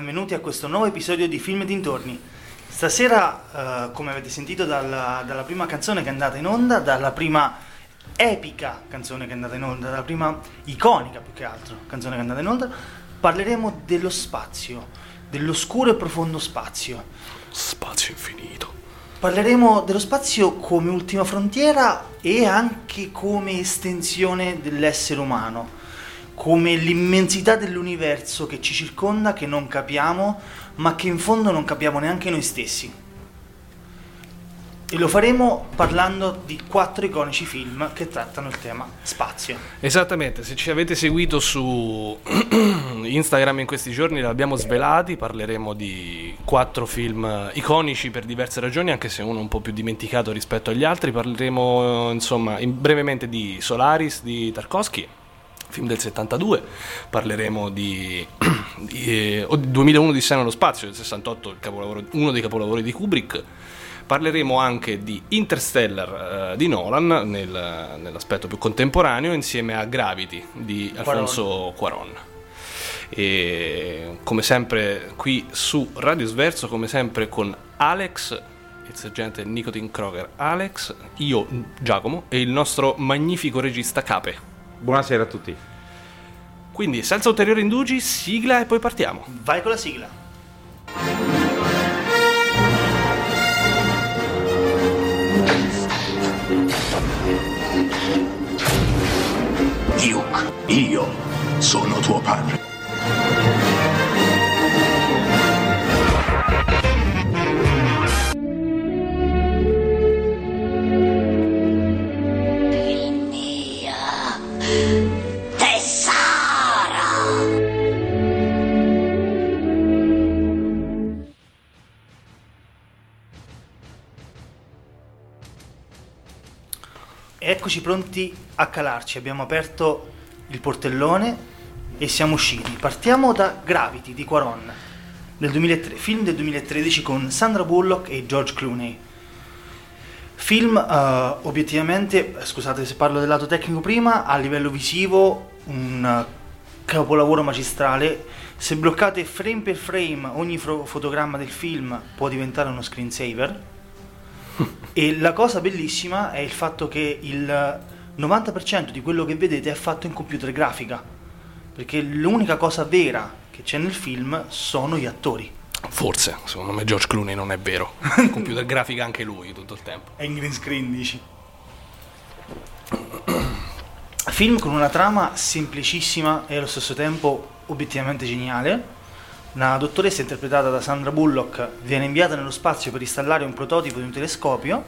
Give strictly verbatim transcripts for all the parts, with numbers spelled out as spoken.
benvenuti a questo nuovo episodio di Film e Dintorni. Stasera, uh, come avete sentito dalla, dalla prima canzone che è andata in onda, dalla prima epica canzone che è andata in onda, dalla prima iconica più che altro canzone che è andata in onda, parleremo dello spazio, dell'oscuro e profondo spazio. Spazio infinito. Parleremo dello spazio come ultima frontiera e anche come estensione dell'essere umano, come l'immensità dell'universo che ci circonda, che non capiamo, ma che in fondo non capiamo neanche noi stessi. E lo faremo parlando di quattro iconici film che trattano il tema spazio. Esattamente, se ci avete seguito su Instagram in questi giorni l'abbiamo svelati, parleremo di quattro film iconici per diverse ragioni, anche se uno un po' più dimenticato rispetto agli altri. Parleremo insomma in, brevemente di Solaris di Tarkovsky, film del settantadue, parleremo di, di eh, duemilauno Odissea nello spazio del sessantotto, il capolavoro, uno dei capolavori di Kubrick. Parleremo anche di Interstellar uh, di Nolan nel, nell'aspetto più contemporaneo, insieme a Gravity di Alfonso Cuarón. E come sempre qui su Radio Sverso, come sempre con Alex, il sergente Nicotine Kroger Alex, io Giacomo e il nostro magnifico regista Cape. Buonasera a tutti. Quindi senza ulteriori indugi, sigla e poi partiamo. Vai con la sigla. Duke, io sono tuo padre. Il mio tesoro. Eccoci pronti a calarci, abbiamo aperto il portellone e siamo usciti. Partiamo da Gravity di Cuarón del duemilatré, film del duemilatredici con Sandra Bullock e George Clooney. Film uh, obiettivamente, scusate se parlo del lato tecnico prima, a livello visivo un capolavoro magistrale. Se bloccate frame per frame ogni fro- fotogramma del film può diventare uno screensaver. E la cosa bellissima è il fatto che il novanta per cento di quello che vedete è fatto in computer grafica, perché l'unica cosa vera che c'è nel film sono gli attori. Forse, secondo me George Clooney non è vero. Computer grafica anche lui tutto il tempo. È in green screen, dici? Film con una trama semplicissima e allo stesso tempo obiettivamente geniale. Una dottoressa interpretata da Sandra Bullock viene inviata nello spazio per installare un prototipo di un telescopio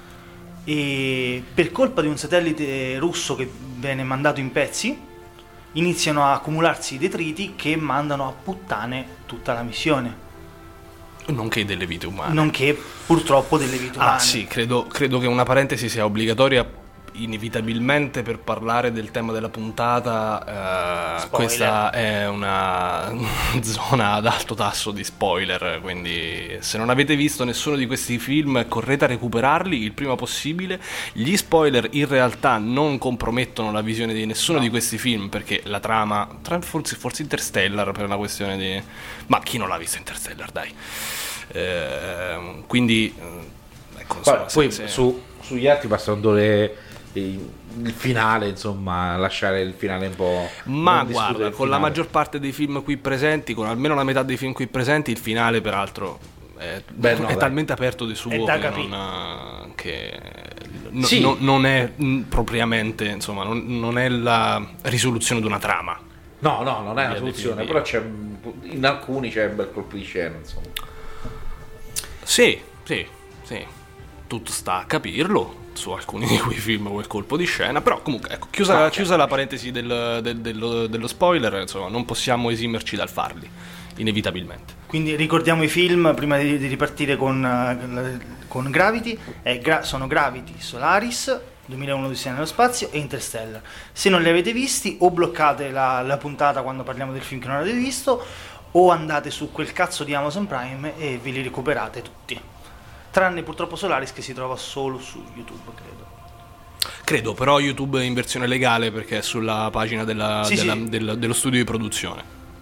e per colpa di un satellite russo che viene mandato in pezzi iniziano a accumularsi detriti che mandano a puttane tutta la missione. Nonché delle vite umane. Nonché purtroppo delle vite umane. Ah sì, credo, credo che una parentesi sia obbligatoria inevitabilmente per parlare del tema della puntata. eh, questa è una zona ad alto tasso di spoiler, quindi se non avete visto nessuno di questi film correte a recuperarli il prima possibile. Gli spoiler in realtà non compromettono la visione di nessuno no. di questi film, perché la trama, forse, forse Interstellar per una questione di... ma chi non l'ha visto Interstellar, dai. Eh, quindi ecco, insomma, poi se, se... Su, sugli altri passano le il finale, insomma, lasciare il finale un po'. Ma guarda, con la maggior parte dei film qui presenti, con almeno la metà dei film qui presenti, il finale peraltro è, Beh, no, è talmente aperto di suo che, non, che no, sì. no, non è propriamente, insomma, non, non è la risoluzione di una trama. No, no, non è una soluzione, però c'è, in alcuni c'è un bel colpo di scena, insomma. Sì, sì, sì. Tutto sta a capirlo su alcuni di quei film quel colpo di scena, però comunque ecco, chiusa, no, chiusa la parentesi del, del, dello, dello spoiler, insomma non possiamo esimerci dal farli inevitabilmente. Quindi ricordiamo i film prima di, di ripartire con, con Gravity. È gra- sono Gravity, Solaris, duemilauno Odissea nello spazio e Interstellar. Se non li avete visti o bloccate la, la puntata quando parliamo del film che non avete visto, o andate su quel cazzo di Amazon Prime e ve li recuperate tutti. Tranne purtroppo Solaris, che si trova solo su YouTube, credo. Credo, però YouTube in versione legale, perché è sulla pagina della, sì, della, sì. Del, dello studio di produzione.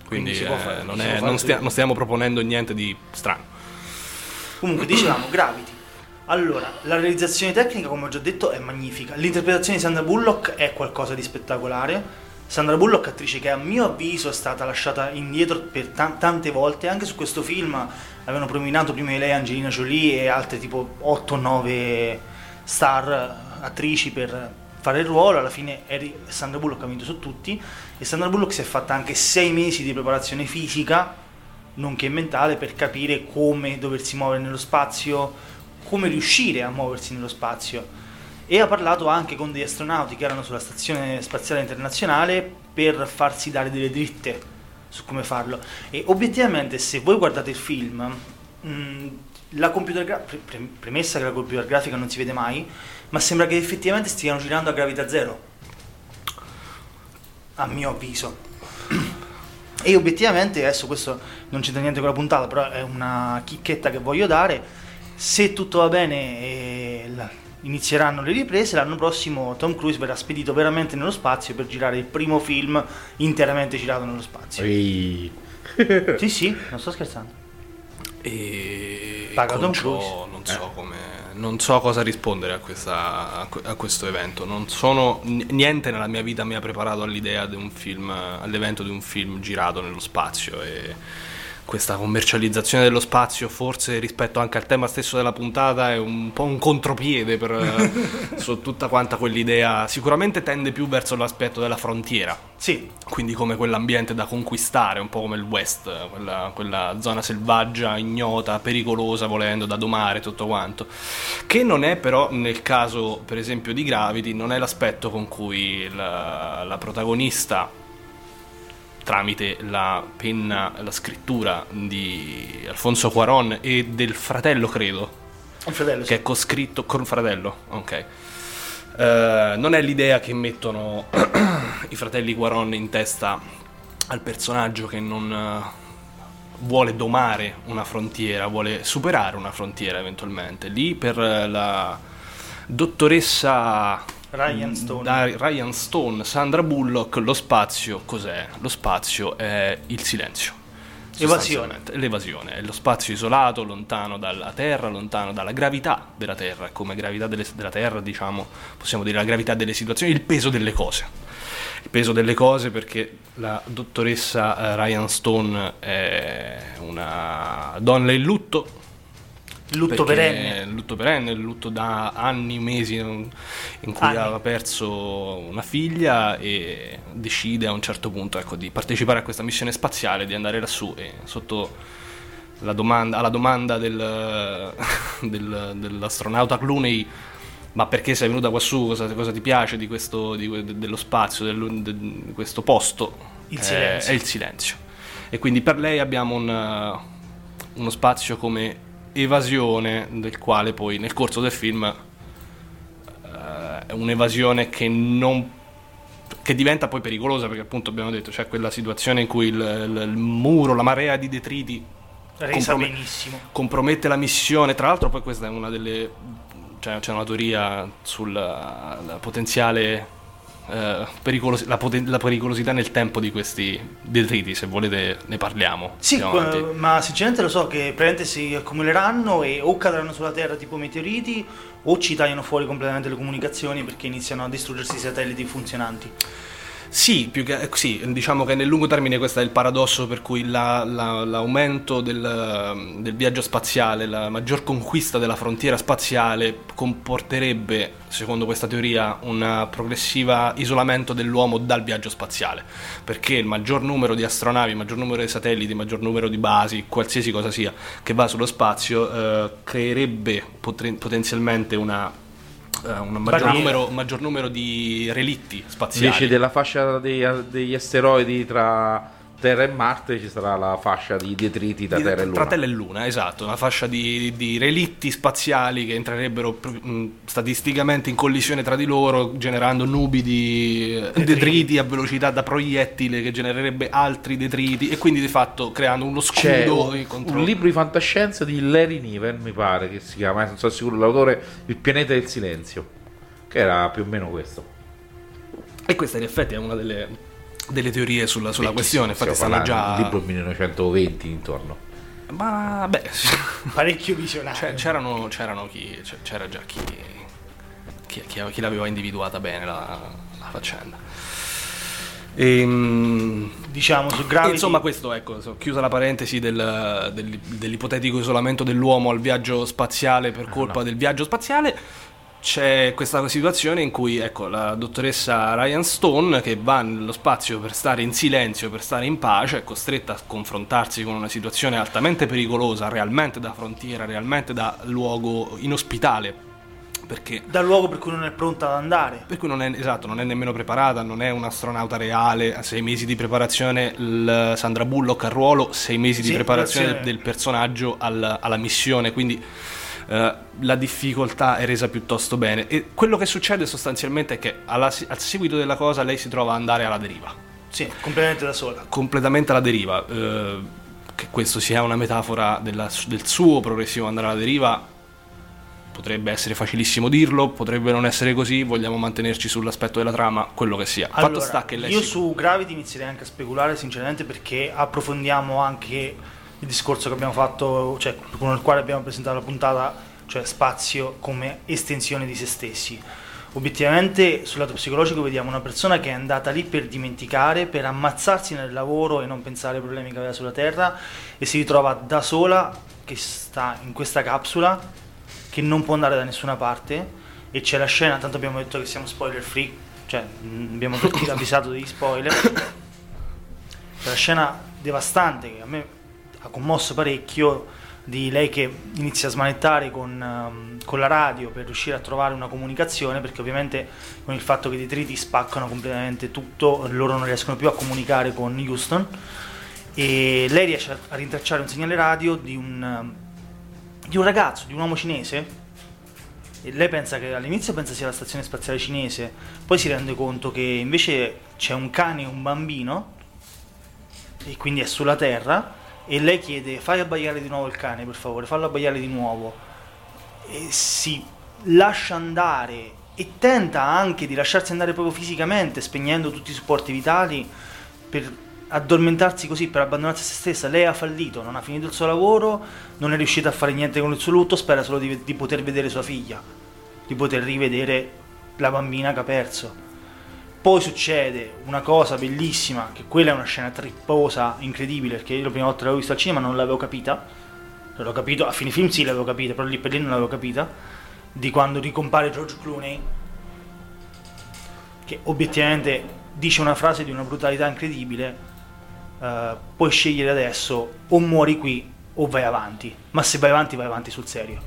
quindi, Quindi si può eh, fare- non, si è- può fare non stia- tutto. non stiamo proponendo niente di strano. Comunque dicevamo Gravity. Allora, la realizzazione tecnica, come ho già detto, è magnifica. L'interpretazione di Sandra Bullock è qualcosa di spettacolare. Sandra Bullock, attrice che a mio avviso è stata lasciata indietro per ta- tante volte. Anche su questo film avevano prominato prima di lei Angelina Jolie e altre tipo otto nove star attrici per fare il ruolo. Alla fine Harry- Sandra Bullock ha vinto su tutti, e Sandra Bullock si è fatta anche sei mesi di preparazione fisica, nonché mentale, per capire come doversi muovere nello spazio, come riuscire a muoversi nello spazio. E ha parlato anche con degli astronauti che erano sulla Stazione Spaziale Internazionale per farsi dare delle dritte su come farlo. E obiettivamente, se voi guardate il film, mh, la computer gra- pre- pre- premessa che la computer grafica non si vede mai, ma sembra che effettivamente stiano girando a gravità zero, a mio avviso. E obiettivamente, adesso questo non c'entra niente con la puntata, però è una chicchetta che voglio dare: se tutto va bene e la- inizieranno le riprese, l'anno prossimo Tom Cruise verrà spedito veramente nello spazio per girare il primo film interamente girato nello spazio. Ehi. Sì, sì, non sto scherzando. E Paga Tom Concio, Cruise. non so come, non so cosa rispondere a, questa, a que- a questo evento. Non sono n- niente nella mia vita mi ha preparato all'idea di un film, all'evento di un film girato nello spazio, e questa commercializzazione dello spazio, forse rispetto anche al tema stesso della puntata, è un po' un contropiede per su tutta quanta quell'idea. Sicuramente tende più verso l'aspetto della frontiera, Sì, quindi come quell'ambiente da conquistare, un po' come il West, quella, quella zona selvaggia, ignota, pericolosa, volendo, da domare, tutto quanto, che non è però, nel caso per esempio di Gravity, non è l'aspetto con cui la, la protagonista, tramite la penna, la scrittura di Alfonso Cuarón e del fratello, credo, un fratello, che sì. è coscritto con fratello, ok. Eh, non è l'idea che mettono i fratelli Cuarón in testa al personaggio, che non eh, vuole domare una frontiera, vuole superare una frontiera eventualmente. Lì per eh, la dottoressa Ryan Stone. da Ryan Stone, Sandra Bullock, lo spazio cos'è? Lo spazio è il silenzio. Evasione. Sostanzialmente, l'evasione, è lo spazio isolato, lontano dalla Terra, lontano dalla gravità della Terra. Come gravità delle- della Terra, diciamo, possiamo dire la gravità delle situazioni, il peso delle cose. Il peso delle cose, perché la dottoressa eh, Ryan Stone è una donna in lutto. Lutto Perché perenne. il lutto perenne, il lutto da anni, mesi, in cui Anni. aveva perso una figlia, e decide a un certo punto, ecco, di partecipare a questa missione spaziale, di andare lassù, e sotto la domanda, alla domanda del, del- dell'astronauta Clooney: ma perché sei venuta quassù, cosa, cosa ti piace di questo, di que- dello spazio, del- de- di questo posto? Il Eh, silenzio. È il silenzio. E quindi per lei abbiamo un, uno spazio come evasione, del quale poi nel corso del film eh, è un'evasione che non che diventa poi pericolosa, perché appunto abbiamo detto c'è quella situazione in cui il, il- il muro, la marea di detriti Resa comprome- benissimo. compromette la missione. Tra l'altro poi questa è una delle, cioè, c'è una teoria sulla la potenziale eh, pericolos- la, poten- la pericolosità nel tempo di questi detriti. Se volete ne parliamo. Sì, Andiamo avanti. eh, ma sinceramente lo so che praticamente si accumuleranno e o cadranno sulla Terra tipo meteoriti, o ci tagliano fuori completamente le comunicazioni perché iniziano a distruggersi i satelliti funzionanti. Sì, più che, eh, sì, diciamo che nel lungo termine questo è il paradosso per cui la- la- l'aumento del, del viaggio spaziale, la maggior conquista della frontiera spaziale comporterebbe, secondo questa teoria, un progressivo isolamento dell'uomo dal viaggio spaziale, perché il maggior numero di astronavi, il maggior numero di satelliti, il maggior numero di basi, qualsiasi cosa sia che va sullo spazio, eh, creerebbe potre- potenzialmente una eh, un maggior Barriera. numero, un maggior numero di relitti spaziali. Invece della fascia dei- degli asteroidi tra Terra e Marte ci sarà la fascia di detriti da Di- Terra e Luna. Tra Terra e Luna, esatto, una fascia di, di relitti spaziali che entrerebbero mh, statisticamente in collisione tra di loro, generando nubi di eh, Detriti. detriti a velocità da proiettile, che genererebbe altri detriti, e quindi di fatto creando uno C'è scudo un, contro... un libro di fantascienza di Larry Niven, mi pare che si chiama, non sono sicuro l'autore, Il pianeta del silenzio, che era più o meno questo. E questa in effetti è una delle delle teorie sulla, sulla questione, infatti Stiamo stanno parlando già... di tipo millenovecentoventi intorno. Ma beh, Parecchio visionario. C'è- c'erano, c'erano chi, c'era già chi, chi, chi, chi l'aveva individuata bene la, la faccenda. Ehm, Diciamo su Gravity. Insomma, questo, ecco, so- chiusa la parentesi del, del- dell'ipotetico isolamento dell'uomo al viaggio spaziale per colpa no. del viaggio spaziale. C'è questa situazione in cui, ecco, la dottoressa Ryan Stone, che va nello spazio per stare in silenzio, per stare in pace, è costretta a confrontarsi con una situazione altamente pericolosa, realmente da frontiera, realmente da luogo inospitale, perché dal luogo per cui non è pronta ad andare. per cui non è, esatto, non è nemmeno preparata, non è un astronauta reale. A sei mesi di preparazione il Sandra Bullock al ruolo, sei mesi di Sì, preparazione del, preparazione. del personaggio al- alla missione, quindi eh, la difficoltà è resa piuttosto bene. E quello che succede sostanzialmente è che alla- al seguito della cosa lei si trova ad andare alla deriva, Sì, completamente da sola. completamente alla deriva. Eh, che questo sia una metafora della- del suo progressivo andare alla deriva potrebbe essere facilissimo dirlo, potrebbe non essere così, vogliamo mantenerci sull'aspetto della trama, quello che sia. Fatto Allora, sta che lei io si- su Gravity inizierei anche a speculare sinceramente, perché approfondiamo anche il discorso che abbiamo fatto, cioè con il quale abbiamo presentato la puntata, cioè spazio come estensione di se stessi. Obiettivamente sul lato psicologico vediamo una persona che è andata lì per dimenticare, per ammazzarsi nel lavoro e non pensare ai problemi che aveva sulla Terra, e si ritrova da sola, che sta in questa capsula, che non può andare da nessuna parte. E c'è la scena, tanto abbiamo detto che siamo spoiler free, cioè mh, abbiamo tutti avvisato degli spoiler. C'è la scena devastante che a me ha commosso parecchio, di lei che inizia a smanettare con, ehm, con la radio per riuscire a trovare una comunicazione, perché ovviamente con il fatto che i detriti spaccano completamente tutto, loro non riescono più a comunicare con Houston, e lei riesce a, a rintracciare un segnale radio di un, ehm, di un ragazzo, di un uomo cinese, e lei pensa che all'inizio pensa sia la stazione spaziale cinese, poi si rende conto che invece c'è un cane e un bambino, e quindi è sulla Terra, e lei chiede: fai abbaiare di nuovo il cane, per favore, fallo abbaiare di nuovo. E si lascia andare e tenta anche di lasciarsi andare proprio fisicamente, spegnendo tutti i supporti vitali, per addormentarsi così, per abbandonarsi a se stessa. Lei ha fallito, non ha finito il suo lavoro, non è riuscita a fare niente con il suo lutto, spera solo di, di poter vedere sua figlia, di poter rivedere la bambina che ha perso. Poi succede una cosa bellissima, che quella è una scena tripposa, incredibile, perché io la prima volta che l'avevo vista al cinema non l'avevo capita, l'ho capito, a fine film sì l'avevo capita, però lì per lì non l'avevo capita, di quando ricompare George Clooney, che obiettivamente dice una frase di una brutalità incredibile: uh, puoi scegliere adesso, o muori qui o vai avanti, ma se vai avanti vai avanti sul serio.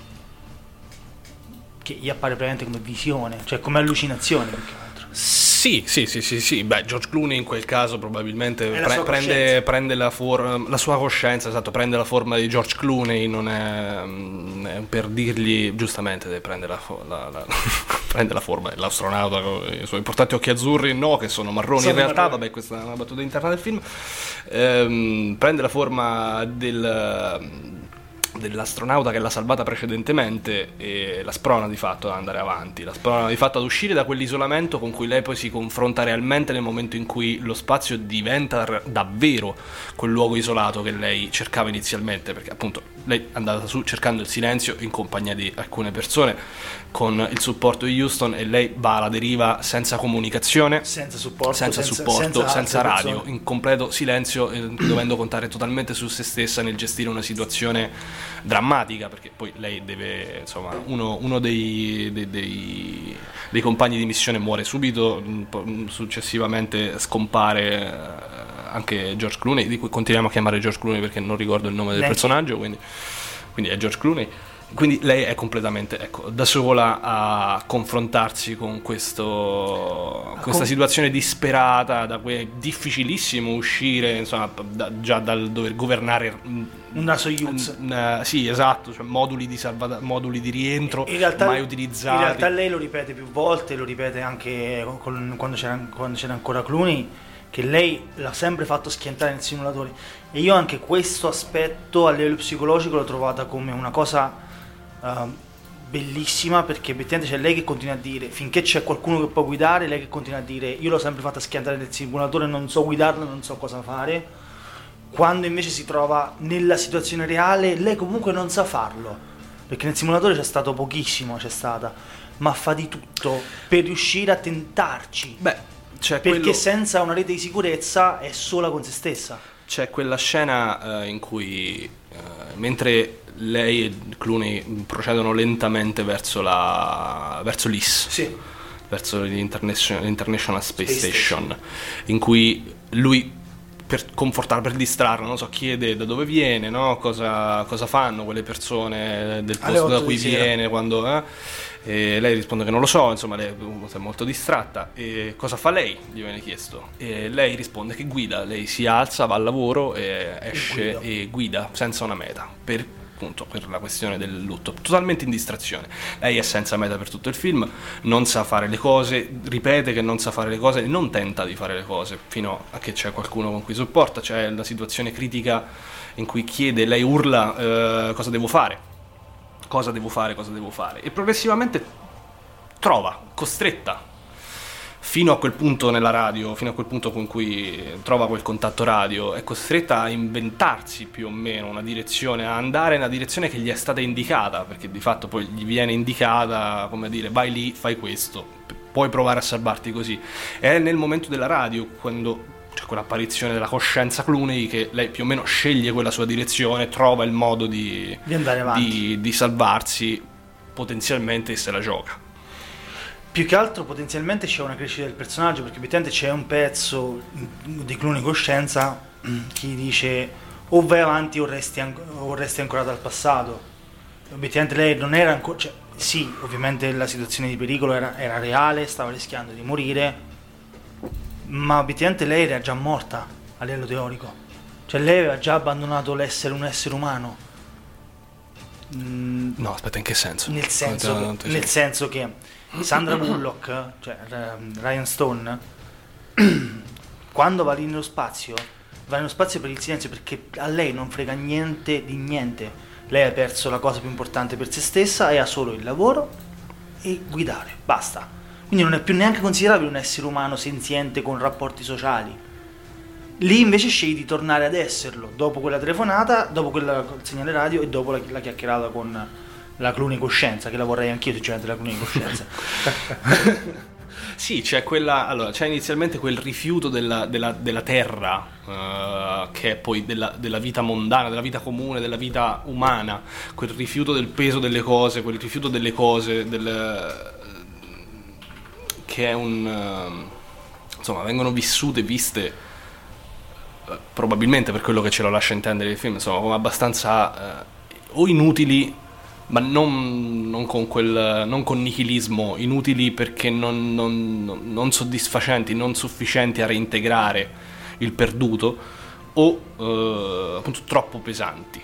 Che gli appare praticamente come visione, cioè come allucinazione più che altro. Sì, sì, sì, sì, sì. Beh, George Clooney in quel caso probabilmente È la pre- sua prende, coscienza. prende la, for- la sua coscienza, esatto, prende la forma di George Clooney, non è, mm, è per dirgli, giustamente, deve prendere la, fo- la, la, prende la forma dell'astronauta con i suoi importanti occhi azzurri, no, che sono marroni Sono in realtà, marroni. vabbè, questa è una battuta interna del film. Ehm, prende la forma del... dell'astronauta che l'ha salvata precedentemente e la sprona di fatto ad andare avanti, la sprona di fatto ad uscire da quell'isolamento con cui lei poi si confronta realmente nel momento in cui lo spazio diventa r- davvero quel luogo isolato che lei cercava inizialmente, perché appunto lei è andata su cercando il silenzio in compagnia di alcune persone con il supporto di Houston, e lei va alla deriva senza comunicazione, Senza supporto, senza, senza- supporto, senza senza, altre radio, persone. in completo silenzio, eh, dovendo contare totalmente su se stessa nel gestire una situazione drammatica, perché poi lei deve, insomma, uno, uno dei, dei, dei, dei compagni di missione muore subito, mh, po- mh, successivamente scompare eh, anche George Clooney, di cui continuiamo a chiamare George Clooney perché non ricordo il nome del Neanche. personaggio, quindi, quindi è George Clooney. Quindi lei è completamente, ecco, da sola a confrontarsi con questo, questa com- situazione disperata, da cui è difficilissimo uscire, insomma, da- già dal dover governare mh, Una Soyuz. un- eh, sì, esatto, cioè moduli di salvata- moduli di rientro In realtà, mai in utilizzati. realtà lei lo ripete più volte, lo ripete anche con- quando, c'era, quando c'era ancora Clooney, che lei l'ha sempre fatto schiantare nel simulatore. E io anche questo aspetto a livello psicologico l'ho trovata come una cosa uh, bellissima, perché effettivamente c'è lei che continua a dire, finché c'è qualcuno che può guidare, lei che continua a dire io l'ho sempre fatta schiantare nel simulatore, non so guidarlo, non so cosa fare. Quando invece si trova nella situazione reale, lei comunque non sa farlo, perché nel simulatore c'è stato pochissimo, c'è stata, ma fa di tutto per riuscire a tentarci. Beh, c'è perché quello... senza una rete di sicurezza è sola con se stessa. C'è quella scena eh, in cui eh, mentre lei e Clooney procedono lentamente verso la verso l'I S, Sì. verso l'International, l'International Space, Space Station, Station, in cui lui, per confortarla, per distrarla, non so, chiede da dove viene, no? cosa, cosa fanno quelle persone del Alle posto da otto cui di sera. viene, quando, eh? E lei risponde che non lo so, insomma lei è molto distratta. E cosa fa lei? Gli viene chiesto. E lei risponde che guida, lei si alza, va al lavoro e esce guida. e guida senza una meta, per appunto per la questione del lutto, totalmente in distrazione. Lei è senza meta per tutto il film, non sa fare le cose, ripete che non sa fare le cose e non tenta di fare le cose fino a che c'è qualcuno con cui sopporta. C'è la situazione critica in cui chiede, lei urla eh, cosa devo fare, cosa devo fare, cosa devo fare, e progressivamente trova, costretta fino a quel punto nella radio, fino a quel punto con cui trova quel contatto radio, è costretta a inventarsi più o meno una direzione, a andare nella direzione che gli è stata indicata, perché di fatto poi gli viene indicata, come dire, vai lì, fai questo, puoi provare a salvarti così. È nel momento della radio, quando c'è quell'apparizione della coscienza Clooney, che lei più o meno sceglie quella sua direzione, trova il modo di, Di andare avanti. di, di salvarsi potenzialmente, e se la gioca. Più che altro potenzialmente c'è una crescita del personaggio, perché effettivamente c'è un pezzo di Clooney coscienza che dice o vai avanti o resti, an- o resti ancorata al passato. Obiettivamente lei non era ancora, cioè, sì, ovviamente la situazione di pericolo era, era reale, stava rischiando di morire, ma obiettivamente lei era già morta a livello teorico, cioè lei aveva già abbandonato l'essere un essere umano. Mm, No, aspetta, in che senso? nel senso, Non te- non te- nel senso che Sandra Bullock, cioè eh, Ryan Stone, quando va lì nello spazio, va nello spazio per il silenzio, perché a lei non frega niente di niente. Lei ha perso la cosa più importante per se stessa e ha solo il lavoro e guidare, basta. Quindi non è più neanche considerabile un essere umano senziente con rapporti sociali. Lì invece scegli di tornare ad esserlo dopo quella telefonata, dopo quella col segnale radio e dopo la, la chiacchierata con la Clooney coscienza, che la vorrei anch'io sinceramente, la Clooney coscienza. Sì, c'è quella. Allora, c'è inizialmente quel rifiuto della, della, della terra, uh, che è poi della, della vita mondana, della vita comune, della vita umana, quel rifiuto del peso delle cose, quel rifiuto delle cose, del, che è un. Uh, insomma, vengono vissute, viste, uh, probabilmente per quello che ce lo lascia intendere il film, insomma, come abbastanza uh, o inutili, ma non, non con quel non con nichilismo, inutili perché non, non, non soddisfacenti, non sufficienti a reintegrare il perduto, o eh, appunto troppo pesanti.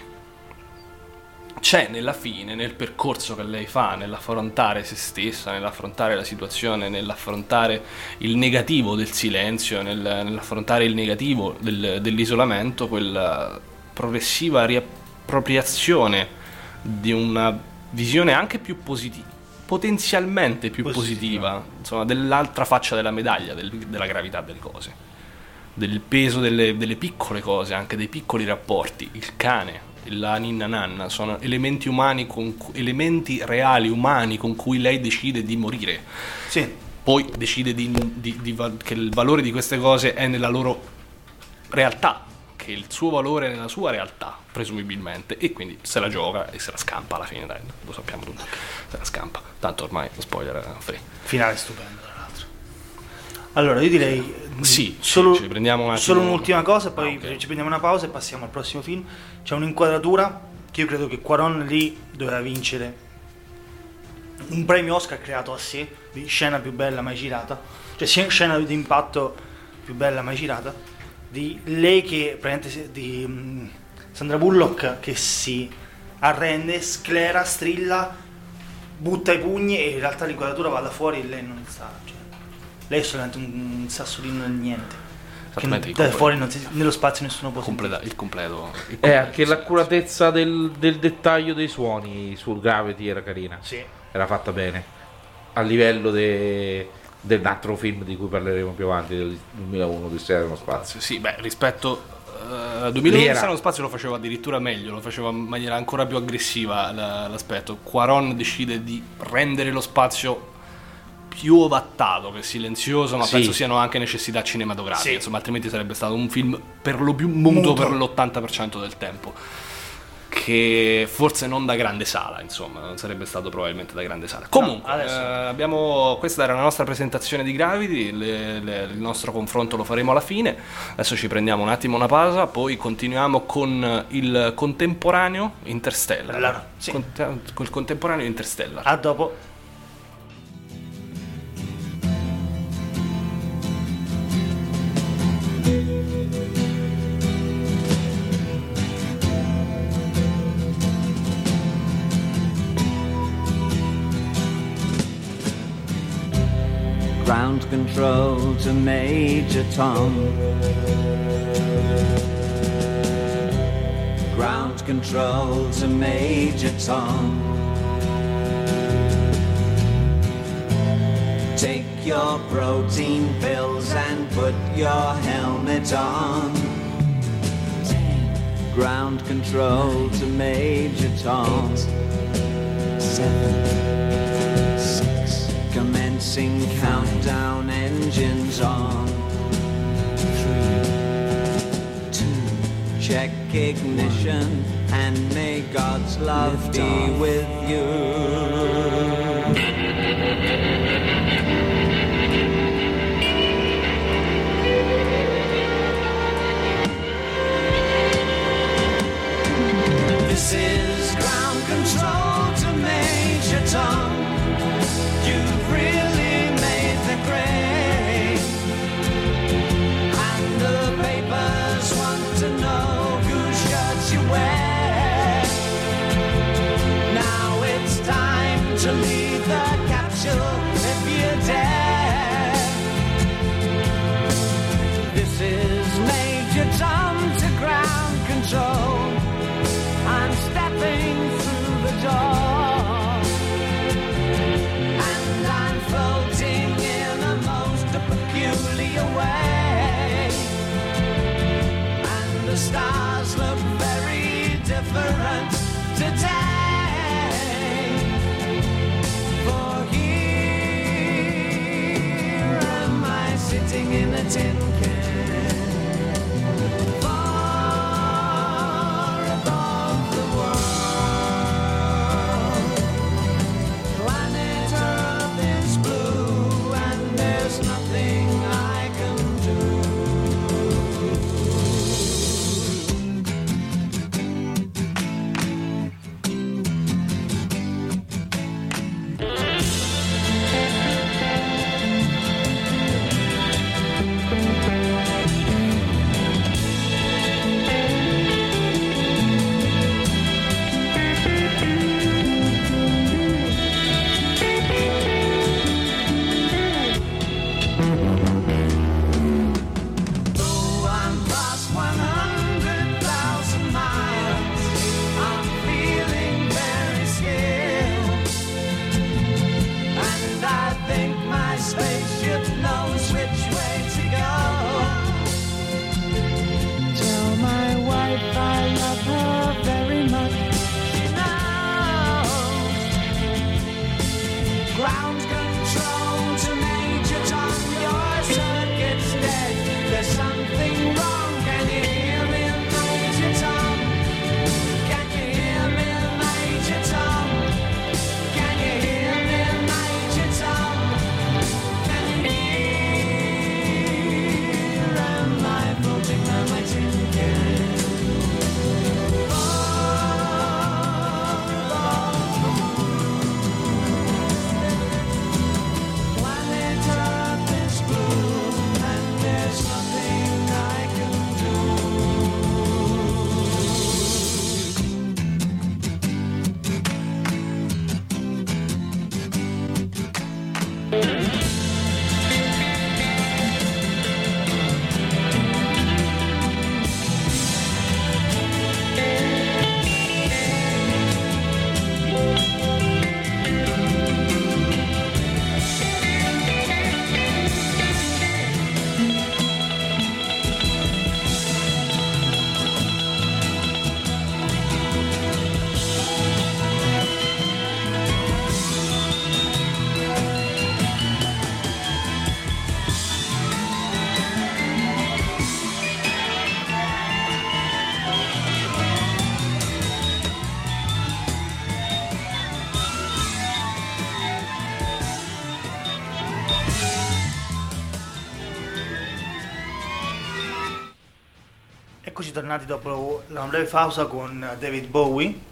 C'è nella fine, nel percorso che lei fa, nell'affrontare se stessa, nell'affrontare la situazione, nell'affrontare il negativo del silenzio, nel, nell'affrontare il negativo del, dell'isolamento, quella progressiva riappropriazione di una visione anche più positiva, potenzialmente più positiva, positiva insomma, dell'altra faccia della medaglia, del, della gravità delle cose, del peso delle, delle piccole cose, anche dei piccoli rapporti. Il cane, la ninna nanna sono elementi umani, con, elementi reali umani con cui lei decide di morire. Sì. Poi decide di, di, di, che il valore di queste cose è nella loro realtà, che il suo valore è nella sua realtà, presumibilmente, e quindi se la gioca e se la scampa alla fine, dai, lo sappiamo tutti, se la scampa, tanto ormai lo spoiler è free. Finale stupendo, tra l'altro. Allora io direi sì, solo, sì, ci prendiamo un solo attimo... un'ultima cosa, poi ah, okay. ci prendiamo una pausa e passiamo al prossimo film. C'è un'inquadratura che io credo che Cuarón lì doveva vincere un premio Oscar creato a sé, di scena più bella mai girata, cioè scena di impatto più bella mai girata, di lei che praticamente di um, Sandra Bullock che si arrende, sclera, strilla, butta i pugni e in realtà l'inquadratura va da fuori e lei non sa, cioè, lei è solamente un, un sassolino nel niente, che non, da completo, fuori non si, nello spazio nessuno può completa, il completo, il completo. È anche l'accuratezza del, del dettaglio dei suoni sul Gravity era carina. Sì. era fatta bene, a livello de, dell'altro film di cui parleremo più avanti, del duemilauno, Odissea nello spazio. Sì, beh, rispetto uh, duemilauno era... nello spazio lo faceva addirittura meglio, lo faceva in maniera ancora più aggressiva l'aspetto. Quaron decide di rendere lo spazio più ovattato che silenzioso, ma sì. penso siano anche necessità cinematografiche, sì. insomma, altrimenti sarebbe stato un film per lo più muto, muto. per l'ottanta per cento del tempo, che forse non da grande sala, insomma, non sarebbe stato probabilmente da grande sala. Comunque, no, eh, abbiamo, questa era la nostra presentazione di Gravity, le, le, il nostro confronto lo faremo alla fine, adesso ci prendiamo un attimo una pausa, poi continuiamo con il contemporaneo Interstellar, Allora, sì. con, col contemporaneo Interstellar. A dopo. Ground control to Major Tom. Ground control to Major Tom. Take your protein pills and put your helmet on. Ground control to Major Tom. Eight, seven, six. Commencing countdown, engines on. Three, two, check ignition, and may God's love Lift be off. With you. This is ground control to Major Tom. You've really made the grade, and the papers want to know whose shirts you wear. Now it's time to leave the capsule if you dare. This is Major Tom to ground control. I'm stepping through the door, and I'm floating in a most peculiar way, and the stars look very different today. For here am I sitting in a tin can. Can you hear me, Major Tom? Can you hear Eccoci tornati dopo una breve pausa con David Bowie.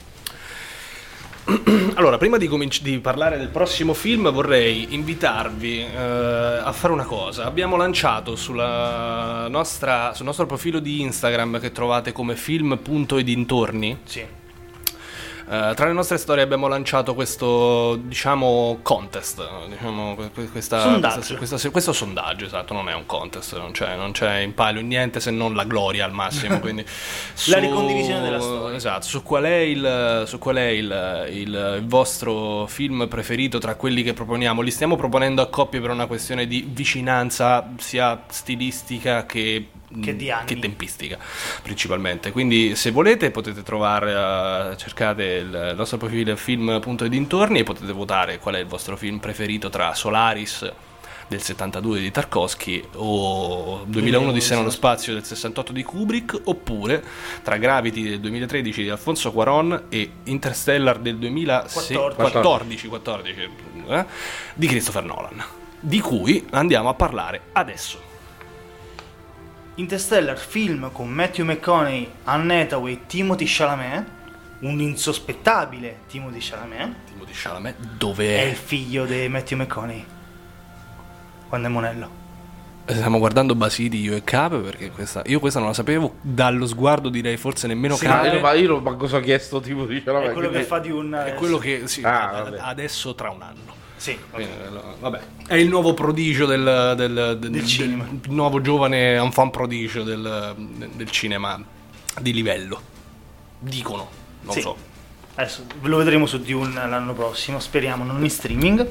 Allora, prima di, cominci- di parlare del prossimo film vorrei invitarvi eh, a fare una cosa. Abbiamo lanciato sulla nostra, sul nostro profilo di Instagram, che trovate come film punto e dintorni. Sì. Uh, tra le nostre storie abbiamo lanciato questo, diciamo, contest, diciamo, questa, sondaggio. Questa, questa, questo sondaggio, esatto, non è un contest, non c'è, non c'è in palio niente se non la gloria al massimo, quindi la ricondivisione della storia. Esatto, su qual è il, su qual è il, il, il vostro film preferito tra quelli che proponiamo. Li stiamo proponendo a coppie per una questione di vicinanza sia stilistica che Che di anni. che tempistica principalmente, quindi se volete potete trovare, uh, cercate il nostro profilo film punto e dintorni e potete votare qual è il vostro film preferito tra Solaris del settantadue di Tarkovsky o duemilauno Odissea nello spazio del sessantotto di Kubrick, oppure tra Gravity del duemilatredici di Alfonso Cuarón e Interstellar del duemilaquattordici eh, di Christopher Nolan, di cui andiamo a parlare adesso. Interstellar, film con Matthew McConaughey, Anne Hathaway e Timothée Chalamet, un insospettabile Timothée Chalamet. Timothée Chalamet dove È è? il figlio di Matthew McConaughey quando è monello. Stiamo guardando Basiti io e Cape, perché questa, io questa non la sapevo, dallo sguardo direi forse nemmeno Sì, Cape. Ma io, ma io non manco so chiesto tipo di È quello che fa di un... È quello che sì, Ah, ad- vabbè. adesso tra un anno. Sì, Quindi, vabbè. È il nuovo prodigio del, del, del, Del cinema. del nuovo giovane enfant prodigio del, del cinema di livello. Dicono, non Sì. so. Adesso lo vedremo su Dune l'anno prossimo, speriamo non in streaming.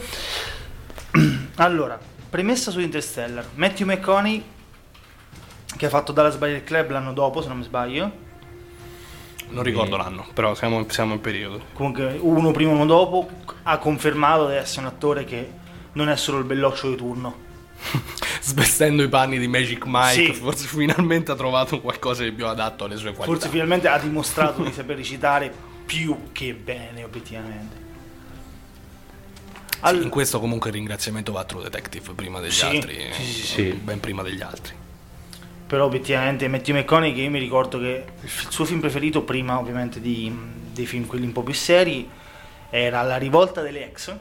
Allora, premessa su Interstellar. Matthew McConaughey, che ha fatto Dallas Buyers Club l'anno dopo, se non mi sbaglio. Non ricordo l'anno, però siamo, siamo in periodo. Comunque uno prima uno dopo, ha confermato di essere un attore che non è solo il belloccio di turno. Svestendo i panni di Magic Mike, Sì. forse finalmente ha trovato qualcosa di più adatto alle sue qualità. Forse finalmente ha dimostrato di saper recitare più che bene, obiettivamente. Sì, in questo comunque il ringraziamento va a True Detective prima degli Sì, altri, sì, sì, sì. ben prima degli altri. Però obiettivamente Matthew McConaughey, che io mi ricordo che il suo film preferito, prima ovviamente di, dei film quelli un po' più seri, era La rivolta delle ex,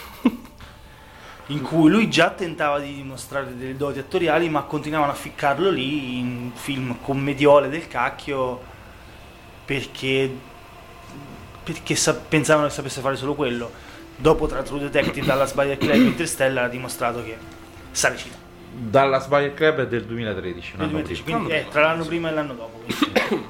in cui lui già tentava di dimostrare delle doti attoriali, ma continuavano a ficcarlo lì in film commediole del cacchio, perché, perché sa- pensavano che sapesse fare solo quello. Dopo, tra True Detective, Dallas Buyers Club e Interstellar, ha dimostrato che sa recitare. Dallas Buyers Club è del duemilatredici, un Nel anno duemilatredici, prima. quindi è tra l'anno prima e l'anno dopo. quindi.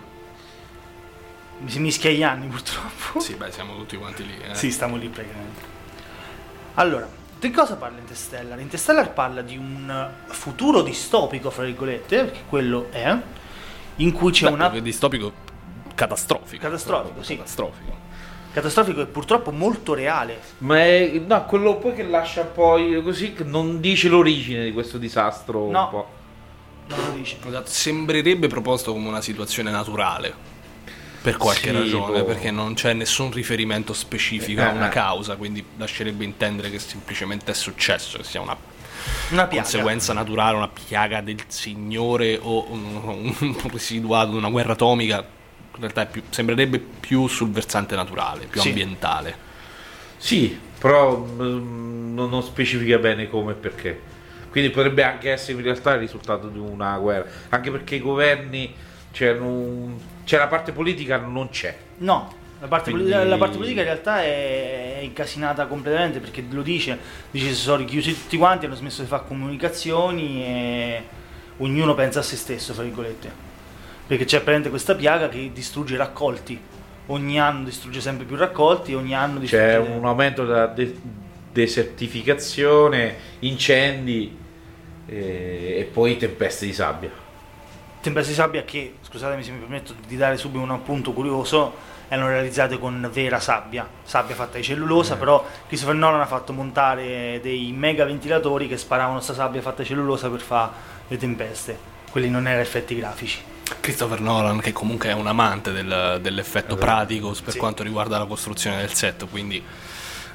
Mi si mischia gli anni purtroppo. Sì, beh, siamo tutti quanti lì. Eh. Sì, stiamo lì praticamente. Allora, di cosa parla Interstellar? Interstellar parla di un futuro distopico, fra virgolette, perché quello è, in cui c'è Beh, una... distopico catastrofico. Catastrofico, sì. Catastrofico. catastrofico e purtroppo molto reale. Ma è no, quello poi che lascia poi così, che non dice l'origine di questo disastro No. un po'. Non lo dice. Esatto, sembrerebbe proposto come una situazione naturale. Per qualche Sì, ragione, boh. perché non c'è nessun riferimento specifico a Eh, una eh. causa, quindi lascerebbe intendere che semplicemente è successo, che sia una Una piaga. conseguenza naturale, una piaga del Signore o un, un residuato di una guerra atomica. In realtà è più, sembrerebbe più sul versante naturale, più Sì. ambientale. Sì, però mm, non, non specifica bene come e perché. Quindi potrebbe anche essere in realtà il risultato di una guerra, anche perché i governi, cioè, non, cioè la parte politica non c'è. No, la parte, Quindi- poli- la parte politica in realtà è, è incasinata completamente, perché lo dice, dice si sono richiusi tutti quanti, hanno smesso di fare comunicazioni e ognuno pensa a se stesso, fra virgolette. Perché c'è presente questa piaga che distrugge i raccolti. Ogni anno distrugge sempre più raccolti, ogni anno distrugge... C'è un aumento della de- desertificazione, incendi eh, e poi tempeste di sabbia. Tempeste di sabbia che, scusatemi se mi permetto di dare subito un appunto curioso, erano realizzate con vera sabbia, sabbia fatta di cellulosa, Eh. però Christopher Nolan ha fatto montare dei mega ventilatori che sparavano sta sabbia fatta di cellulosa per fare le tempeste. Quelli non erano effetti grafici. Christopher Nolan, che comunque è un amante del- dell'effetto Esatto. pratico per Sì. quanto riguarda la costruzione del set, quindi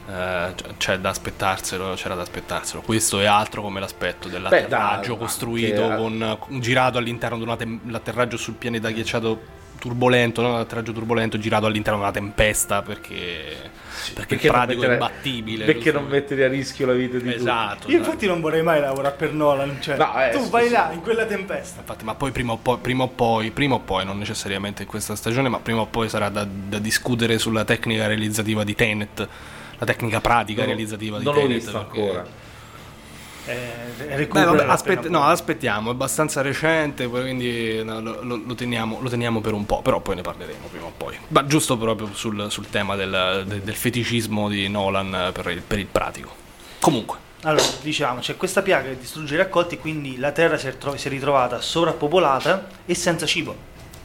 eh, c'è da aspettarselo, c'era da aspettarselo. Questo è altro come l'aspetto dell'atterraggio Beh, da, costruito anche, con girato all'interno di una tem- l'atterraggio sul pianeta ghiacciato turbolento, no? L'atterraggio turbolento girato all'interno di una tempesta perché sì, perché, perché il pratico mettere, è imbattibile. Perché giusto? non mettere a rischio la vita di esatto, tutti? Io infatti non vorrei mai lavorare per Nolan, cioè No, eh, tu sì, vai sì. là in quella tempesta. Infatti, ma poi prima o poi, prima o poi, prima o poi, non necessariamente in questa stagione, ma prima o poi sarà da, da discutere sulla tecnica realizzativa di Tenet, la tecnica pratica Non- realizzativa di non l'ho Tenet. visto perché- ancora. Eh, Beh, recupero vabbè, aspett- appena no, poi. aspettiamo, è abbastanza recente, poi quindi no, lo, lo- lo teniamo, lo teniamo per un po', però poi ne parleremo prima o poi. Ma giusto proprio sul, sul tema del, del- del feticismo di Nolan per il, per il pratico. Comunque, Allora, diciamo, c'è questa piaga che distrugge i raccolti, quindi la terra si è, ritro- si è ritrovata sovrappopolata e senza cibo.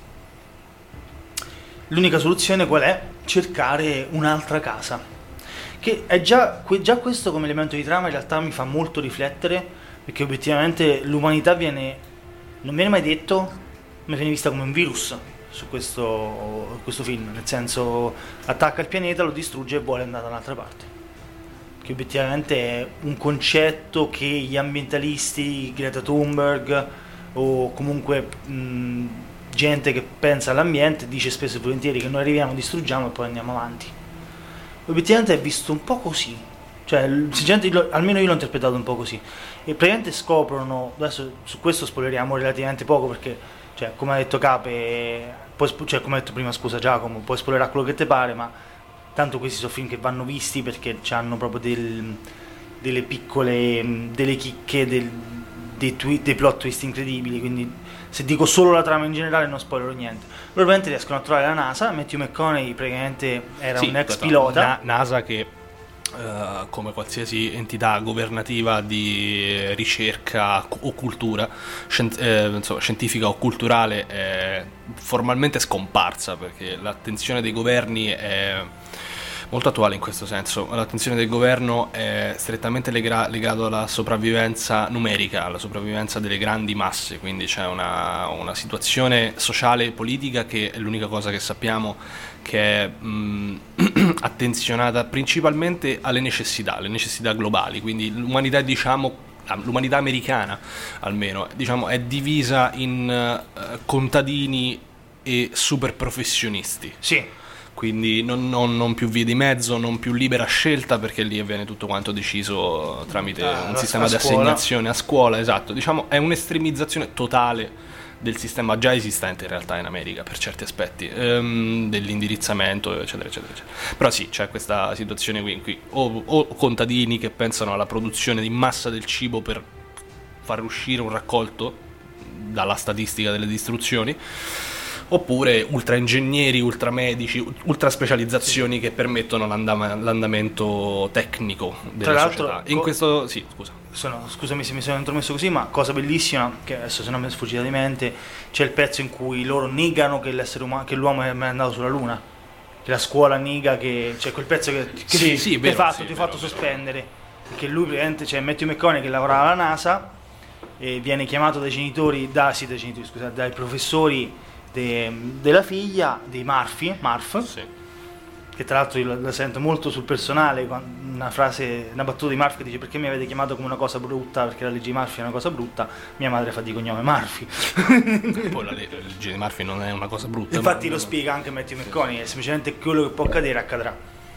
L'unica soluzione qual è? Cercare un'altra casa. Che è già, que- già questo come elemento di trama in realtà mi fa molto riflettere, perché obiettivamente l'umanità viene, non viene mai detto, ma viene vista come un virus su questo, questo film, nel senso attacca il pianeta, lo distrugge e vuole andare da un'altra parte. Che obiettivamente è un concetto che gli ambientalisti, Greta Thunberg o comunque mh, gente che pensa all'ambiente dice spesso e volentieri che noi arriviamo, distruggiamo e poi andiamo avanti. Obiettivamente è visto un po' così, cioè l- gente- lo- almeno io l'ho interpretato un po' così, e praticamente scoprono, adesso su questo spoileriamo relativamente poco perché, cioè, come ha detto Cape, puoi spo- cioè come ha detto prima, scusa Giacomo, puoi spoilerare quello che ti pare, ma tanto questi sono film che vanno visti perché hanno proprio del, delle piccole, mh, delle chicche, del, dei, twi- dei plot twist incredibili, quindi se dico solo la trama in generale non spoilerò niente. Loro veramente riescono a trovare la NASA, Matthew McConaughey praticamente era sì, un ex questa pilota. Na- NASA che eh, come qualsiasi entità governativa di ricerca o cultura scien- eh, insomma, scientifica o culturale è formalmente scomparsa, perché l'attenzione dei governi è molto attuale in questo senso. L'attenzione del governo è strettamente lega- legata alla sopravvivenza numerica, alla sopravvivenza delle grandi masse, quindi c'è una, una situazione sociale e politica che è l'unica cosa che sappiamo che è mh, attenzionata principalmente alle necessità, alle necessità globali, quindi l'umanità, diciamo, l'umanità americana almeno, diciamo, è divisa in uh, contadini e super professionisti. Sì. Quindi non, non, non più vie di mezzo, non più libera scelta, perché lì avviene tutto quanto deciso tramite Ah, un a- sistema a di scuola. assegnazione a scuola, esatto. Diciamo è un'estremizzazione totale del sistema già esistente in realtà in America per certi aspetti, ehm, dell'indirizzamento, eccetera, eccetera, eccetera. Però sì, c'è questa situazione qui in cui o, o contadini che pensano alla produzione di massa del cibo per far uscire un raccolto dalla statistica delle distruzioni, oppure ultra ingegneri, ultra medici, ultra specializzazioni che permettono l'andama- l'andamento tecnico della Tra l'altro, società. In co- questo, sì, scusa. Sono, scusami se mi sono intromesso così, ma cosa bellissima, che adesso se no mi è sfuggita di mente, c'è il pezzo in cui loro negano che, l'essere umano, che l'uomo è mai andato sulla Luna, che la scuola nega, che c'è quel pezzo che, che Sì, ti, sì, ti ha vero, fatto, sì, ti ha vero, fatto vero. sospendere, che lui praticamente, c'è Matthew McConaughey che lavorava alla NASA e viene chiamato dai genitori, da, sì, dai genitori, scusate, dai professori de- della figlia, dei Murphy, Murph, Sì. che tra l'altro io la, la sento molto sul personale, quan- una frase, una battuta di Murphy che dice: perché mi avete chiamato come una cosa brutta, perché la legge di Murphy è una cosa brutta, mia madre fa di cognome Murphy. Poi la, le- la legge di Murphy non è una cosa brutta. Infatti ma- lo spiega anche Matthew McConaughey, è semplicemente quello che può accadere accadrà.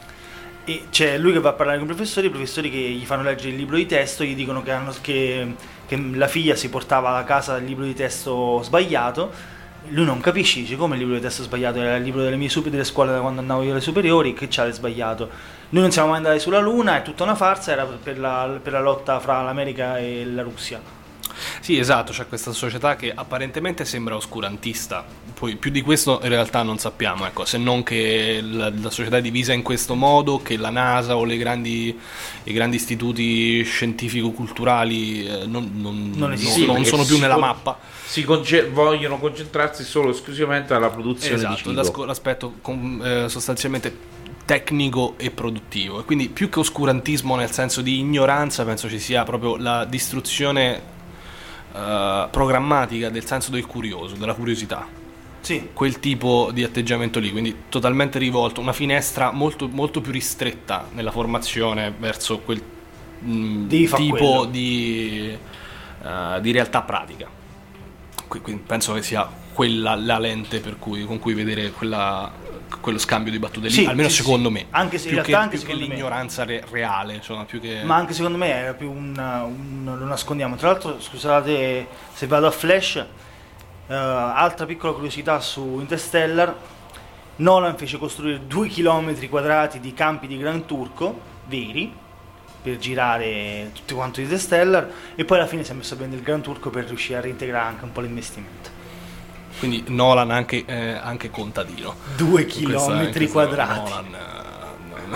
E c'è lui che va a parlare con i professori, i professori che gli fanno leggere il libro di testo, gli dicono che, hanno- che, che la figlia si portava a casa il libro di testo sbagliato. Lui non capisce, dice: come il libro di testo sbagliato? Era il libro delle mie super delle scuole da quando andavo io alle superiori, che c'ha sbagliato? Noi non siamo mai andati sulla Luna, è tutta una farsa, era per la, per la lotta fra l'America e la Russia. Sì, esatto, c'è questa società che apparentemente sembra oscurantista, poi più di questo in realtà non sappiamo, ecco, se non che la, la società è divisa in questo modo, che la NASA o le grandi, i grandi istituti scientifico-culturali eh, non, non, Non non, esistono. non perché sono più si nella con- mappa. Si conce- vogliono concentrarsi solo e esclusivamente alla produzione di Esatto, cibo. l'asco- l'aspetto com- eh, sostanzialmente tecnico e produttivo, e quindi più che oscurantismo nel senso di ignoranza, penso ci sia proprio la distruzione eh, programmatica del senso del curioso, della curiosità. Sì. quel tipo di atteggiamento lì, quindi totalmente rivolto, una finestra molto, molto più ristretta nella formazione verso quel mh, tipo di, uh, di realtà pratica. Quindi penso che sia quella la lente per cui, con cui vedere quella, quello scambio di battute lì, sì, almeno sì, secondo sì. me, anche se più in realtà che, anche più che secondo l'ignoranza me. re- reale, insomma, più che... Ma anche secondo me era più un, un non lo nascondiamo. Tra l'altro, scusate se vado a flash, uh, altra piccola curiosità su Interstellar: Nolan fece costruire due chilometri quadrati di campi di Gran Turco veri per girare tutto quanto Interstellar, e poi alla fine si è messo a vendere il Gran Turco per riuscire a reintegrare anche un po' l'investimento. Quindi Nolan anche, eh, anche contadino. Due chilometri quadrati. Nolan, eh,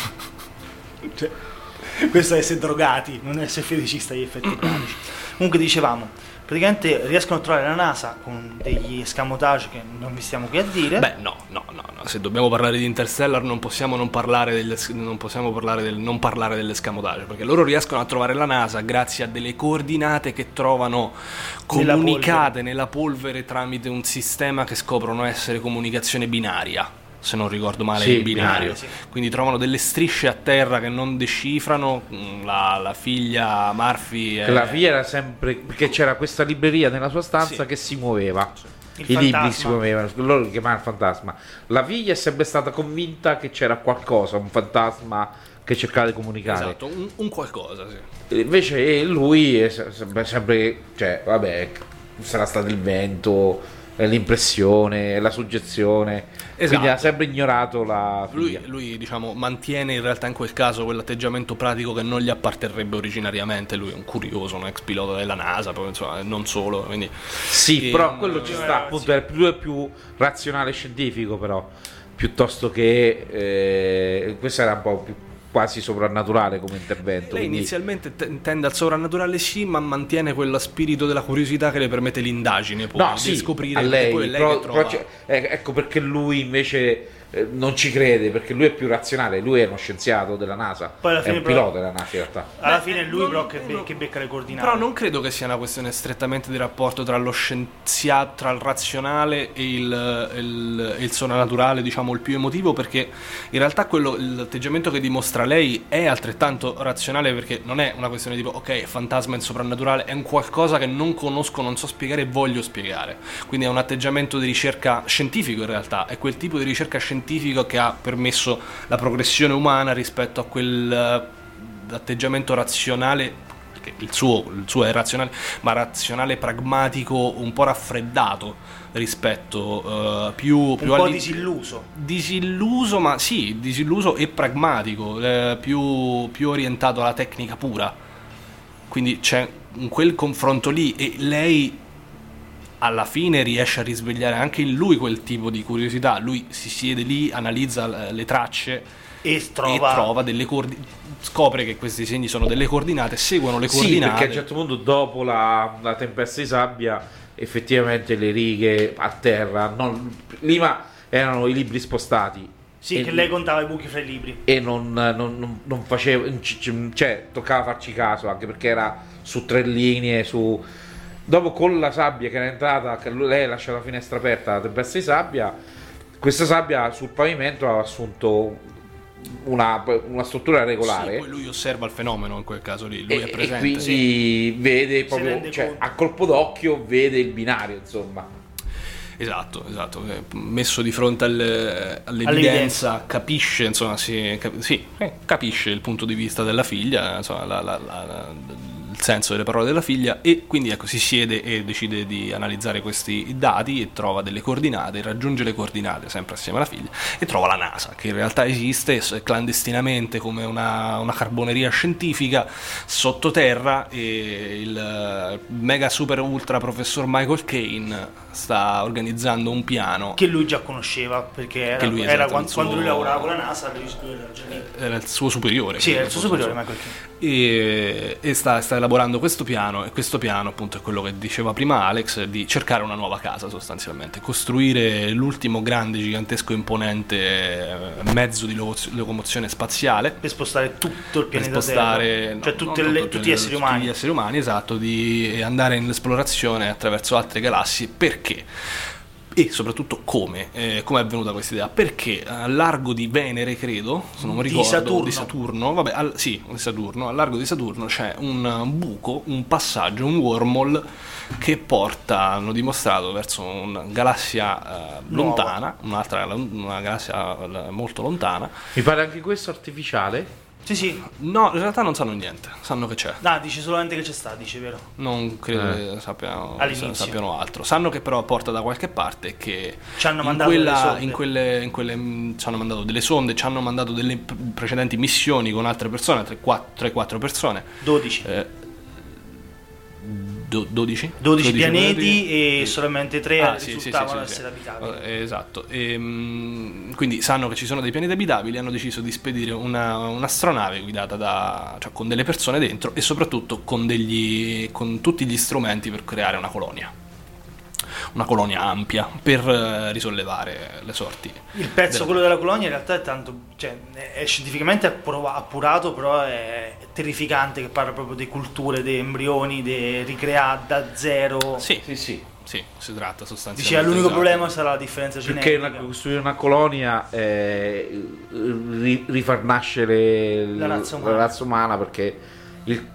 cioè, questo è essere drogati, non è essere feticista di effetti pratici. Comunque dicevamo, praticamente riescono a trovare la NASA con degli escamotage che non vi stiamo qui a dire. Beh, no, no, no, no. Se dobbiamo parlare di Interstellar non possiamo non parlare del, non possiamo parlare del, non parlare dell'escamotage, perché loro riescono a trovare la NASA grazie a delle coordinate che trovano comunicate nella polvere, nella polvere tramite un sistema che scoprono essere comunicazione binaria, se non ricordo male, sì, in binario. binario, sì. Quindi trovano delle strisce a terra che non decifrano. La, la figlia Murphy è... La figlia era sempre, perché c'era questa libreria nella sua stanza Sì. che si muoveva, Il i libri fantasma. si muovevano, loro lo chiamavano il fantasma. La figlia è sempre stata convinta che c'era qualcosa, un fantasma che cercava di comunicare. Esatto, un, un qualcosa, sì. E invece lui è sempre, sempre, cioè vabbè, sarà stato il vento, l'impressione, la suggezione, Esatto. quindi ha sempre ignorato la figlia. Lui, lui diciamo mantiene in realtà in quel caso quell'atteggiamento pratico che non gli apparterrebbe originariamente. Lui è un curioso, un ex pilota della NASA, poi, insomma, non solo, quindi... Sì, E- però quello ci sta, appunto, è più, è più razionale e scientifico, però, piuttosto che eh, questo era un po' più quasi soprannaturale come intervento. Lei quindi- inizialmente t- tende al soprannaturale, sì, ma mantiene quello spirito della curiosità che le permette l'indagine, poi No, di sì, scoprire, a perché lei, poi è lei però- che trova... però c'è- eh, ecco perché lui invece eh, non ci crede, perché lui è più razionale, lui è uno scienziato della NASA, Poi alla è fine un però- pilota della NASA in realtà. Alla Beh, fine è lui non- però che, be- non- che becca le coordinate. Però non credo che sia una questione strettamente di rapporto tra lo scienziato, tra il razionale e il, il, il soprannaturale, diciamo il più emotivo, perché in realtà quello, l'atteggiamento che dimostra lei è altrettanto razionale, perché non è una questione tipo ok, fantasma e soprannaturale, è un qualcosa che non conosco, non so spiegare e voglio spiegare. Quindi è un atteggiamento di ricerca scientifico, in realtà è quel tipo di ricerca scientifica che ha permesso la progressione umana rispetto a quel eh, atteggiamento razionale, perché il suo, il suo è razionale, ma razionale pragmatico, un po' raffreddato rispetto eh, più, più un po' all'in- disilluso. disilluso, ma sì, disilluso e pragmatico, eh, più, più orientato alla tecnica pura. Quindi c'è in quel confronto lì, e lei alla fine riesce a risvegliare anche in lui quel tipo di curiosità. Lui si siede lì, analizza le- le tracce E e trova, trova delle coordinate, scopre che questi segni sono delle coordinate, seguono le Sì, coordinate. perché a un certo punto, dopo la, la tempesta di sabbia, effettivamente le righe a terra, non, prima erano i libri spostati. sì, e, che lei contava i buchi fra i libri. e non, non, non, non faceva, cioè toccava farci caso, anche perché era su tre linee, su... Dopo con la sabbia che era entrata, che lei ha lasciato la finestra aperta, la tempesta di sabbia, questa sabbia sul pavimento ha assunto una, una struttura regolare. Sì, poi lui osserva il fenomeno in quel caso lì, lui e, è e presente. quindi vede proprio, rende cioè, conto. a colpo d'occhio vede il binario, insomma. Esatto, esatto. Eh, messo di fronte al- all'evidenza, All'evidenza. capisce, insomma, si, cap- sì, eh, capisce il punto di vista della figlia, insomma, la- la- la- la- il senso delle parole della figlia, e quindi ecco, si siede e decide di analizzare questi dati e trova delle coordinate, raggiunge le coordinate sempre assieme alla figlia e trova la NASA, che in realtà esiste s- clandestinamente come una, una carboneria scientifica sottoterra, e il eh, mega super ultra professor Michael Caine sta organizzando un piano. Che lui già conosceva, perché era, Che lui, era esatto, quando, il suo- quando lui lavorava con la NASA, lui, lui era già lì. Era il suo superiore. Sì, era il credo, suo superiore, forse. Michael Caine. E, e sta, sta elaborando questo piano, e questo piano appunto è quello che diceva prima Alex, di cercare una nuova casa, sostanzialmente costruire l'ultimo grande, gigantesco, imponente eh, mezzo di lo- locomozione spaziale Per spostare tutto il per pianeta spostare Terra. no, Cioè tutte non le- tutto, tutti gli esseri tutti umani. gli esseri umani, esatto, di andare in esplorazione attraverso altre galassie. Perché? e soprattutto come, eh, come è avvenuta questa idea? Perché a largo di Venere, credo, se non mi Di ricordo, Saturno. di Saturno, vabbè, al, sì, di Saturno, a largo di Saturno c'è un buco, un passaggio, un wormhole che porta, hanno dimostrato, verso una galassia eh, lontana, un'altra una galassia eh, molto lontana. Mi pare anche questo artificiale. Sì, sì. No, in realtà non sanno niente, sanno che c'è. No, dice solamente che c'è sta, dice, vero? Non credo Eh. che sappiano, All'inizio. sappiano altro. Sanno che però porta da qualche parte e che Ci hanno in mandato quella, delle sonde. in quelle, in quelle mh, ci hanno mandato delle sonde, ci hanno mandato delle p- precedenti missioni con altre persone, tre quattro persone. dodici. Eh, do- dodici? dodici pianeti e Sì. solamente tre Ah, sì, sì, risultavano sì, sì, essere sì. abitabili. Eh, Esatto. E, mh, quindi sanno che ci sono dei pianeti abitabili, hanno deciso di spedire una, un'astronave guidata da, cioè con delle persone dentro e soprattutto con, degli, con tutti gli strumenti per creare una colonia. Una colonia ampia per eh, risollevare le sorti. Il pezzo, della- quello della colonia, in realtà è tanto, cioè, è scientificamente appro- appurato, però è terrificante, che parla proprio di culture, di embrioni, di ricreati da zero. Sì, Sì, sì. sì, si tratta sostanzialmente. Dice, l'unico esatto. problema sarà la differenza Perché genetica. una- costruire una colonia eh, ri- rifar nascere l- La razza umana. la razza umana, perché il-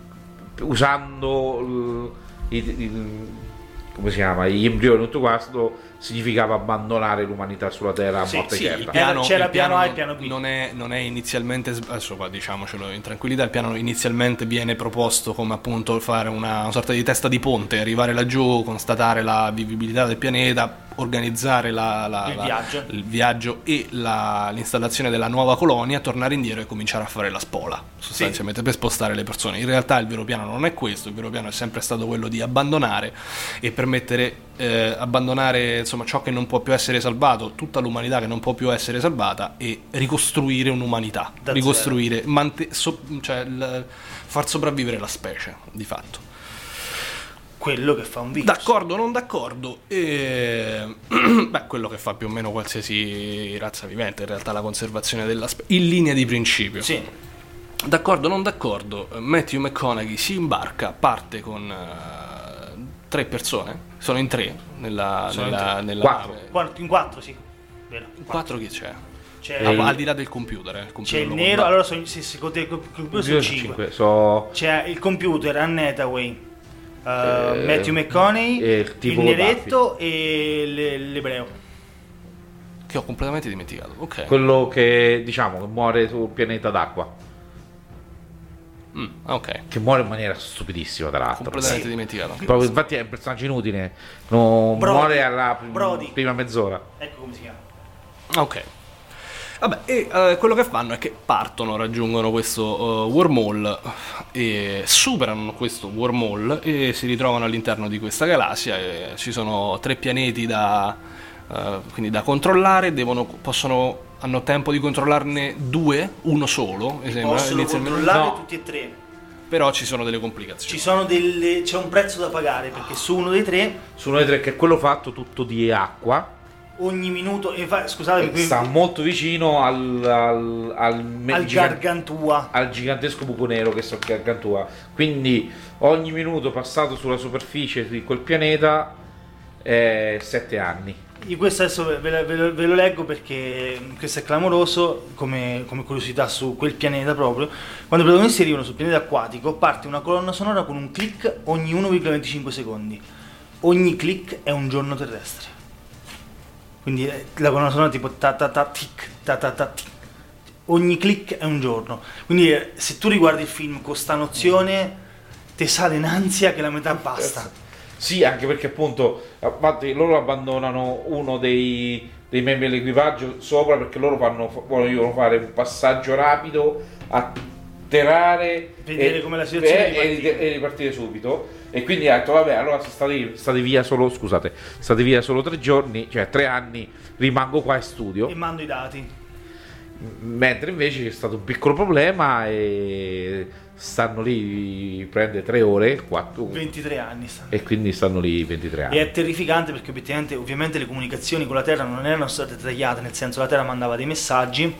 usando l- i- i- come si chiama, gli embrioni e tutto questo significava abbandonare l'umanità sulla Terra a Sì, morte Sì, certa. il piano, C'era il piano A e non- piano B. Non è, non è inizialmente, adesso qua diciamocelo in tranquillità, il piano inizialmente viene proposto come appunto fare una, una sorta di testa di ponte, arrivare laggiù, constatare la vivibilità del pianeta, organizzare la, la- Il la- viaggio. il viaggio e la- l'installazione della nuova colonia, tornare indietro e cominciare a fare la spola, sostanzialmente per spostare le persone. In realtà il vero piano non è questo, il vero piano è sempre stato quello di abbandonare e permettere eh, abbandonare insomma ciò che non può più essere salvato, tutta l'umanità che non può più essere salvata, e ricostruire un'umanità, Da ricostruire, mante- so- cioè il- far sopravvivere la specie di fatto. Quello che fa un virus. D'accordo o non d'accordo? E... Beh, quello che fa più o meno qualsiasi razza vivente, in realtà, la conservazione della specie, in linea di principio. Sì. D'accordo o non d'accordo, Matthew McConaughey si imbarca, parte con eh, tre persone, sono in tre nella, Sono in nella, tre. nella Quattro. nave. Quattro- in quattro, sì. Vero. In quattro chi c'è? C'è, Ah, il- al di là del computer, eh, il computer c'è il lo nero, combatte. allora sono, se si conta il computer sono Sono cinque. cinque, so- C'è il computer, Anne Hathaway, uh, Eh, Matthew McConaughey, e il il, tipo neretto e le- l'ebreo. Che ho completamente dimenticato. Ok. quello che diciamo che muore sul pianeta d'acqua, Mm, ok. che muore in maniera stupidissima tra l'altro. Completamente Sì. dimenticato. Proprio, infatti è un personaggio inutile, non Brody. muore alla prim- Brody. prima mezz'ora. Ecco come si chiama. Ok. Vabbè, e eh, quello che fanno è che partono, raggiungono questo eh, wormhole e superano questo wormhole e si ritrovano all'interno di questa galassia. E ci sono tre pianeti da, eh, quindi da controllare, devono, possono, hanno tempo di controllarne due, uno solo, mi sembra, Possono inizialmente. controllare no. tutti e tre. Però ci sono delle complicazioni. Ci sono delle, c'è un prezzo da pagare, perché su uno dei tre Sono le tre, che è quello fatto tutto di acqua, ogni minuto, e fa, scusate, qui- sta molto vicino al, al, al, me- al gigan- Gargantua. al gigantesco buco nero che sta il Gargantua. Quindi ogni minuto passato sulla superficie di quel pianeta è sette anni. Io questo adesso ve, ve- ve lo- ve lo leggo perché questo è clamoroso, come, come curiosità su quel pianeta proprio. Quando i protagonisti arrivano sul pianeta acquatico parte una colonna sonora con un click ogni uno virgola venticinque secondi. Ogni click è un giorno terrestre. Quindi eh, la colonna sonora tipo ta ta ta tic, ta ta ta tic. Ogni click è un giorno. Quindi eh, se tu riguardi il film con sta nozione te sale in ansia che la metà basta. Sì, anche perché appunto infatti loro abbandonano uno dei, dei membri dell'equipaggio sopra, perché loro fanno, vogliono fare un passaggio rapido, atterrare Vedere e, come la situazione e, ripartire. e ripartire subito. E quindi ha detto vabbè, allora se state, state via solo scusate state via solo tre giorni, cioè tre anni, rimango qua in studio. E mando i dati. Mentre invece c'è stato un piccolo problema e stanno lì, prende tre ore, quattro, ventitré anni sta. e quindi stanno lì ventitré anni. E è terrificante perché obiettivamente, ovviamente le comunicazioni con la Terra non erano state tagliate, nel senso la Terra mandava dei messaggi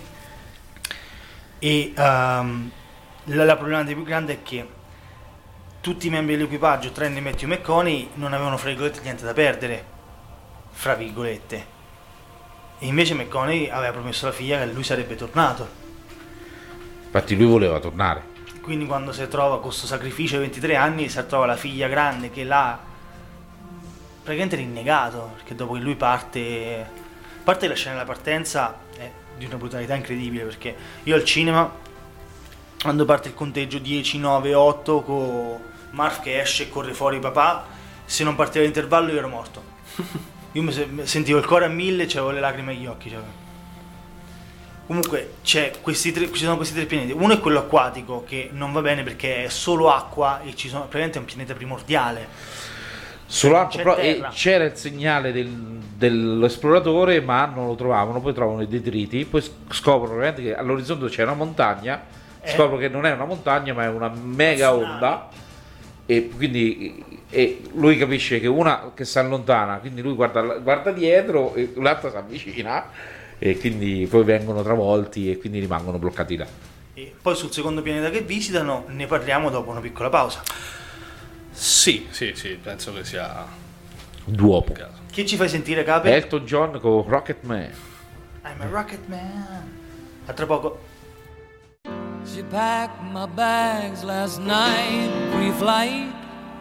e ehm, la, la problematica più grande è che tutti i membri dell'equipaggio, tranne Matthew McConaughey, non avevano fra virgolette niente da perdere. fra virgolette. E invece McConaughey aveva promesso alla figlia che lui sarebbe tornato. Infatti lui voleva tornare. Quindi quando si trova con questo sacrificio ai ventitré anni, si trova la figlia grande che l'ha praticamente rinnegato, perché dopo che lui parte, a parte la scena della partenza è di una brutalità incredibile, perché io al cinema, quando parte il conteggio dieci, nove, otto, con Marv che esce e corre fuori papà, se non partiva l'intervallo io ero morto. Io mi se- sentivo il cuore a mille e avevo le lacrime agli occhi, cioè. Comunque c'è questi tre, ci sono questi tre pianeti. Uno è quello acquatico, che non va bene perché è solo acqua e ci sono, praticamente è un pianeta primordiale. Sull'acqua C'è però, e terra. c'era il segnale del, dell'esploratore, ma non lo trovavano. Poi trovano i detriti, poi scoprono veramente che all'orizzonte c'è una montagna. Eh. Scoprono che non è una montagna, ma è una mega Tsunami. onda. E quindi e lui capisce che una che si allontana, quindi lui guarda, guarda dietro e l'altra si avvicina. E quindi poi vengono travolti e quindi rimangono bloccati là. E poi sul secondo pianeta che visitano ne parliamo dopo una piccola pausa. Sì, sì, sì, penso che sia Duopo. il caso. Che ci fai sentire, Cape? Elton John con Rocket Man. I'm a rocket man. A tra poco. She packed my bags last night, pre-flight.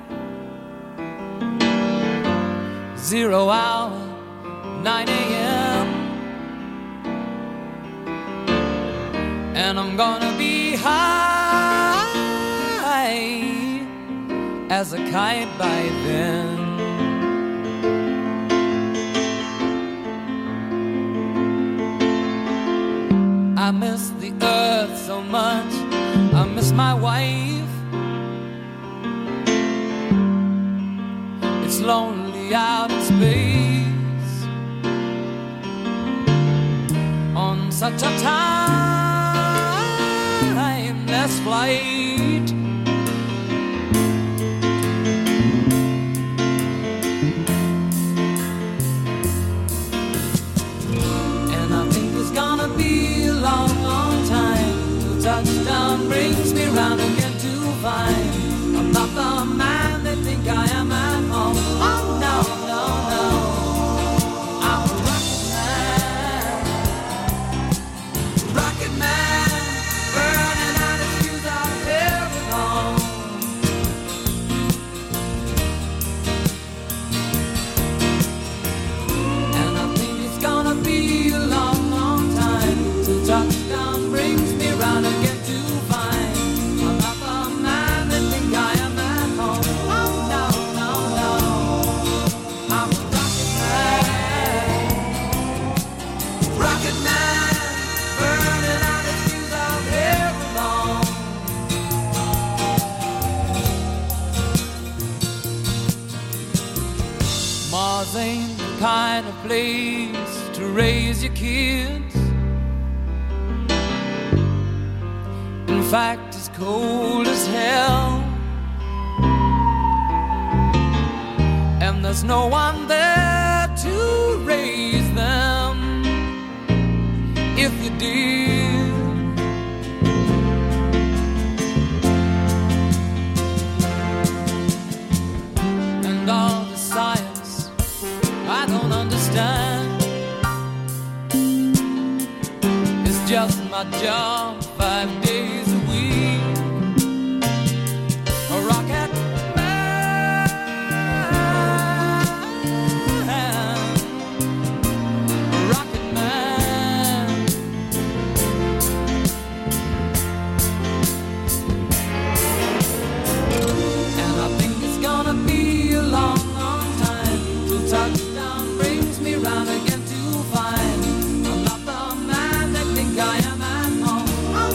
Zero hour, nine a.m. And I'm gonna be high as a kite by then. I miss the earth so much, I miss my wife. It's lonely out in space on such a timeless flight. And I think it's gonna be a long, long time till touchdown brings me round again to find I'm not the man they think I am at home. Oh no, no, no, I'm a rocket man, rocket man, burning out his fuse out here alone. And I think it's gonna be a long, long time till touchdown brings me round again to find I'm not the man they think I am at home. Oh no, no, no, I'm a rocket man, rocket man, burning out his fuse out here alone. Mars ain't the kind of place to raise your kids. In fact, it's cold as hell. And there's no one there to raise them. If you did, and all the science I don't understand, it's just my job five days a week. A rocket man, a rocket man. And I think it's gonna be a long, long time till touchdown brings me round again to find I'm not the man that think I am at home. Oh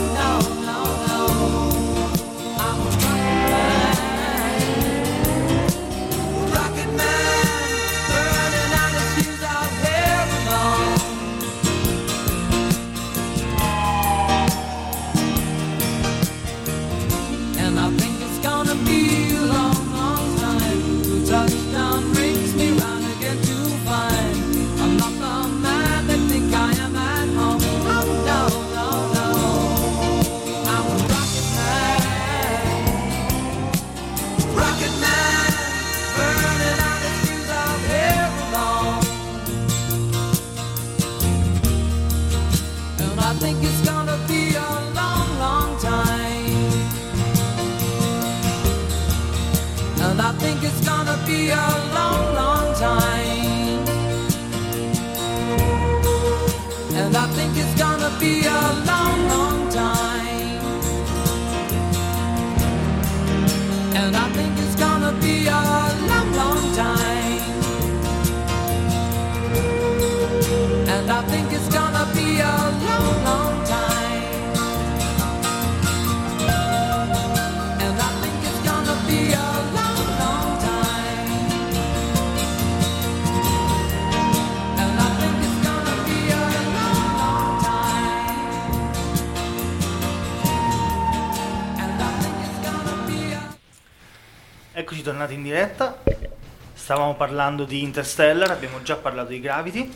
And I think it's gonna be a long, long time. And I think it's gonna be a long, long time. And I think it's gonna be a long, long time. And I think it's gonna be a long, long time. And I think it's gonna be a long, long time. And I think it's gonna be a long, long time. And I think it's gonna be a... Eccoci tornati in diretta. Stavamo parlando di Interstellar, abbiamo già parlato di Gravity.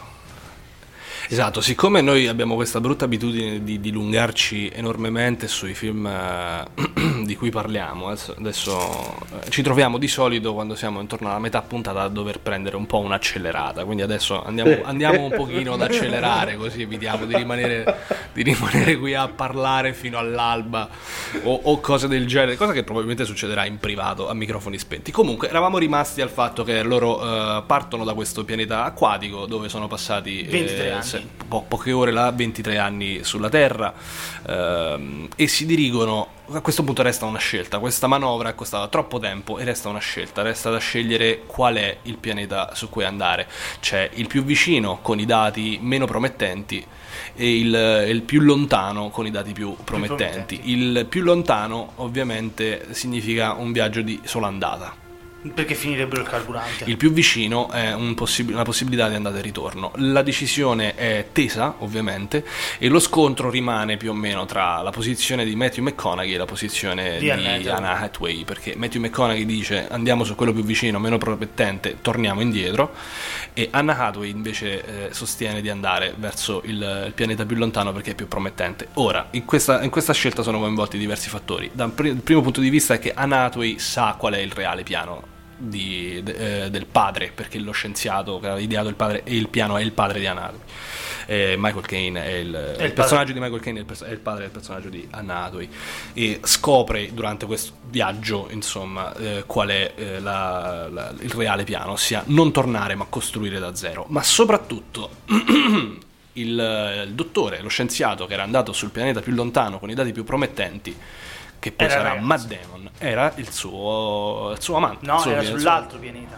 Esatto, siccome noi abbiamo questa brutta abitudine di dilungarci enormemente sui film eh, di cui parliamo, adesso, adesso eh, ci troviamo di solito quando siamo intorno alla metà puntata a dover prendere un po' un'accelerata, quindi adesso andiamo, andiamo un pochino ad accelerare, così evitiamo di rimanere, di rimanere qui a parlare fino all'alba o, o cose del genere, cosa che probabilmente succederà in privato a microfoni spenti. Comunque eravamo rimasti al fatto che loro eh, partono da questo pianeta acquatico dove sono passati ventitré eh, anni. se, po- poche ore là, ventitré anni sulla Terra, ehm, e si dirigono. A questo punto resta una scelta, questa manovra è costata troppo tempo e resta una scelta, resta da scegliere qual è il pianeta su cui andare. C'è il più vicino con i dati meno promettenti e il, il più lontano con i dati più promettenti. promettenti. Il più lontano ovviamente significa un viaggio di sola andata. Perché finirebbero il carburante. Il più vicino è un possib- una possibilità di andata e ritorno. La decisione è tesa, ovviamente, e lo scontro rimane più o meno tra la posizione di Matthew McConaughey e la posizione Di di, Anne Hathaway. Anna Hathaway, perché Matthew McConaughey dice andiamo su quello più vicino, meno promettente, torniamo indietro, e Anna Hathaway invece eh, sostiene di andare verso il, il pianeta più lontano perché è più promettente. Ora, in questa, in questa scelta sono coinvolti diversi fattori. Dal pr- il primo punto di vista è che Anna Hathaway sa qual è il reale piano Di, de, eh, del padre, perché lo scienziato che aveva ideato il padre e il piano è il padre di Anna Hathaway. Eh, Michael Caine è il, il il personaggio di Michael Caine è il, pers- è il padre del personaggio di Anna Hathaway, e scopre durante questo viaggio insomma eh, qual è eh, la, la, il reale piano, ossia non tornare ma costruire da zero. Ma soprattutto il, il dottore, lo scienziato che era andato sul pianeta più lontano con i dati più promettenti, che poi Era sarà ragazzo. Matt Damon, era il suo, il suo amante. No, il suo era il suo- sull'altro pianeta.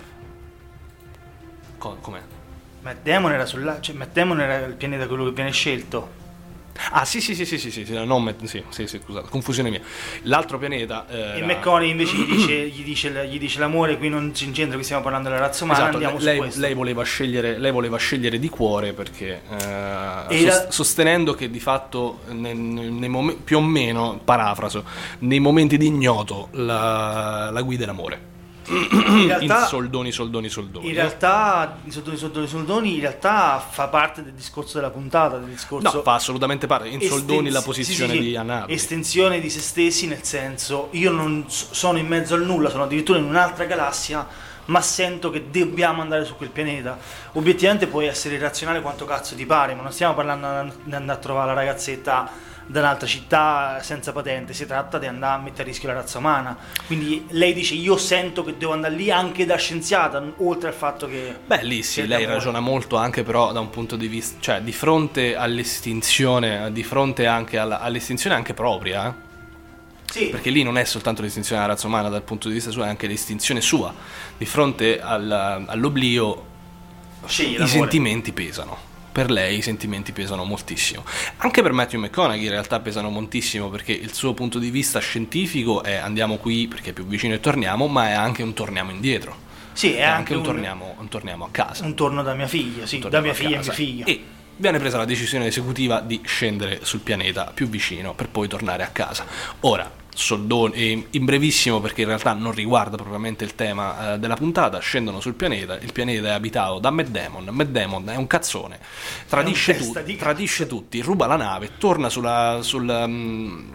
Co- com'è? Matt Damon era sulla... cioè Matt Damon era il pianeta quello che viene scelto. Ah sì sì sì sì sì, sì, sì, non Matt- sì, sì, sì, scusate, confusione mia. L'altro pianeta eh, E era- McConaughey invece gli dice, gli, dice, gli dice l'amore, qui non ci incentra, qui stiamo parlando della razza umana, Esatto, andiamo lei, su questo. lei voleva scegliere, lei voleva scegliere di cuore perché eh, E sos- la- sostenendo che di fatto nei, nei momen- più o meno, parafraso, nei momenti di ignoto la, la guida è l'amore. In realtà, in soldoni soldoni soldoni. in realtà i soldoni, soldoni, soldoni in realtà fa parte del discorso della puntata, del discorso No, fa assolutamente parte. In soldoni la estensi- posizione sì, sì, sì, di Anna Hathaway. estensione di se stessi, nel senso io non s- sono in mezzo al nulla, sono addirittura in un'altra galassia, ma sento che dobbiamo andare su quel pianeta. Obiettivamente puoi essere irrazionale quanto cazzo ti pare, ma non stiamo parlando di andare a trovare la ragazzetta da un'altra città senza patente, si tratta di andare a mettere a rischio la razza umana. Quindi lei dice io sento che devo andare lì anche da scienziata, oltre al fatto che Beh, lì sì, c'è lei l'amore. ragiona molto anche però da un punto di vista, cioè di fronte all'estinzione, di fronte anche alla, all'estinzione anche propria, eh? sì, Perché lì non è soltanto l'estinzione della razza umana dal punto di vista suo, è anche l'estinzione sua. Di fronte al- all'oblio scegli i l'amore. sentimenti pesano. Per lei i sentimenti pesano moltissimo. Anche per Matthew McConaughey in realtà pesano moltissimo, perché il suo punto di vista scientifico è andiamo qui perché è più vicino e torniamo, ma è anche un torniamo indietro. Sì, è, È anche anche un, un, torniamo, un torniamo a casa. un torno da mia figlia, sì, da Torniamo mia a figlia e casa. mia figlia. E viene presa la decisione esecutiva di scendere sul pianeta più vicino per poi tornare a casa. Ora, soldoni, e in brevissimo, perché in realtà non riguarda propriamente il tema eh, della puntata, scendono sul pianeta, il pianeta è abitato da Matt Damon. Matt Damon è un cazzone, tradisce, È un testa tu- di cazzo. tradisce tutti, ruba la nave, torna sulla, sul, mm,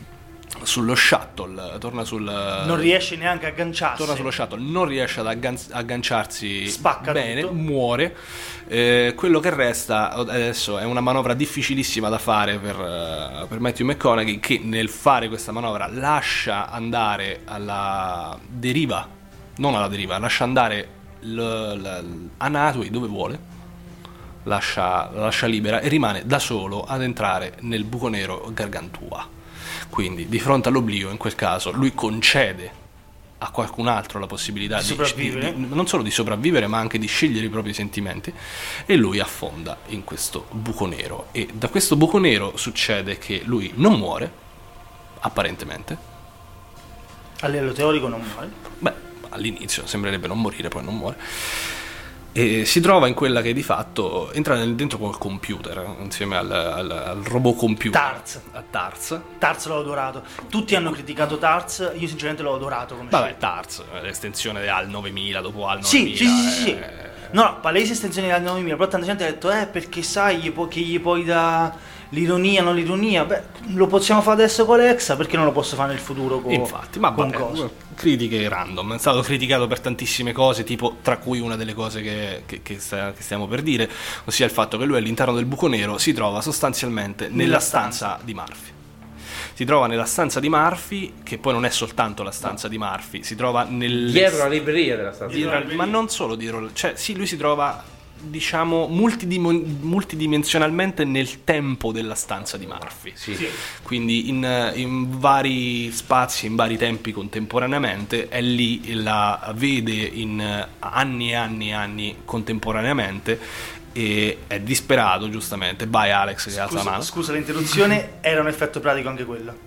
sullo shuttle, torna sul... Non riesce neanche a agganciarsi. Torna sullo shuttle, non riesce ad aggan- agganciarsi Spacca bene, tutto. muore. Eh, quello che resta adesso è una manovra difficilissima da fare per, eh, per Matthew McConaughey, che nel fare questa manovra lascia andare alla deriva non alla deriva, lascia andare l- l- Anne Hathaway dove vuole, lascia, la lascia libera e rimane da solo ad entrare nel buco nero Gargantua. Quindi di fronte all'oblio, in quel caso, lui concede a qualcun altro la possibilità Di di, sopravvivere. di- di- non solo di sopravvivere, ma anche di scegliere i propri sentimenti, e lui affonda in questo buco nero. E da questo buco nero succede che lui non muore, apparentemente. A livello teorico non muore. Beh, all'inizio sembrerebbe non morire, poi non muore. E si trova in quella che di fatto entra nel- dentro col computer, insieme al, al, al robot computer. Tarz. A Tarz. Tarz l'ho adorato. Tutti hanno criticato Tarz, io sinceramente l'ho adorato come Vabbè, scelta. Tarz, l'estensione di Al novemila dopo Al Sì, novemila. sì, sì, sì, sì. eh, No, palese estensione degli novemila, però tanta gente ha detto eh perché sai gli può- che gli puoi da l'ironia, non l'ironia. Beh, lo possiamo fare adesso con Alexa, perché non lo posso fare nel futuro con Infatti, ma con vabbè, cosa? critiche random. È stato criticato per tantissime cose, tipo tra cui una delle cose che, che, che sta- che stiamo per dire, ossia il fatto che lui all'interno del buco nero si trova sostanzialmente nella, Nella stanza. stanza. di Murphy. Si trova nella stanza di Murphy, che poi non è soltanto la stanza di Murphy, si trova nel Dietro la libreria della stanza. dietro al- ma non solo dietro, cioè sì, lui si trova diciamo multidimo- multidimensionalmente nel tempo della stanza di Murphy. Sì. Quindi in, in vari spazi, in vari tempi contemporaneamente, è lì, la vede in anni e anni e anni contemporaneamente e è disperato, giustamente. Vai Alex che alza la Scusa, mano. scusa l'interruzione, era un effetto pratico anche quello.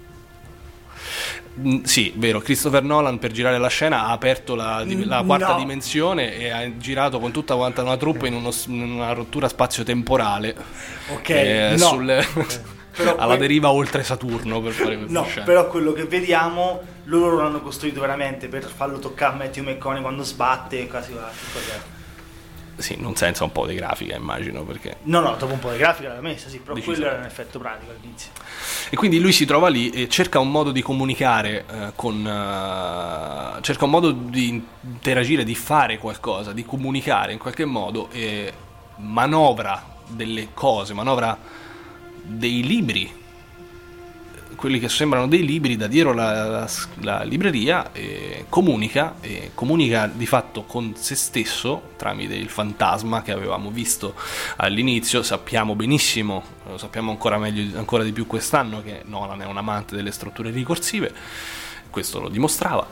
Mm, sì, vero, Christopher Nolan per girare la scena ha aperto la, di- la Mm, quarta no. dimensione e ha girato con tutta quanta una troupe in, uno s- in una rottura spazio-temporale, Ok, eh, no. sul- Però alla que- deriva oltre Saturno, per fare questa No, scena. però quello che vediamo loro l'hanno costruito veramente per farlo toccare a Matthew McConaughey quando sbatte e quasi va. cos'è. Sì, non senza un po' di grafica, immagino, perché... No, no, dopo un po' di grafica l'ha messa, sì, però Decisamente. quello era un effetto pratico all'inizio. E quindi lui si trova lì e cerca un modo di comunicare eh, con... eh, cerca un modo di interagire, di fare qualcosa, di comunicare in qualche modo e manovra delle cose, manovra dei libri, quelli che sembrano dei libri da dietro la, la, la libreria, e comunica e comunica di fatto con se stesso tramite il fantasma che avevamo visto all'inizio. Sappiamo benissimo, lo sappiamo ancora meglio, ancora di più quest'anno, che Nolan è un amante delle strutture ricorsive, questo lo dimostrava,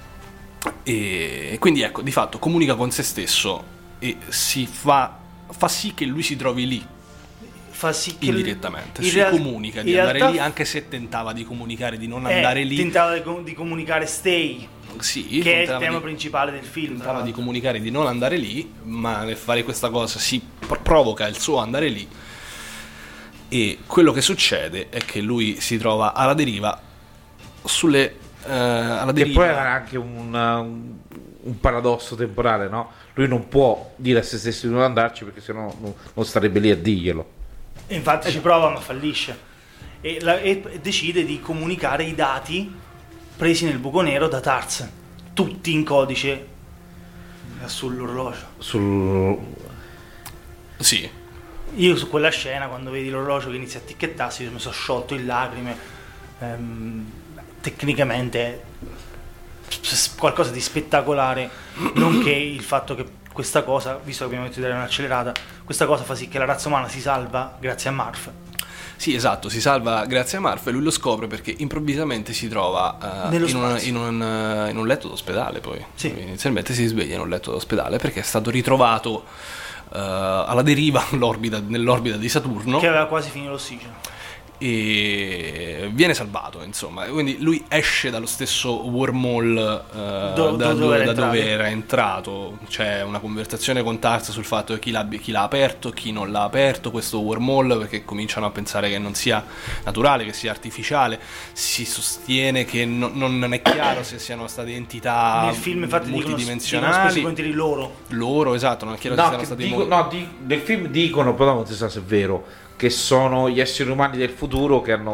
e quindi ecco, di fatto comunica con se stesso e si fa, fa sì che lui si trovi lì Fa sì che indirettamente, in si real- comunica di in andare realtà lì, anche se tentava di comunicare di non eh, andare lì. tentava di, com- di comunicare Stay, Sì, che è il tentava tema di- principale del film. tra tentava di l'altro. comunicare di non andare lì, ma nel fare questa cosa si pro- provoca il suo andare lì, e quello che succede è che lui si trova alla deriva sulle eh, alla Che deriva poi era anche un, un, un paradosso temporale, no? Lui non può dire a se stesso di non andarci perché sennò non, non starebbe lì a dirglielo. E infatti ci prova ma fallisce. E, la- e decide di comunicare i dati presi nel buco nero da Tarz, tutti in codice sull'orologio. Sul... sì, Io su quella scena, quando vedi l'orologio che inizia a ticchettarsi, mi sono sciolto in lacrime. Ehm, tecnicamente è s- qualcosa di spettacolare, nonché il fatto che questa cosa, visto che abbiamo detto di dare un'accelerata, questa cosa fa sì che la razza umana si salva grazie a Murph. sì, esatto, si salva grazie a Murphy e lui lo scopre perché improvvisamente si trova eh, Nello in, una- spazio. in un, eh, in un letto d'ospedale. Poi Sì. inizialmente si sveglia in un letto d'ospedale perché è stato ritrovato eh, alla deriva all'orbita- nell'orbita di Saturno, Che aveva quasi finito l'ossigeno. e viene salvato, insomma. Quindi lui esce dallo stesso wormhole eh, Do- da, dove dove, era da dove entrato. era entrato. C'è una conversazione con Tarz sul fatto che chi l'ha, chi l'ha aperto, chi non l'ha aperto questo wormhole, perché cominciano a pensare che non sia naturale, che sia artificiale. Si sostiene che no- non è chiaro se siano state entità Nel film infatti dicono, dicono spesso e multidimensionali. volentieri loro. Loro, esatto, non è chiaro se No, siano che stati dico- mo- no, di- nel film dicono, però non si sa se è vero, che sono gli esseri umani del futuro che hanno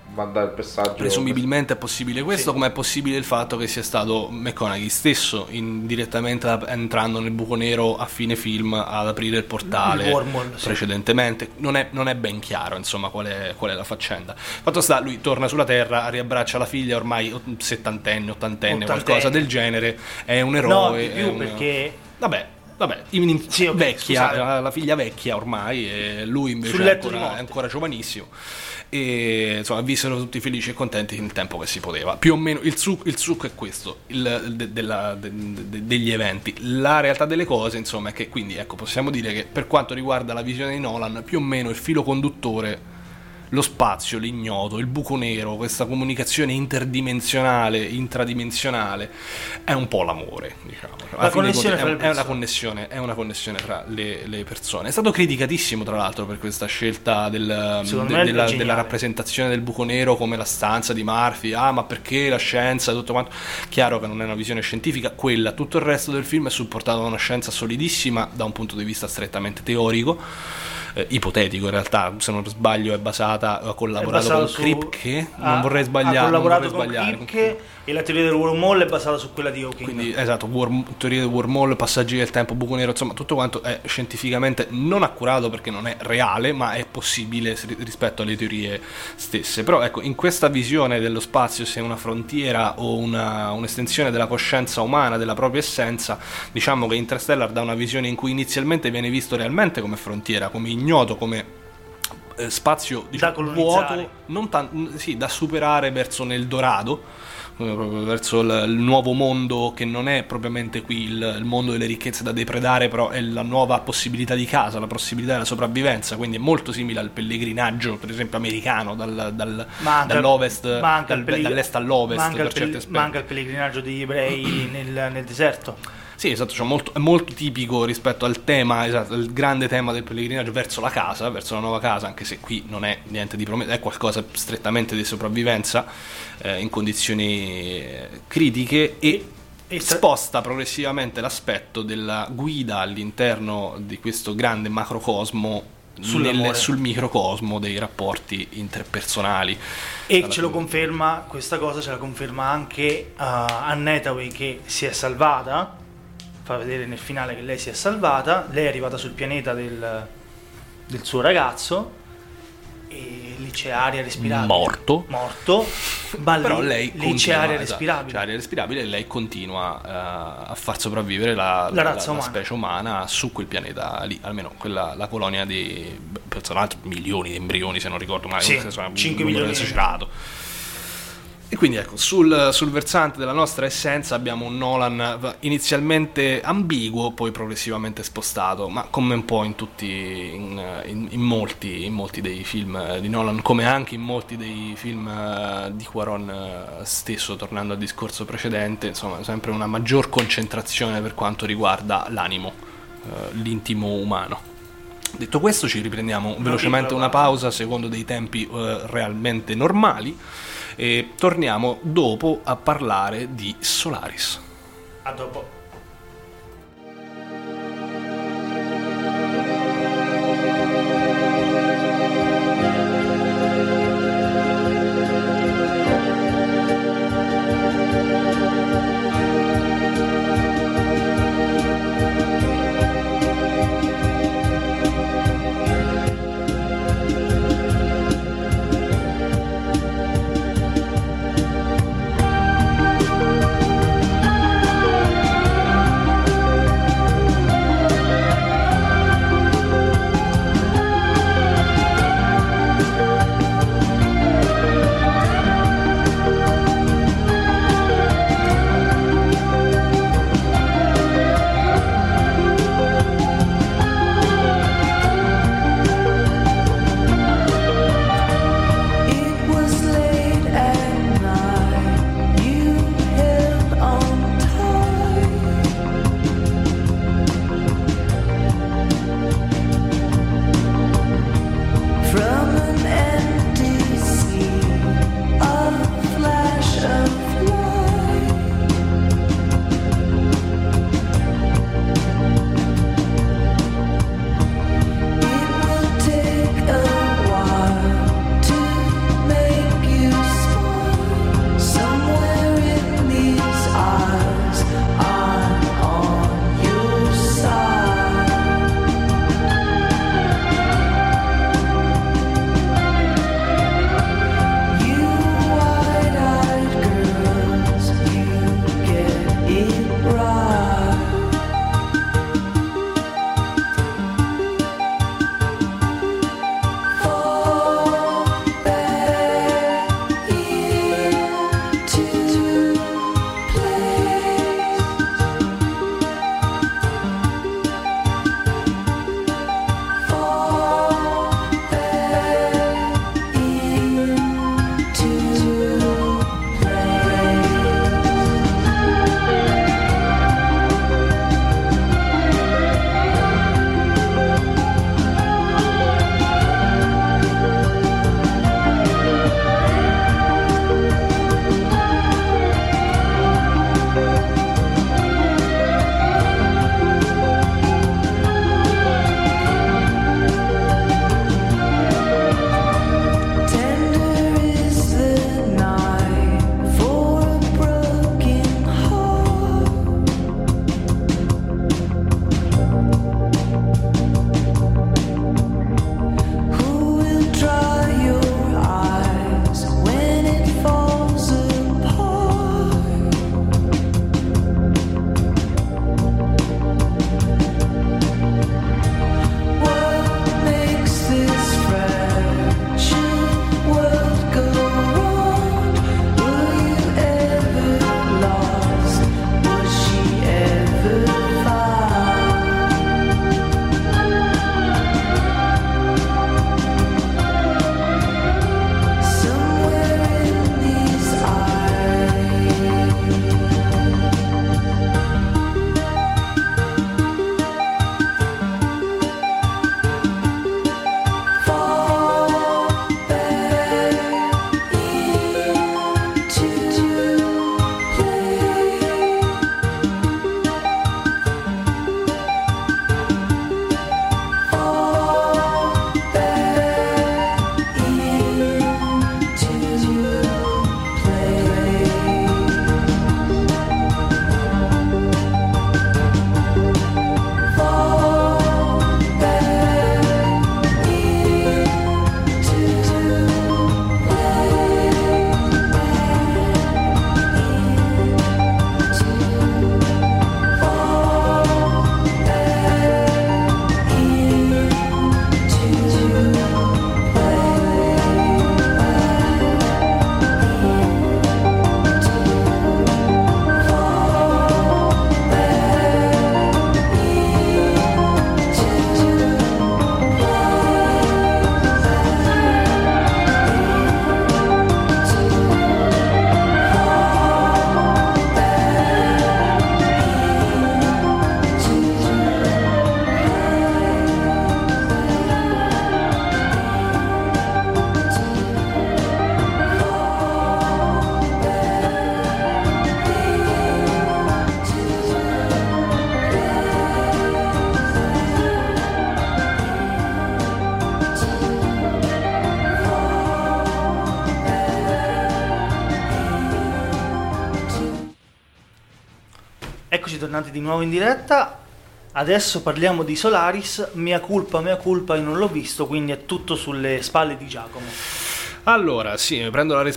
mandare il passaggio. Presumibilmente è possibile questo, Sì. come è possibile il fatto che sia stato McConaughey stesso indirettamente entrando nel buco nero a fine film ad aprire il portale Il wormhole, sì. precedentemente. Non è, non è ben chiaro insomma qual è, qual è la faccenda. Fatto sta, lui torna sulla Terra, riabbraccia la figlia ormai settantenne, ottantenne, Ottantenne. qualcosa del genere, è un No, eroe. di è più un- perché Vabbè, vabbè, in- Sì, ok, vecchia, scusate. la, la figlia vecchia ormai, e lui invece Sul è letto di ancora, morte. è ancora giovanissimo. E insomma, vissero tutti felici e contenti nel tempo che si poteva. Più o meno il succo, il succo è questo, il, de- della- de- de- degli eventi. La realtà delle cose, insomma, è che quindi ecco, possiamo dire che per quanto riguarda la visione di Nolan, più o meno il filo conduttore, lo spazio, l'ignoto, il buco nero, questa comunicazione interdimensionale, intradimensionale, è un po' l'amore, diciamo. Alla La fine dei connessione conti fra le è, è una persone. connessione, è una connessione tra le, le persone. È stato criticatissimo, tra l'altro, per questa scelta del, Secondo de- me è della, geniale. della rappresentazione del buco nero come la stanza di Murphy. Ah, ma perché la scienza, tutto quanto. Chiaro che non è una visione scientifica quella, tutto il resto del film è supportato da una scienza solidissima da un punto di vista strettamente teorico. Eh, ipotetico in realtà, se non sbaglio è basata, ha collaborato basato con su- Kripke, ha- non vorrei sbagliare, ha collaborato non vorrei con sbagliare. Kripke e la teoria del wormhole è basata su quella di Hawking. Quindi esatto, worm, teoria del wormhole, passaggi del tempo, buco nero, insomma tutto quanto è scientificamente non accurato perché non è reale, ma è possibile s- rispetto alle teorie stesse. Però ecco, in questa visione dello spazio, se è una frontiera o una, un'estensione della coscienza umana, della propria essenza, diciamo che Interstellar dà una visione in cui inizialmente viene visto realmente come frontiera, come ignoto, come eh, spazio diciamo, colonizzare. vuoto, non tan- sì, da superare verso l'Eldorado, eh, proprio verso il, il nuovo mondo che non è propriamente qui il, il mondo delle ricchezze da depredare, però è la nuova possibilità di casa, la possibilità della sopravvivenza, quindi è molto simile al pellegrinaggio per esempio americano dal, dal, Ma anche- dall'ovest, ma anche dal- al pelleg- dall'est all'ovest ma anche per al pel- certi aspetti. ma anche il pellegrinaggio degli ebrei nel, nel deserto. Sì, esatto, cioè molto, è molto tipico rispetto al tema, esatto, il grande tema del pellegrinaggio verso la casa, verso la nuova casa, anche se qui non è niente di promesso, è qualcosa strettamente di sopravvivenza eh, in condizioni eh, critiche e, e tra- sposta progressivamente l'aspetto della guida all'interno di questo grande macrocosmo Sull'amore. nel- sul microcosmo dei rapporti interpersonali. E Alla ce lo fine. conferma, questa cosa ce la conferma anche uh, Anne Hathaway, che si è salvata, fa vedere nel finale che lei si è salvata, lei è arrivata sul pianeta del, del suo ragazzo e lì c'è aria respirabile. Morto. Morto, ma lì, Però lei lì continua, c'è aria esatto, respirabile. c'è aria respirabile e lei continua eh, a far sopravvivere la, La razza umana. specie umana su quel pianeta lì, almeno quella, la colonia di personaggi, milioni di embrioni se non ricordo male, Sì, comunque, insomma, un cinque numero milioni di esagerato. E quindi ecco, sul, sul versante della nostra essenza abbiamo un Nolan inizialmente ambiguo, poi progressivamente spostato, ma come un po' in tutti, in, in, in molti, in molti dei film di Nolan, come anche in molti dei film eh, di Cuarón eh, stesso, tornando al discorso precedente, insomma, sempre una maggior concentrazione per quanto riguarda l'animo, eh, l'intimo umano. Detto questo, ci riprendiamo velocemente una pausa secondo dei tempi eh, realmente normali e torniamo dopo a parlare di Solaris. A dopo. Eccoci tornati di nuovo in diretta. Adesso parliamo di Solaris. Mea culpa, mea culpa, io non l'ho visto, quindi è tutto sulle spalle di Giacomo. Allora, sì, prendo la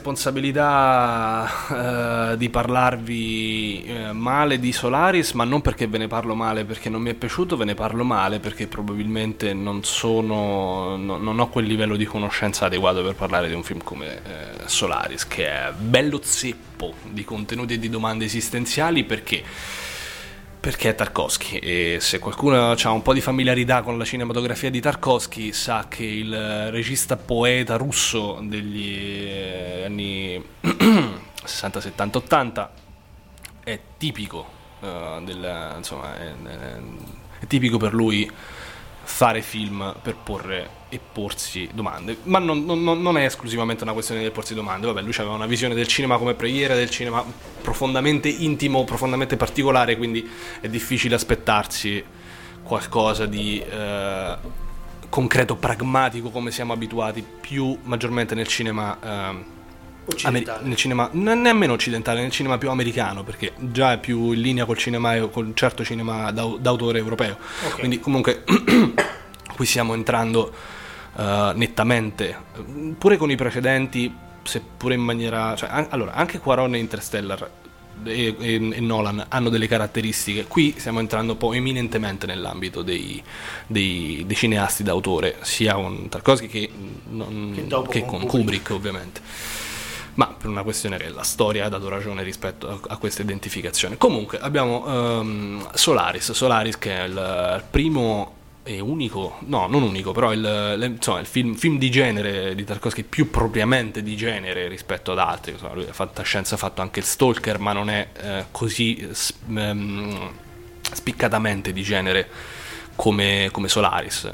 responsabilità eh, di parlarvi eh, male di Solaris, ma non perché ve ne parlo male perché non mi è piaciuto, ve ne parlo male perché probabilmente non sono, no, non ho quel livello di conoscenza adeguato per parlare di un film come eh, Solaris, che è bello zeppo di contenuti e di domande esistenziali perché... perché è Tarkovsky, e se qualcuno ha un po' di familiarità con la cinematografia di Tarkovsky sa che il regista poeta russo degli anni sessanta, settanta, ottanta è tipico uh, del, insomma è, è, è tipico per lui fare film per porre e porsi domande, ma non, non, non è esclusivamente una questione del porsi domande. Vabbè, lui aveva una visione del cinema come preghiera, del cinema profondamente intimo, profondamente particolare, quindi è difficile aspettarsi qualcosa di eh, concreto, pragmatico, come siamo abituati più maggiormente nel cinema eh, Occidentale. Amer- nel cinema non nemmeno occidentale, nel cinema più americano, perché già è più in linea col cinema con un certo cinema d'au- d'autore europeo. Okay. Quindi comunque qui stiamo entrando uh, nettamente, pure con i precedenti, seppure in maniera, cioè, an- allora anche Cuarón e Interstellar e, e, e Nolan hanno delle caratteristiche. Qui stiamo entrando poi eminentemente nell'ambito dei, dei, dei cineasti d'autore, sia con Tarkovsky che, non, che, che con, con Kubrick, ovviamente, ma per una questione che la storia ha dato ragione rispetto a, a questa identificazione. Comunque abbiamo um, Solaris Solaris che è il, il primo e unico, no non unico, però il, le, insomma, il film, film di genere di Tarkovsky, più propriamente di genere rispetto ad altri. Insomma, lui ha fantascienza, ha fatto anche il Stalker, ma non è eh, così um, spiccatamente di genere come, come Solaris.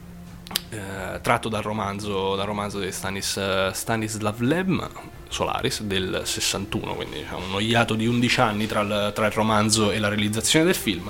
Eh, tratto dal romanzo, dal romanzo di Stanis, Stanislav Lem, Solaris del sessantuno, quindi c'è uno iato di undici anni tra il, tra il romanzo e la realizzazione del film.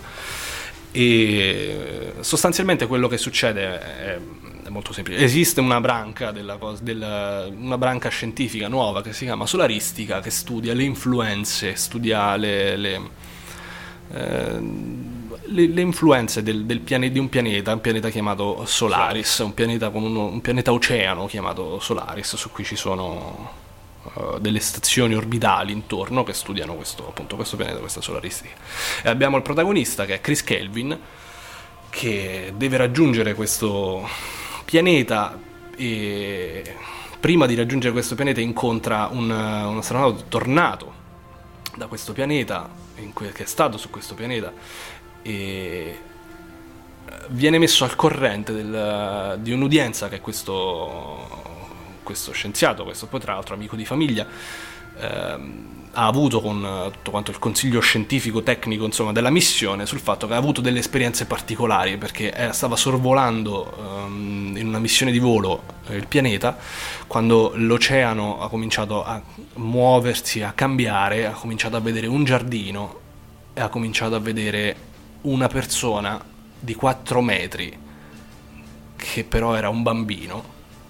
E sostanzialmente quello che succede è, è molto semplice. Esiste una branca della, della, una branca scientifica nuova che si chiama solaristica, che studia le influenze, studia le, le eh, Le, le influenze del, del pianeta, di un pianeta, un pianeta chiamato Solaris, un pianeta con uno, un pianeta oceano chiamato Solaris, su cui ci sono uh, delle stazioni orbitali intorno che studiano questo, appunto, questo pianeta, questa solaristica. E abbiamo il protagonista che è Chris Kelvin, che deve raggiungere questo pianeta e prima di raggiungere questo pianeta incontra un, un astronauta tornato da questo pianeta, in que- che è stato su questo pianeta, e viene messo al corrente del, di un'udienza che questo, questo scienziato, questo poi tra l'altro amico di famiglia, ehm, ha avuto con tutto quanto il consiglio scientifico tecnico, insomma, della missione, sul fatto che ha avuto delle esperienze particolari perché eh, stava sorvolando ehm, in una missione di volo eh, il pianeta, quando l'oceano ha cominciato a muoversi, a cambiare, ha cominciato a vedere un giardino e ha cominciato a vedere una persona di quattro metri che però era un bambino,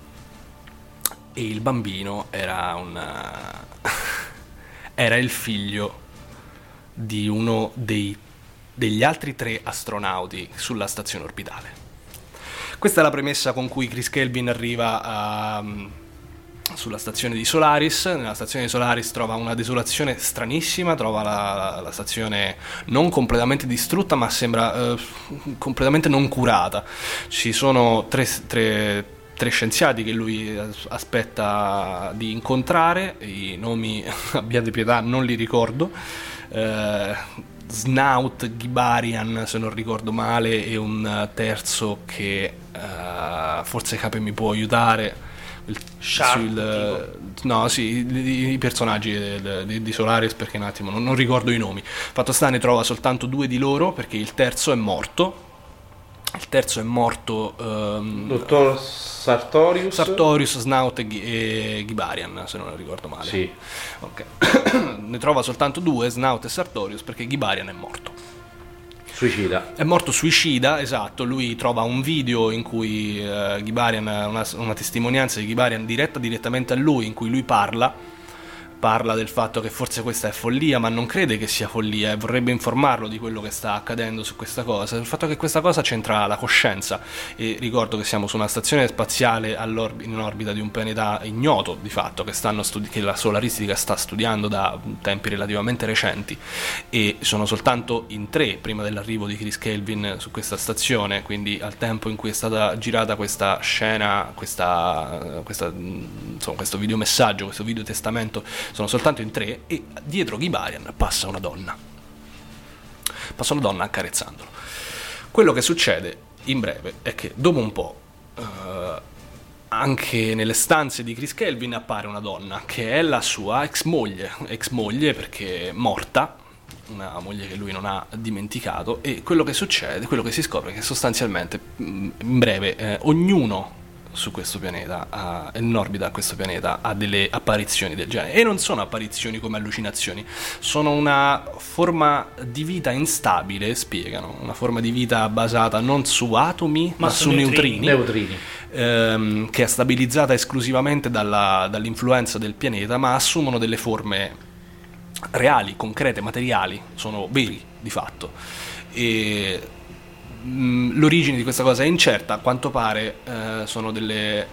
e il bambino era un era il figlio di uno dei, degli altri tre astronauti sulla stazione orbitale. Questa è la premessa con cui Chris Kelvin arriva a, sulla stazione di Solaris. Nella stazione di Solaris trova una desolazione stranissima, trova la, la stazione non completamente distrutta, ma sembra eh, completamente non curata. Ci sono tre, tre, tre scienziati che lui aspetta di incontrare, i nomi, abbiate pietà, non li ricordo, eh, Snout, Gibarian se non ricordo male, e un terzo che eh, forse Cape mi può aiutare. Il, Sharp, sul, no, sì, i, i personaggi di, di Solaris, perché un attimo non, non ricordo i nomi. Fatto sta, ne trova soltanto due di loro perché il terzo è morto. Il terzo è morto, um, dottor Sartorius Sartorius, Snout e, G- e Gibarian, se non ricordo male. Sì. Okay. Ne trova soltanto due, Snout e Sartorius, perché Gibarian è morto. Suicida. È morto suicida, esatto. Lui trova un video in cui uh, Gibarian, una, una testimonianza di Gibarian diretta direttamente a lui, in cui lui parla parla del fatto che forse questa è follia, ma non crede che sia follia e vorrebbe informarlo di quello che sta accadendo su questa cosa, il fatto che questa cosa c'entra la coscienza. E ricordo che siamo su una stazione spaziale in orbita di un pianeta ignoto, di fatto, che, stanno studi- che la solaristica sta studiando da tempi relativamente recenti, e sono soltanto in tre prima dell'arrivo di Chris Kelvin su questa stazione, quindi al tempo in cui è stata girata questa scena, questa, questa, insomma, questo videomessaggio, questo videotestamento, sono soltanto in tre, e dietro Guibarian passa una donna passa una donna accarezzandolo. Quello che succede in breve è che dopo un po' uh, anche nelle stanze di Chris Kelvin appare una donna che è la sua ex moglie ex moglie perché è morta, una moglie che lui non ha dimenticato. E quello che succede, quello che si scopre è che sostanzialmente, in breve, eh, ognuno su questo pianeta, uh, in orbita a questo pianeta, ha delle apparizioni del genere, e non sono apparizioni come allucinazioni, sono una forma di vita instabile, spiegano, una forma di vita basata non su atomi ma, ma su neutrini, neutrini. Ehm, che è stabilizzata esclusivamente dalla, dall'influenza del pianeta, ma assumono delle forme reali, concrete, materiali, sono veri di fatto. E l'origine di questa cosa è incerta, a quanto pare eh, sono delle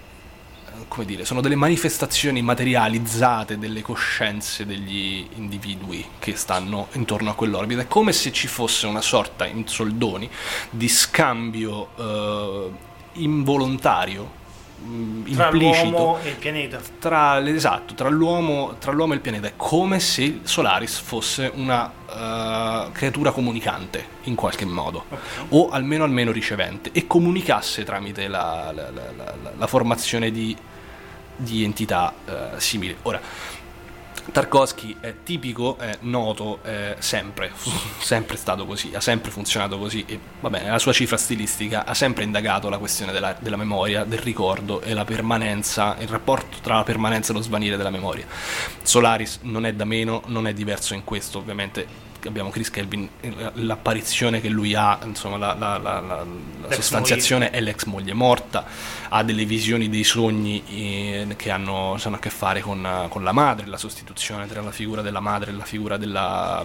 come dire, sono delle manifestazioni materializzate delle coscienze degli individui che stanno intorno a quell'orbita. È come se ci fosse una sorta, in soldoni, di scambio eh, involontario, tra implicito l'uomo e il pianeta, tra, esatto, tra l'uomo, tra l'uomo e il pianeta. È come se Solaris fosse una uh, creatura comunicante in qualche modo, okay, o almeno almeno ricevente, e comunicasse tramite la, la, la, la, la formazione di, di entità uh, simili. Ora, Tarkovsky è tipico, è noto, è sempre, sempre stato così, ha sempre funzionato così, e va bene, la sua cifra stilistica ha sempre indagato la questione della, della memoria, del ricordo e la permanenza, il rapporto tra la permanenza e lo svanire della memoria. Solaris non è da meno, non è diverso in questo. Ovviamente abbiamo Chris Kelvin, l'apparizione che lui ha, insomma la, la, la, la, la sostanziazione moglie. È l'ex moglie morta, ha delle visioni, dei sogni eh, che hanno, hanno a che fare con, con la madre, la sostituzione tra la figura della madre e la figura della,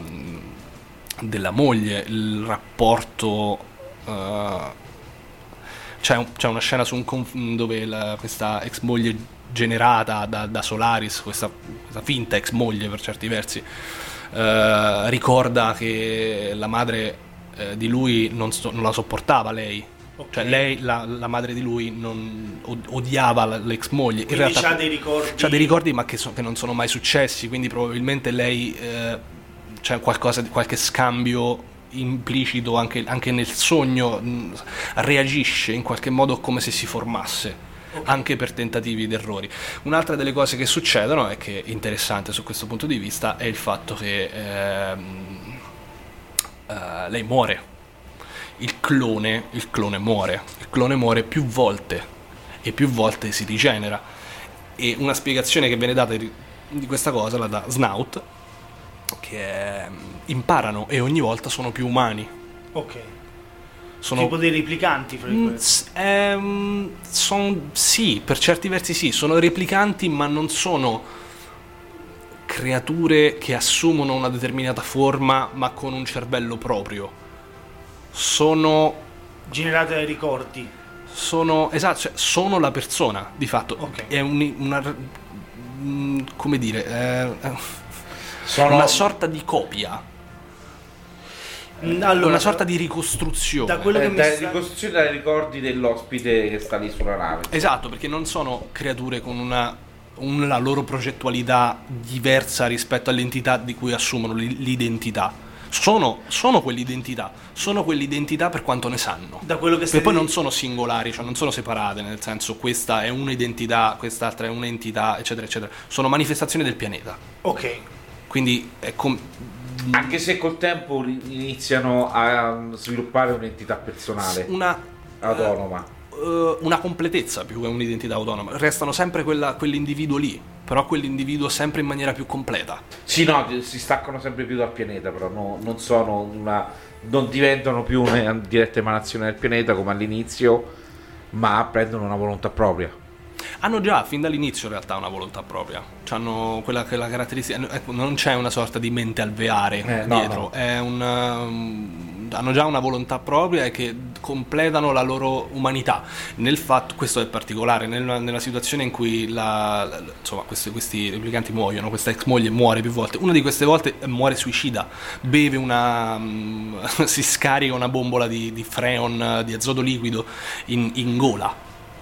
della moglie, il rapporto uh, c'è, un, c'è una scena su un conf- dove la, questa ex moglie generata da, da Solaris, questa, questa finta ex moglie per certi versi, Uh, ricorda che la madre uh, di lui non, so, non la sopportava lei, okay, cioè lei, la, la madre di lui non odiava l'ex moglie. In quindi realtà c'ha dei ricordi, c'ha dei ricordi ma che, so, che non sono mai successi, quindi probabilmente lei uh, c'è qualcosa di qualche scambio implicito anche, anche nel sogno, mh, reagisce in qualche modo come se si formasse, anche per tentativi ed errori. Un'altra delle cose che succedono, e che è interessante su questo punto di vista, è il fatto che ehm, uh, lei muore. Il clone, il clone muore. Il clone muore più volte e più volte si rigenera. E una spiegazione che viene data di, di questa cosa la dà Snout, che è, imparano e ogni volta sono più umani. Ok. Sono, tipo dei replicanti, fra mm, ehm, son, sì, per certi versi sì, sono replicanti, ma non sono creature che assumono una determinata forma ma con un cervello proprio. Sono generate dai ricordi. Sono esatto, cioè, sono la persona di fatto. Okay. È un, una come dire, è, sono una sorta di copia. Allora, una sorta di ricostruzione da quello che eh, mi da, sta... ricostruzione dai ricordi dell'ospite che sta lì sulla nave. Esatto, perché non sono creature con una, una loro progettualità diversa rispetto all'entità di cui assumono l'identità. Sono, sono quell'identità, sono quell'identità per quanto ne sanno. Da quello che e poi non sono singolari, cioè non sono separate, nel senso questa è un'identità, quest'altra è un'entità, eccetera, eccetera. Sono manifestazioni del pianeta. Ok. Quindi è com- anche se col tempo iniziano a sviluppare un'entità personale una autonoma, uh, una completezza più che un'identità autonoma. Restano sempre quella, quell'individuo lì, però quell'individuo sempre in maniera più completa. Sì, no, si staccano sempre più dal pianeta, però no, non sono una, non diventano più una diretta emanazione del pianeta come all'inizio, ma prendono una volontà propria. Hanno già fin dall'inizio in realtà una volontà propria, hanno quella, quella caratteristica, ecco, non c'è una sorta di mente alveare Eh, no, dietro, no. È un, um, hanno già una volontà propria e che completano la loro umanità. Nel fatto, questo è particolare, nel- nella situazione in cui la, la- insomma, questi, questi replicanti muoiono, questa ex moglie muore più volte, una di queste volte muore suicida, beve una mm, si scarica una bombola di, di freon, di azoto liquido in, in gola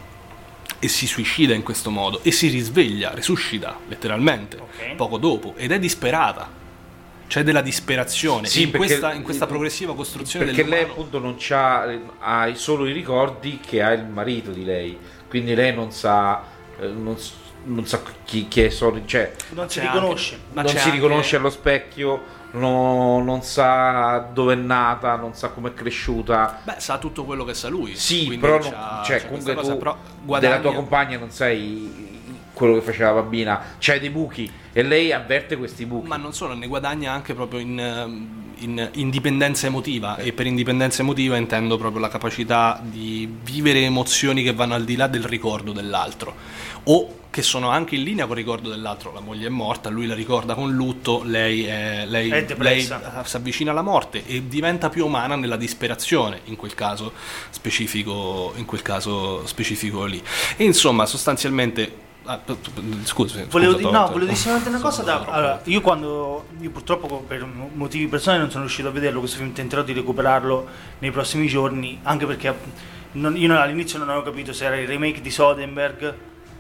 e si suicida in questo modo e si risveglia, risuscita letteralmente Ok. poco dopo ed è disperata. C'è della disperazione Sì, in, perché- questa, in questa progressiva costruzione Perché lei dell'umano. appunto non c'ha, ha solo i ricordi che ha il marito di lei, quindi lei non sa, eh, non, s- non sa chi, chi è solo, cioè Non si C'è riconosce. anche- ma non c'è si anche- riconosce allo specchio, no- non sa dove è nata, non sa come è cresciuta. Beh, sa tutto quello che sa lui. Sì, quindi però non- c'ha- cioè, c'ha comunque questa tu cosa, però guadagna- della tua compagna non sai quello che faceva la bambina, c'hai dei buchi e lei avverte questi buchi. Ma non solo, ne guadagna anche proprio in, ehm, in indipendenza emotiva, e per indipendenza emotiva intendo proprio la capacità di vivere emozioni che vanno al di là del ricordo dell'altro o che sono anche in linea con il ricordo dell'altro. La moglie è morta, lui la ricorda con lutto, lei, è, lei, È lei depressa. si avvicina alla morte e diventa più umana nella disperazione, in quel caso specifico, in quel caso specifico lì. E insomma, sostanzialmente ah, p- p- scusa, Volevo, scusa, di- no, to- volevo dire solamente una sono cosa. Da, troppo- allora, io quando io purtroppo per motivi personali non sono riuscito a vederlo questo film, tenterò di recuperarlo nei prossimi giorni, anche perché non- io non- all'inizio non avevo capito se era il remake di Soderbergh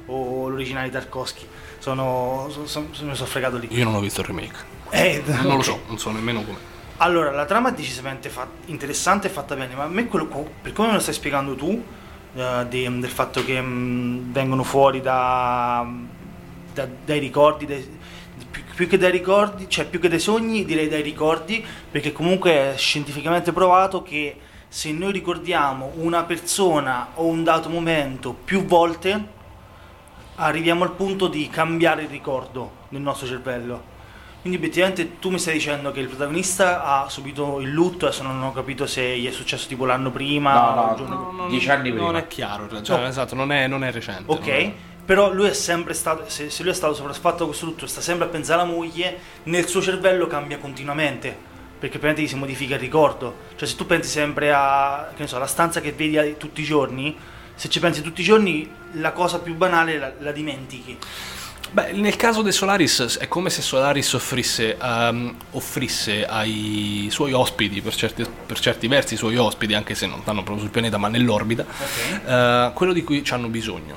o l'originale di Tarkovsky. Sono, so- so- so- mi sono fregato lì. Io non ho visto il remake, Eh, non lo ok. so, non so nemmeno come. Allora, la trama è decisamente fat- interessante e fatta bene, ma a me quello, per come me lo stai spiegando tu, eh, di- del fatto che mh, vengono fuori da, da- dai ricordi, dai- più, più che dai ricordi, cioè più che dai sogni, direi dai ricordi, perché comunque è scientificamente provato che se noi ricordiamo una persona o un dato momento più volte, arriviamo al punto di cambiare il ricordo nel nostro cervello. Quindi obiettivamente tu mi stai dicendo che il protagonista ha subito il lutto, adesso non ho capito se gli è successo tipo l'anno prima No, o no, il giorno no, prima. no. Dieci anni prima. Non è chiaro, cioè, No. esatto, non è, non è recente. non Ok, è- però lui è sempre stato, se, se lui è stato sopraffatto da questo lutto, sta sempre a pensare alla moglie, nel suo cervello cambia continuamente, perché praticamente gli si modifica il ricordo. Cioè se tu pensi sempre a, che ne so, alla stanza che vedi a- tutti i giorni, se ci pensi tutti i giorni, la cosa più banale la, la dimentichi. Beh, nel caso dei Solaris è come se Solaris offrisse, ehm, offrisse ai suoi ospiti, per certi, per certi versi i suoi ospiti, anche se non stanno proprio sul pianeta ma nell'orbita, Ok. eh, quello di cui hanno bisogno.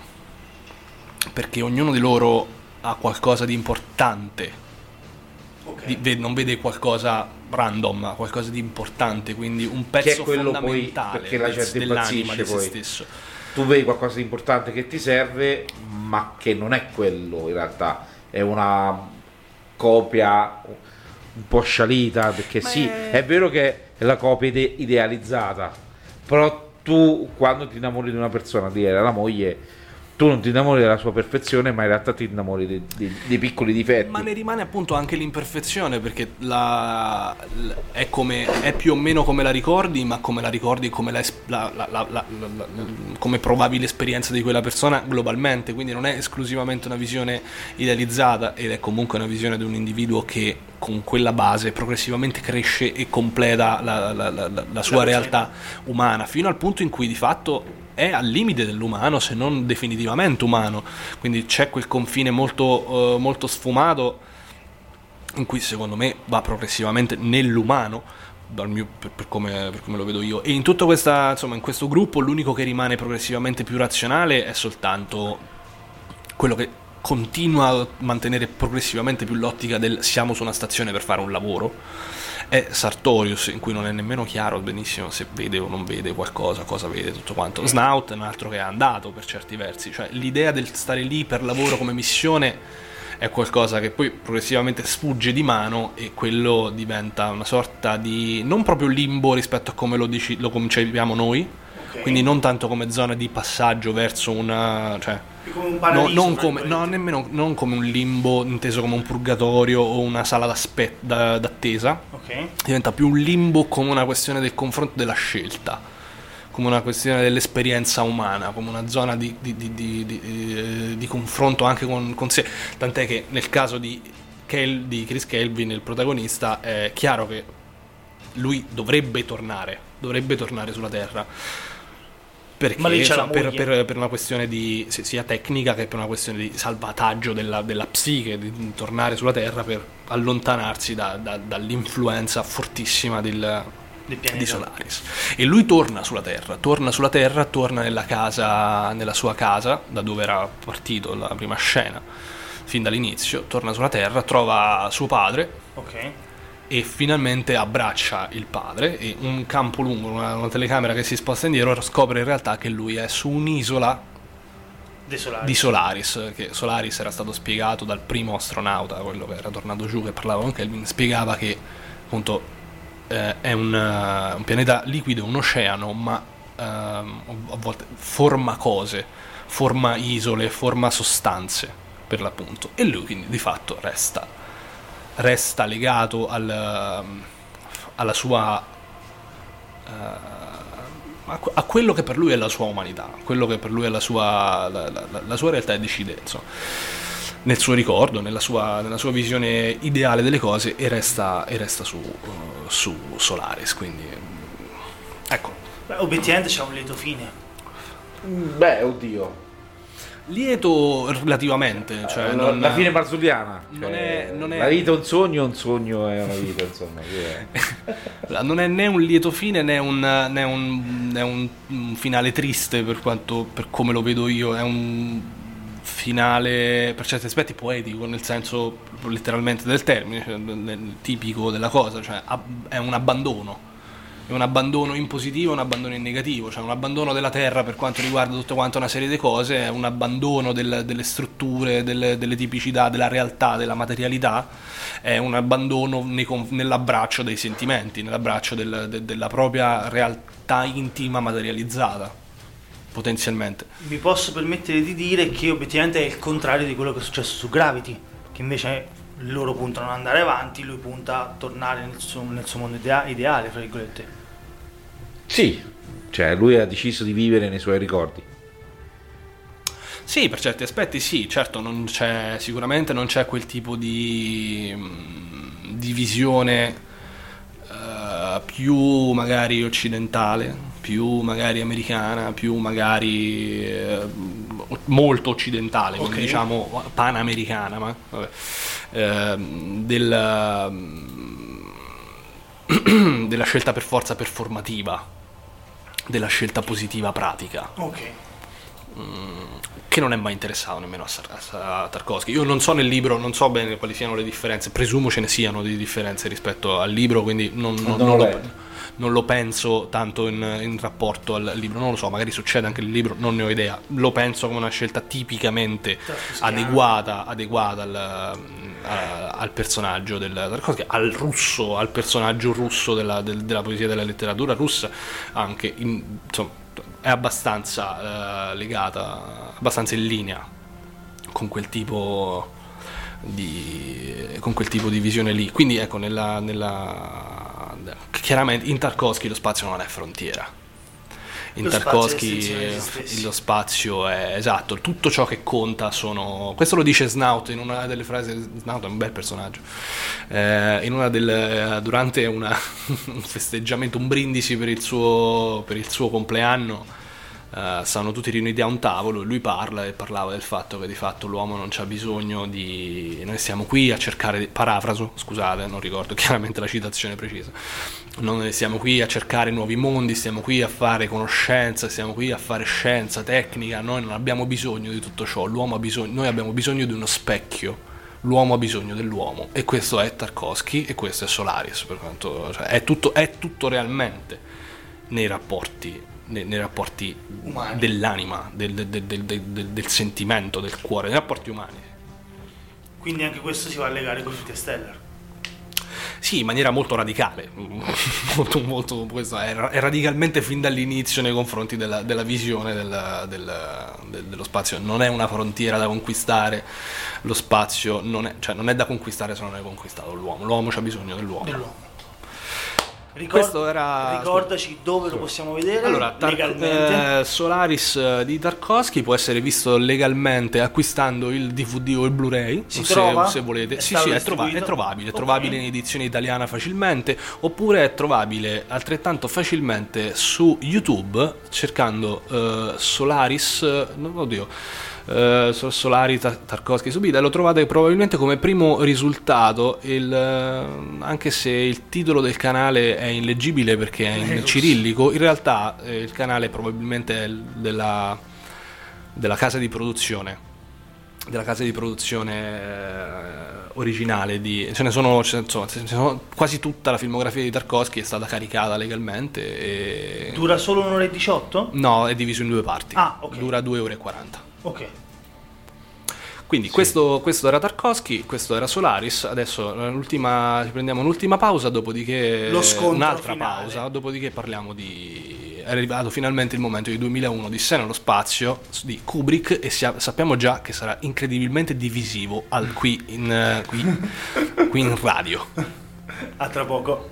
Perché ognuno di loro ha qualcosa di importante, Ok. di- ve- non vede qualcosa random, ma qualcosa di importante, quindi un Che è pezzo quello poi, fondamentale perché la del- gente dell'anima impazzisce di se poi. stesso. Tu vedi qualcosa di importante che ti serve, ma che non è quello in realtà, è una copia un po' scialita, perché Ma sì, è- è vero che è la copia ide- idealizzata, però tu quando ti innamori di una persona, di la moglie, tu non ti innamori della sua perfezione, ma in realtà ti innamori dei, dei- dei piccoli difetti. Ma ne rimane appunto anche l'imperfezione, perché la, l- è, come, è più o meno come la ricordi, ma come la ricordi come, la, es- la- la- la- la- la- la- come provavi l'esperienza di quella persona globalmente, quindi non è esclusivamente una visione idealizzata, ed è comunque una visione di un individuo che con quella base progressivamente cresce e completa la, la- la- la- la sua La realtà umana, fino al punto in cui di fatto è al limite dell'umano, se non definitivamente umano. Quindi c'è quel confine molto, eh, molto sfumato in cui secondo me va progressivamente nell'umano, dal mio, per, per come, per come lo vedo io. E in tutta questa, insomma, in questo gruppo l'unico che rimane progressivamente più razionale è soltanto quello che continua a mantenere progressivamente più l'ottica del siamo su una stazione per fare un lavoro, è Sartorius, in cui non è nemmeno chiaro benissimo se vede o non vede qualcosa, cosa vede, tutto quanto. Snout è un altro che è andato per certi versi, cioè l'idea del stare lì per lavoro come missione è qualcosa che poi progressivamente sfugge di mano, e quello diventa una sorta di non proprio limbo rispetto a come lo, dici, lo concepiamo noi, Ok. quindi non tanto come zona di passaggio verso una, cioè Come un no, paradiso, non, come, tra no, virgolette. nemmeno non come un limbo inteso come un purgatorio o una sala d'aspe- da- d'attesa, Ok. diventa più un limbo come una questione del confronto della scelta. come una questione dell'esperienza umana, come una zona di, di, di, di, di, di confronto anche con, con sé, tant'è che nel caso di, Kel, di Chris Kelvin, il protagonista, è chiaro che lui dovrebbe tornare, dovrebbe tornare sulla Terra, perché Ma lì c'è la per, moglie. per, per una questione di sia tecnica che per una questione di salvataggio della, della psiche, di tornare sulla Terra per allontanarsi da, da, dall'influenza fortissima del, Del pianeta. di Solaris. E lui torna sulla Terra, torna sulla Terra, torna nella casa, nella sua casa, da dove era partito la prima scena, fin dall'inizio, torna sulla Terra, trova suo padre, Ok. e finalmente abbraccia il padre, e un campo lungo, una, una telecamera che si sposta indietro, scopre in realtà che lui è su un'isola De Solaris. di Solaris, che Solaris era stato spiegato dal primo astronauta, quello che era tornato giù, che parlava con Kelvin, spiegava che appunto eh, è un, uh, un pianeta liquido, un oceano, ma uh, a volte forma cose, forma isole, forma sostanze per l'appunto, e lui quindi di fatto resta resta legato al, alla sua uh, a, a quello che per lui è la sua umanità, quello che per lui è la sua, la, la, la sua realtà, e decide insomma, nel suo ricordo, nella sua, nella sua visione ideale delle cose, e resta, e resta su, uh, su Solaris, quindi ecco. Beh, obiettivamente c'è un lieto fine. Beh, oddio. Lieto relativamente, cioè la, non, la fine marzuliana, non cioè, è- non è- la vita è un sogno, un sogno è una vita, insomma. Che è. non è né un lieto fine né un, né un, né un, un finale triste, per quanto, per come lo vedo io, è un finale per certi aspetti poetico, nel senso letteralmente del termine, cioè, nel- tipico della cosa, cioè ab- è un abbandono. È un abbandono in positivo e un abbandono in negativo, cioè un abbandono della terra per quanto riguarda tutta quanta una serie di cose, è un abbandono del- delle strutture, delle, delle tipicità, della realtà, della materialità, è un abbandono nei conf- nell'abbraccio dei sentimenti, nell'abbraccio del- de- della propria realtà intima materializzata, potenzialmente. Mi posso permettere di dire che obiettivamente è il contrario di quello che è successo su Gravity, che invece loro puntano ad andare avanti, lui punta a tornare nel suo, nel suo mondo idea- ideale, fra virgolette. Sì, cioè lui ha deciso di vivere nei suoi ricordi. Sì, per certi aspetti sì, certo non c'è, sicuramente non c'è quel tipo di, mh, di visione eh, più magari occidentale, più magari americana, più magari eh, molto occidentale, quindi Ok. diciamo panamericana, ma vabbè, eh, del, della scelta per forza performativa, della scelta positiva pratica, Ok. che non è mai interessato nemmeno a, Sar- a Tarkovsky. Io non so nel libro, non so bene quali siano le differenze, presumo ce ne siano di differenze rispetto al libro, quindi non, non- Non non l'ho lo, letto. non lo penso tanto in, in rapporto al libro, non lo so, magari succede anche nel libro, non ne ho idea, lo penso come una scelta tipicamente Tarkovskiana. adeguata, adeguata al, a- al personaggio del Tarkovsky, al russo, al personaggio russo della, del- della poesia, della letteratura russa, anche in- insomma, è abbastanza eh, legata, abbastanza in linea con quel tipo di con quel tipo di visione lì. Quindi ecco, nella, nella chiaramente in Tarkovsky lo spazio non è frontiera. In Lo spazio è Tarkovsky l'estensione di se stessi. lo spazio è esatto, tutto ciò che conta sono. Questo lo dice Snout in una delle frasi. Snout è un bel personaggio. Eh, in una del, durante una, un festeggiamento, un brindisi per il suo, per il suo compleanno. Uh, stanno tutti riuniti a un tavolo e lui parla e parlava del fatto che di fatto l'uomo non c'ha bisogno di. Noi stiamo qui a cercare di. Parafraso, scusate, non ricordo chiaramente la citazione precisa. Noi stiamo qui a cercare nuovi mondi, stiamo qui a fare conoscenza, stiamo qui a fare scienza, tecnica. Noi non abbiamo bisogno di tutto ciò. L'uomo ha bisogno, noi abbiamo bisogno di uno specchio. L'uomo ha bisogno dell'uomo, e questo è Tarkovsky e questo è Solaris, per quanto, cioè, è tutto, è tutto realmente nei rapporti. Nei, nei rapporti Umani. dell'anima, del, del, del, del, del, del sentimento, del cuore, nei rapporti umani. Quindi anche questo si va a legare con Interstellar. Sì, in maniera molto radicale, molto, molto, questo è, è radicalmente fin dall'inizio nei confronti della, della visione del, del, del, dello spazio. Non è una frontiera da conquistare, lo spazio non è, cioè non è da conquistare se non è conquistato l'uomo. L'uomo c'ha bisogno dell'uomo. Dell'uomo. Ricord- Questo era... Ricordaci dove lo possiamo vedere Allora, Tar- legalmente. eh, Solaris eh, di Tarkovsky può essere visto legalmente acquistando il D V D o il Blu-ray, Si se, trova? se volete. È Sì, stato sì, è, trova- è distribuito? trovabile, è Ok. trovabile in edizione italiana facilmente, oppure è trovabile altrettanto facilmente su YouTube cercando eh, Solaris, eh, no, oddio, Uh, Solari Tar- Tarkovsky subito, e lo trovate probabilmente come primo risultato il, uh, anche se il titolo del canale è illeggibile perché è in cirillico, in realtà eh, il canale probabilmente è il della, della casa di produzione della casa di produzione eh, originale di, ce ne sono, ce ne- insomma, ce ne sono quasi tutta la filmografia di Tarkovsky è stata caricata legalmente e... Dura solo un'ora e diciotto? no, è diviso in due parti. Ah, ok. Dura due ore e quaranta. Ok. Quindi questo, questo era Tarkovsky, questo era Solaris. Adesso eh, l'ultima, ci prendiamo un'ultima pausa, dopodiché Lo scontro un'altra finale. pausa, dopodiché parliamo di... è arrivato finalmente il momento di duemilauno, Odissea nello spazio di Kubrick, e sia- sappiamo già che sarà incredibilmente divisivo al, qui, in, eh, qui, qui in radio. A tra poco.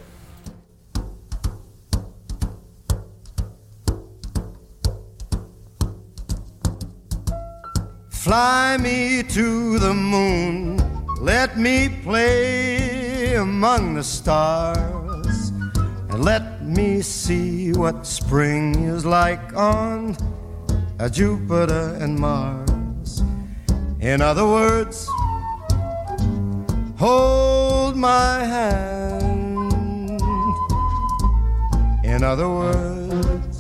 Fly me to the moon, let me play among the stars, and let me see what spring is like on uh, Jupiter and Mars. In other words, hold my hand. In other words,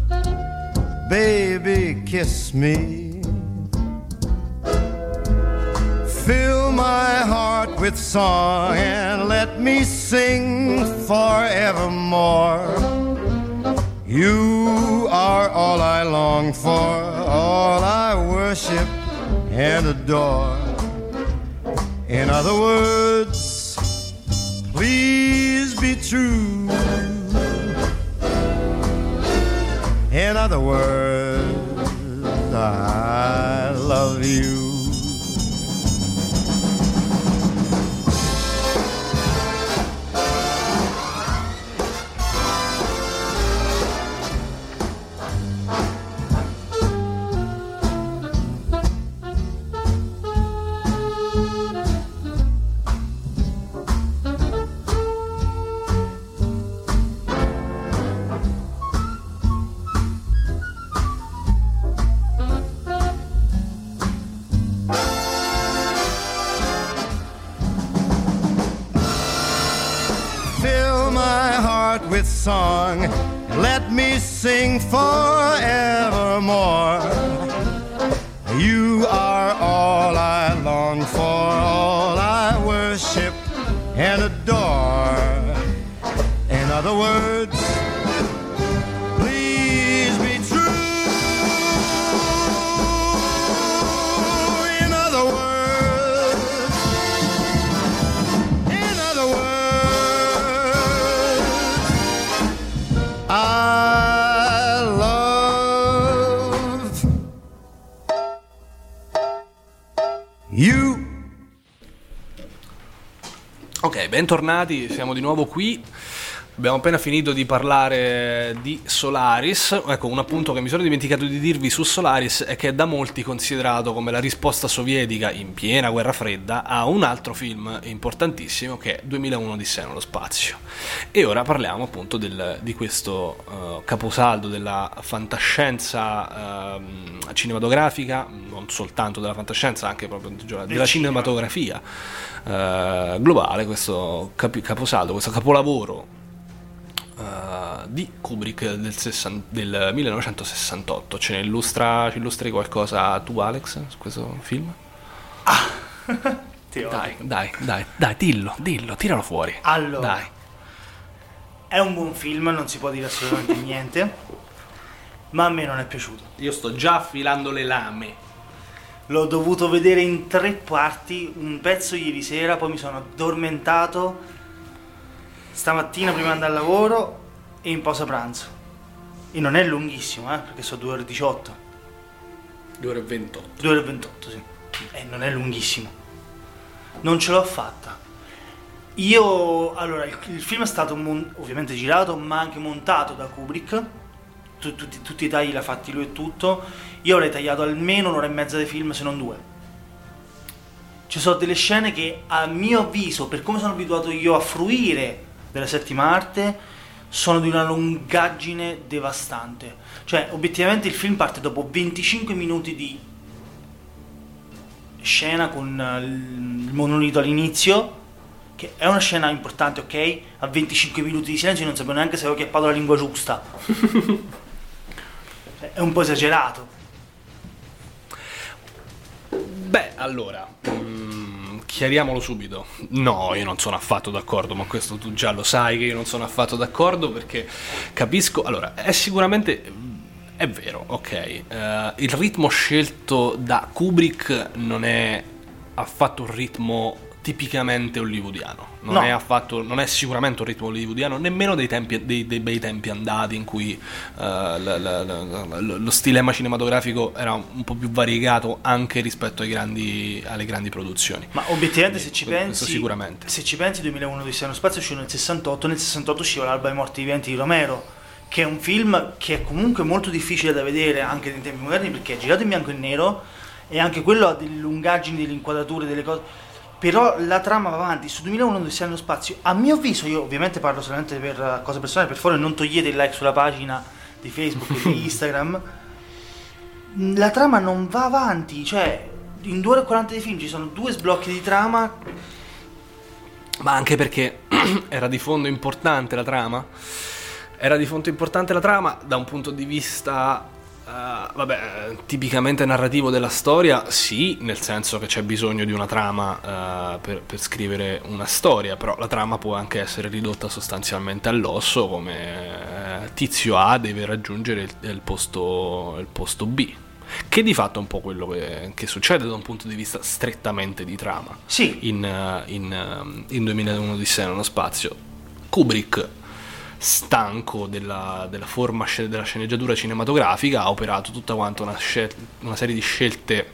baby, kiss me. Fill my heart with song and let me sing forevermore. You are all I long for, all I worship and adore. In other words, please be true. In other words, I love you. Fill my heart with song, let me sing forevermore. You are all I long for, all I worship and adore. In other words, please be true. In other words, in other words, I love you. Ok, bentornati, siamo di nuovo qui. Abbiamo appena finito di parlare di Solaris. Ecco, un appunto che mi sono dimenticato di dirvi su Solaris è che è da molti considerato come la risposta sovietica in piena guerra fredda a un altro film importantissimo che è duemilauno Odissea nello spazio. E ora parliamo appunto del, di questo uh, caposaldo della fantascienza uh, cinematografica, non soltanto della fantascienza, anche proprio della cinema. cinematografia uh, globale, questo capi- caposaldo, questo capolavoro Uh, di Kubrick del, sessan- del millenovecentosessantotto. Ce ne illustra, ci illustri qualcosa tu, Alex, su questo film? Teorico. Dai, dai, dai, dai, dillo, dillo, tiralo fuori. Allora, Dai. è un buon film, non si può dire assolutamente niente, ma a me non è piaciuto. Io sto già affilando le lame. L'ho dovuto vedere in tre parti, un pezzo ieri sera, poi mi sono addormentato stamattina prima di andare al lavoro e in pausa pranzo. E non è lunghissimo, eh, perché sono due ore e diciotto. due ore e ventotto. due ore e ventotto, sì. E non è lunghissimo. Non ce l'ho fatta. Io, allora, il, il film è stato mon- ovviamente girato, ma anche montato da Kubrick. Tu- tutti, tutti i tagli l'ha fatti lui e tutto. Io avrei tagliato almeno un'ora e mezza di film, se non due. Ci sono delle scene che, a mio avviso, per come sono abituato io a fruire della settima arte, sono di una lungaggine devastante. Cioè, obiettivamente il film parte dopo venticinque minuti di scena con il monolito all'inizio, che è una scena importante, ok? A venticinque minuti di silenzio non sapevo neanche se avevo chiappato la lingua giusta. È un po' esagerato. Beh, allora, mm, chiariamolo subito. No, io non sono affatto d'accordo, ma questo tu già lo sai che io non sono affatto d'accordo, perché capisco... Allora, è sicuramente... È vero, ok. Uh, il ritmo scelto da Kubrick non è affatto un ritmo tipicamente hollywoodiano. Non, no. è affatto, non è sicuramente un ritmo hollywoodiano, nemmeno dei, tempi, dei, dei bei tempi andati in cui uh, la, la, la, lo stilema cinematografico era un po' più variegato anche rispetto ai grandi, alle grandi produzioni. Ma obiettivamente, Quindi, se ci questo pensi, sicuramente. se ci pensi, duemilauno Odissea nello spazio uscì nel sessantotto, nel sessantotto usciva L'alba dei morti viventi di Romero, che è un film che è comunque molto difficile da vedere anche nei tempi moderni, perché è girato in bianco e nero e anche quello ha delle lungaggini, delle inquadrature, delle cose. Però la trama va avanti. Su duemilauno Odissea nello spazio, a mio avviso, io ovviamente parlo solamente per cose personali, per favore non togliete il like sulla pagina di Facebook e di Instagram, la trama non va avanti. Cioè, in due ore e quaranta di film ci sono due sblocchi di trama. Ma anche perché era di fondo importante la trama. Era di fondo importante la trama da un punto di vista uh, vabbè, tipicamente narrativo della storia, sì, nel senso che c'è bisogno di una trama uh, per, per scrivere una storia, però la trama può anche essere ridotta sostanzialmente all'osso, come uh, tizio A deve raggiungere il, il, posto, il posto B, che di fatto è un po' quello che, che succede da un punto di vista strettamente di trama. Sì. In, uh, in, uh, in duemilauno Odissea nello spazio, Kubrick, stanco della, della forma della sceneggiatura cinematografica, ha operato tutta quanta una, scel- una serie di scelte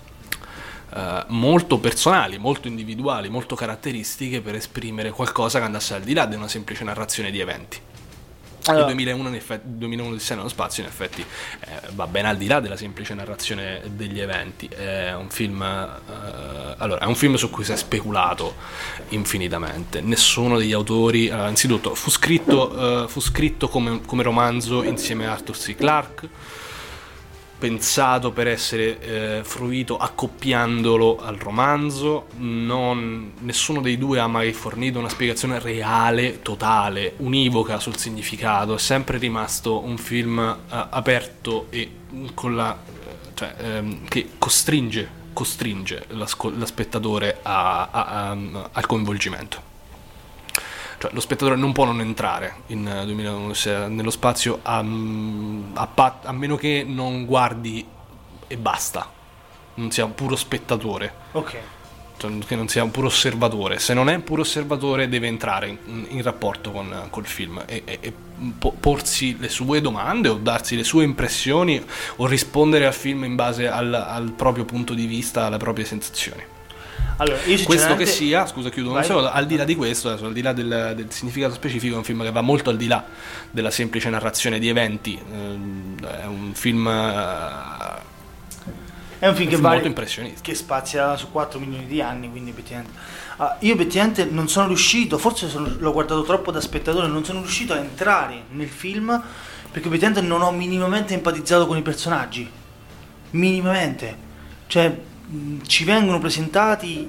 uh, molto personali, molto individuali, molto caratteristiche per esprimere qualcosa che andasse al di là di una semplice narrazione di eventi. Il duemilauno, in effetti, duemilauno Odissea nello spazio in effetti eh, va ben al di là della semplice narrazione degli eventi. È un film eh, allora, è un film su cui si è speculato infinitamente. Nessuno degli autori, eh, anzitutto fu scritto, eh, fu scritto come, come romanzo insieme a Arthur C. Clarke, pensato per essere eh, fruito accoppiandolo al romanzo. Non, nessuno dei due ha mai fornito una spiegazione reale, totale, univoca sul significato. È sempre rimasto un film eh, aperto e con la, cioè, ehm, che costringe, costringe la, la spettatore a, a, a, al coinvolgimento. Cioè, lo spettatore non può non entrare in duemilauno nello spazio a, a, pat- a meno che non guardi e basta, non sia un puro spettatore, Ok. cioè, che non sia un puro osservatore. Se non è un puro osservatore deve entrare in, in rapporto con col film e, e, e po- porsi le sue domande o darsi le sue impressioni o rispondere al film in base al, al proprio punto di vista, alle proprie sensazioni. Allora, io Questo che sia, scusa, chiudo un Vai. secondo, al di là di questo, adesso, al di là del, del significato specifico, è un film che va molto al di là della semplice narrazione di eventi. Ehm, è un film eh, È un film che, film vale, molto impressionista. che spazia su quattro milioni di anni, quindi obiettivamente. Ah, io obiettivamente non sono riuscito, forse sono, l'ho guardato troppo da spettatore, non sono riuscito a entrare nel film perché obiettivamente non ho minimamente empatizzato con i personaggi. Minimamente. Cioè, mh, ci vengono presentati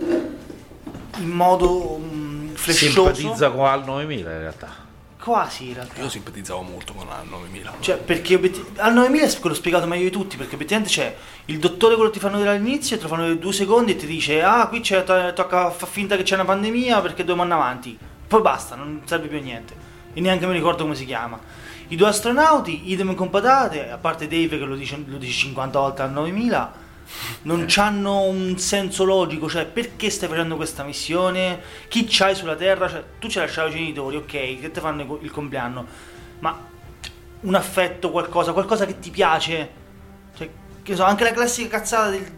in modo mh, flashoso. Simpatizza con Al novemila in realtà. Quasi in realtà. Io simpatizzavo molto con la novemila. Cioè, perché obiett- al novemila è quello spiegato meglio di tutti, perché obiettivamente c'è il dottore, quello che ti fanno vedere all'inizio, te lo fanno vedere due secondi e ti dice ah, qui c'è, to- tocca far finta che c'è una pandemia perché dobbiamo andare avanti. Poi basta, non serve più a niente. E neanche mi ricordo come si chiama. I due astronauti, idem con patate, a parte Dave che lo dice, lo dice cinquanta volte al novemila, non c'hanno un senso logico. Cioè, perché stai facendo questa missione? Chi c'hai sulla Terra? Cioè, tu ci hai lasciato i genitori, ok, che ti fanno il compleanno, ma un affetto, qualcosa, qualcosa che ti piace. Cioè, che so, anche la classica cazzata del,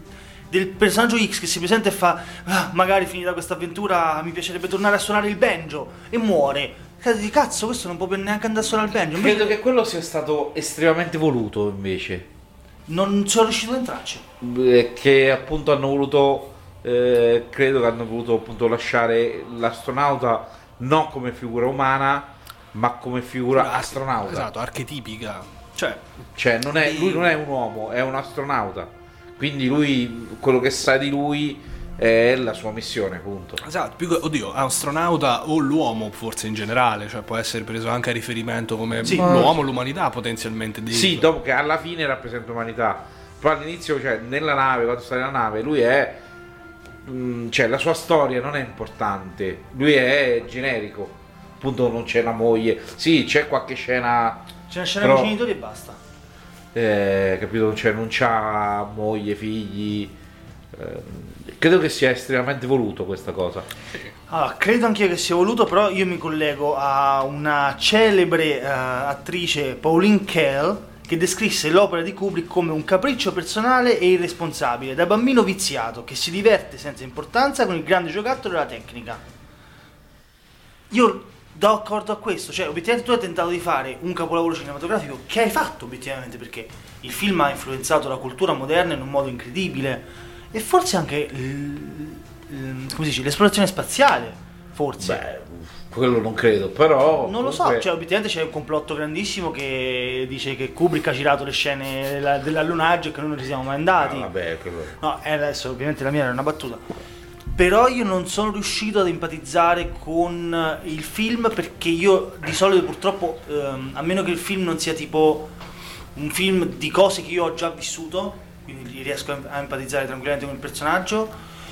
del personaggio X che si presenta e fa ah, magari finita questa avventura mi piacerebbe tornare a suonare il banjo, e muore. Cazzo, questo non può neanche andare a suonare il banjo. Credo che quello sia stato estremamente voluto, invece. Non sono riuscito ad entrarci. Eh, Che appunto hanno voluto, eh, credo che hanno voluto appunto lasciare l'astronauta non come figura umana, ma come figura astronauta. Esatto, archetipica. Cioè, Cioè non è, lui non è un uomo, è un astronauta. Quindi lui, quello che sa di lui è la sua missione, punto. esatto, più che, oddio, astronauta o l'uomo forse in generale, cioè può essere preso anche a riferimento come Sì. l'uomo, l'umanità potenzialmente dentro. Sì, dopo che alla fine rappresenta umanità. Però all'inizio, cioè nella nave, quando sta nella nave, lui è... mh, cioè la sua storia non è importante. Lui è generico. Appunto non c'è una moglie. Sì, c'è qualche scena... C'è una scena però- con i genitori e basta. Eh, capito? Cioè non c'ha moglie, figli. Eh, credo che sia estremamente voluto questa cosa. Allora, credo anch'io che sia voluto, però io mi collego a una celebre eh, attrice, Pauline Kael, che descrisse l'opera di Kubrick come un capriccio personale e irresponsabile, da bambino viziato, che si diverte senza importanza con il grande giocattolo della tecnica. Io do accordo a questo, cioè obiettivamente tu hai tentato di fare un capolavoro cinematografico che hai fatto obiettivamente, perché il film ha influenzato la cultura moderna in un modo incredibile, e forse anche l- l- come si dice, l'esplorazione spaziale, forse. Beh, quello non credo, però... Non lo so, comunque- cioè obiettivamente c'è un complotto grandissimo che dice che Kubrick ha girato le scene della- dell'allunaggio e che noi non ci siamo mai andati. Ah, vabbè, quello... No, e adesso ovviamente la mia era una battuta. Però io non sono riuscito ad empatizzare con il film, perché io di solito purtroppo, ehm, a meno che il film non sia tipo un film di cose che io ho già vissuto, quindi riesco a empatizzare tranquillamente con il personaggio,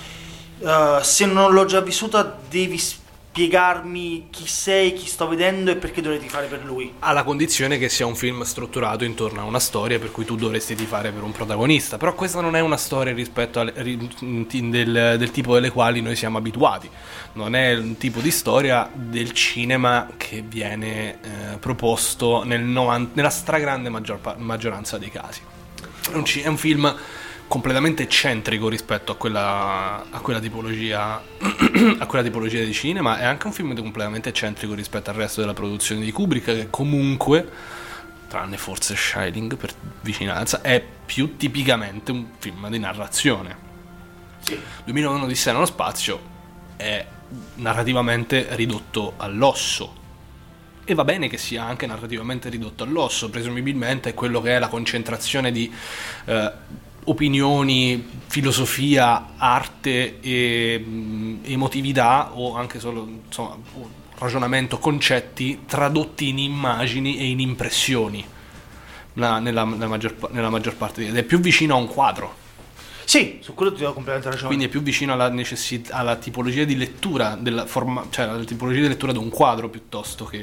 eh, se non l'ho già vissuta devi spiegarmi chi sei, chi sto vedendo e perché dovrei tifare per lui. alla condizione che sia un film strutturato intorno a una storia per cui tu dovresti tifare per un protagonista, però questa non è una storia rispetto al, ri- del, del tipo delle quali noi siamo abituati, non è un tipo di storia del cinema che viene eh, proposto nel novanta nella stragrande maggior pa- maggioranza dei casi. È un, ci- è un film completamente eccentrico rispetto a quella, a quella tipologia a quella tipologia di cinema. È anche un film completamente eccentrico rispetto al resto della produzione di Kubrick, che comunque, tranne forse Shining per vicinanza, è più tipicamente un film di narrazione. Sì. duemilauno Odissea nello spazio è narrativamente ridotto all'osso, e va bene che sia anche narrativamente ridotto all'osso, presumibilmente è quello che è la concentrazione di eh, opinioni, filosofia, arte e mh, emotività, o anche solo insomma ragionamento, concetti tradotti in immagini e in impressioni la- nella, nella, maggior, nella maggior parte, ed è più vicino a un quadro, Sì, su quello ti do completamente ragione. quindi è più vicino alla necessità, alla tipologia di lettura della forma, cioè alla tipologia di lettura di un quadro piuttosto che,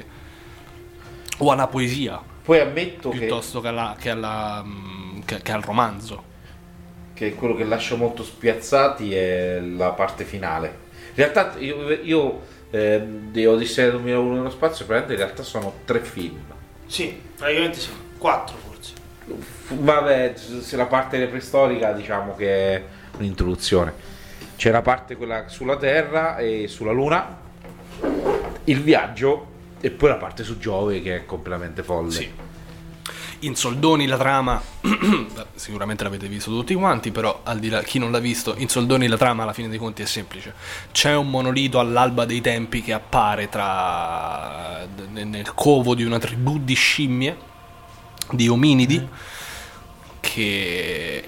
o alla poesia Poi ammetto che, piuttosto che, alla, che, alla, mh, che, che al romanzo. che quello che lascia molto spiazzati è la parte finale. In realtà io, io eh, di Odissea duemilauno nello spazio praticamente in realtà sono tre film. Sì, praticamente sì, quattro forse. Vabbè, se la parte preistorica diciamo che è un'introduzione. C'è la parte quella sulla Terra e sulla Luna, il viaggio, e poi la parte su Giove che è completamente folle. Sì. In soldoni la trama sicuramente l'avete visto tutti quanti, però al di là chi non l'ha visto, in soldoni la trama alla fine dei conti è semplice. C'è un monolito all'alba dei tempi che appare tra nel covo di una tribù di scimmie, di ominidi, mm. che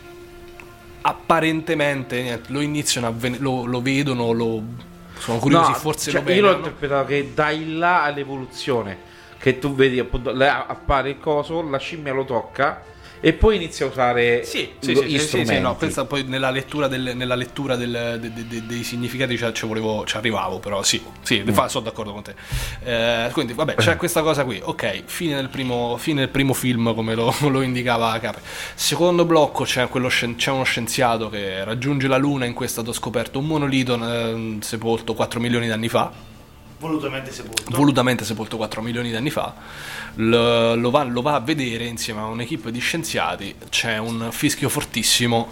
apparentemente niente, lo iniziano a ven- lo, lo vedono, lo sono curiosi, No, forse cioè, lo io l'ho vedono. interpretato che dai là all'evoluzione, che tu vedi appunto là appare il coso, la scimmia lo tocca e poi inizia a usare Sì, sì, lo- sì, gli sì, sì, strumenti. sì, no, questa poi nella lettura, del, nella lettura del, de, de, de, dei significati ci, ci volevo, ci arrivavo, però sì, sì, mm. fa, sono d'accordo con te. Eh, quindi vabbè, c'è questa cosa qui, ok, fine del primo, fine del primo film come lo, lo indicava Capri. Secondo blocco c'è, quello, c'è uno scienziato che raggiunge la Luna, in cui è stato scoperto un monolito eh, sepolto quattro milioni di anni fa. Volutamente sepolto. volutamente sepolto quattro milioni di anni fa. Lo, lo, va, lo va a vedere insieme a un'equipe di scienziati. C'è un fischio fortissimo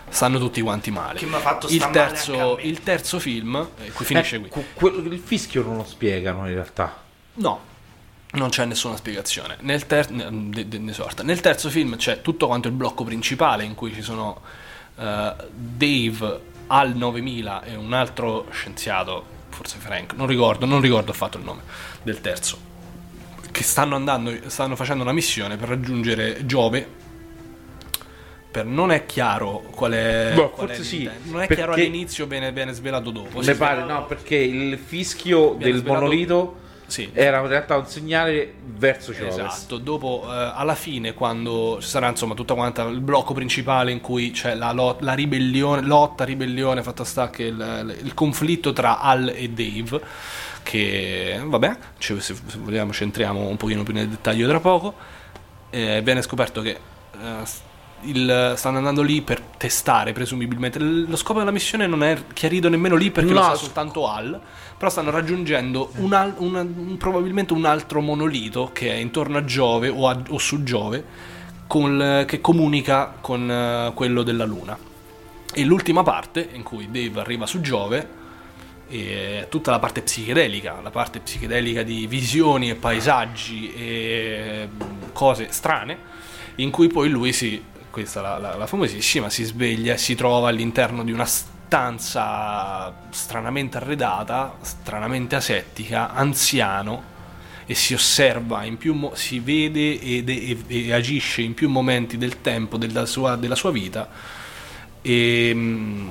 stanno tutti quanti male. Che mi ha fatto il sta male terzo, anche a me. il terzo film, eh, qui finisce qui. Ecco, que- il fischio non lo spiegano in realtà. No, non c'è nessuna spiegazione. Nel, ter- ne- de- ne sorta. Nel terzo film c'è tutto quanto il blocco principale in cui ci sono uh, Dave, Al novemila e un altro scienziato, forse Frank, non ricordo, non ricordo affatto il nome del terzo, che stanno andando, stanno facendo una missione per raggiungere Giove. Per non è chiaro qual è, Boh, qual forse è sì, non è perché- chiaro all'inizio, viene, viene svelato dopo. Mi Si pare, svela- no, perché il fischio Viene del svelato- monolito Sì. era in realtà un segnale verso Giove. Esatto, dopo eh, alla fine, quando ci sarà insomma tutta quanta il blocco principale in cui c'è la, lot- la ribellione, lotta, ribellione, fatta sta che il, il conflitto tra Al e Dave, che vabbè, ci- se, se vogliamo ci entriamo un pochino più nel dettaglio tra poco. Eh, viene scoperto che eh, il, stanno andando lì per testare presumibilmente. L- lo scopo della missione non è chiarito nemmeno lì perché lo No. sa soltanto Al, però stanno raggiungendo un al- una- un- probabilmente un altro monolito che è intorno a Giove o, a- o su Giove, col- che comunica con eh, quello della Luna. E l'ultima parte in cui Dave arriva su Giove è tutta la parte psichedelica, la parte psichedelica di visioni e paesaggi e mm, cose strane, in cui poi lui si, questa è la, la, la famosissima, si sveglia e si trova all'interno di una stanza stranamente arredata, stranamente asettica, anziano, e si osserva in più mo- si vede ed, e, e agisce in più momenti del tempo della sua, della sua vita, e mm,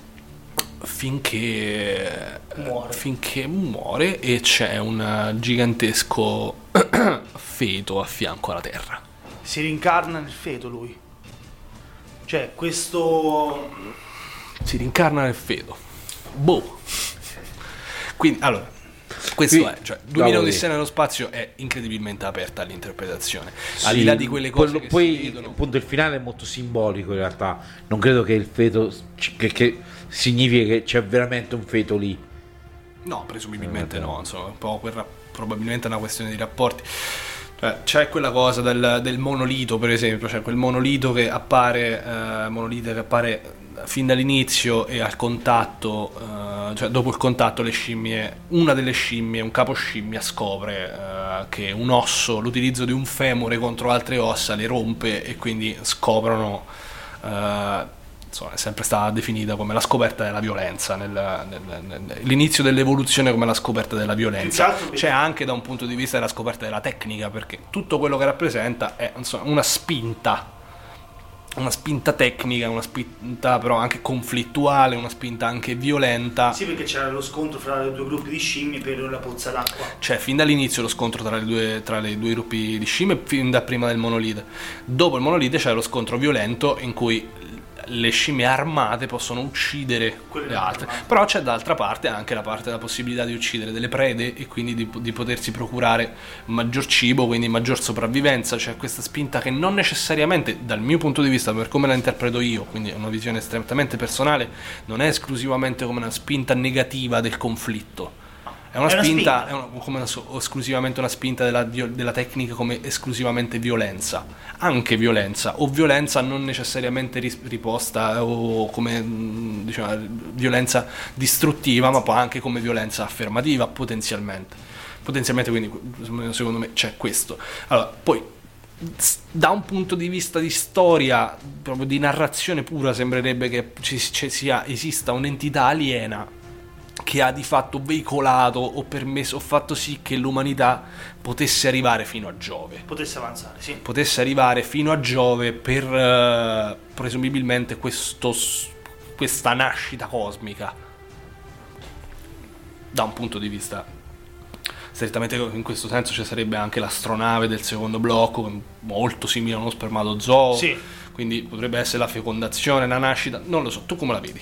finché Muore. finché muore e c'è un gigantesco feto a fianco alla terra. Si rincarna nel feto lui. Cioè, questo... Si rincarna nel feto. Boh. Quindi, allora, questo Qui- è, cioè, duemila cavoli. Odissea nello spazio è incredibilmente aperta all'interpretazione. Sì, Al di là di quelle cose quello- che poi si vedono. appunto il finale è molto simbolico in realtà. Non credo che il feto che, che significhi che c'è veramente un feto lì. No, presumibilmente no, insomma, un po' quel, probabilmente è una questione di rapporti. Cioè, c'è quella cosa del, del monolito, per esempio, cioè quel monolito che appare, eh, monolite che appare fin dall'inizio e al contatto, eh, cioè dopo il contatto le scimmie, una delle scimmie, un capo scimmia scopre eh, che un osso, l'utilizzo di un femore contro altre ossa le rompe e quindi scoprono, eh, insomma è sempre stata definita come la scoperta della violenza, nel, nel, nel, l'inizio dell'evoluzione come la scoperta della Più violenza. che altro C'è anche da un punto di vista della scoperta della tecnica, perché tutto quello che rappresenta è insomma una spinta, una spinta tecnica, una spinta però anche conflittuale, una spinta anche violenta. Sì, perché c'era lo scontro fra i due gruppi di scimmie per la pozza d'acqua. C'è fin dall'inizio lo scontro tra le due, tra le due gruppi di scimmie, fin da prima del monolite. Dopo il monolite c'è lo scontro violento in cui le scimmie armate possono uccidere Quelle le altre, armate. però c'è d'altra parte anche la parte della possibilità di uccidere delle prede e quindi di, di potersi procurare maggior cibo, quindi maggior sopravvivenza. C'è questa spinta che non necessariamente, dal mio punto di vista, per come la interpreto io, quindi è una visione estremamente personale, non è esclusivamente come una spinta negativa del conflitto. È una È una spinta, spinta. è una- come una so- esclusivamente una spinta della, vio- della tecnica come esclusivamente violenza, anche violenza, o violenza non necessariamente ris- riposta o come mh, diciamo, violenza distruttiva, ma poi anche come violenza affermativa potenzialmente. Potenzialmente, quindi secondo me c'è questo. Allora, poi s- da un punto di vista di storia, proprio di narrazione pura, sembrerebbe che ci, ci sia, esista un'entità aliena che ha di fatto veicolato o permesso o fatto sì che l'umanità potesse arrivare fino a Giove. Potesse avanzare, sì. Potesse arrivare fino a Giove per eh, presumibilmente questo, s- questa nascita cosmica. Da un punto di vista strettamente, in questo senso ci sarebbe anche l'astronave del secondo blocco, molto simile a uno spermatozoo. Sì. Quindi potrebbe essere la fecondazione, la nascita, non lo so, tu come la vedi?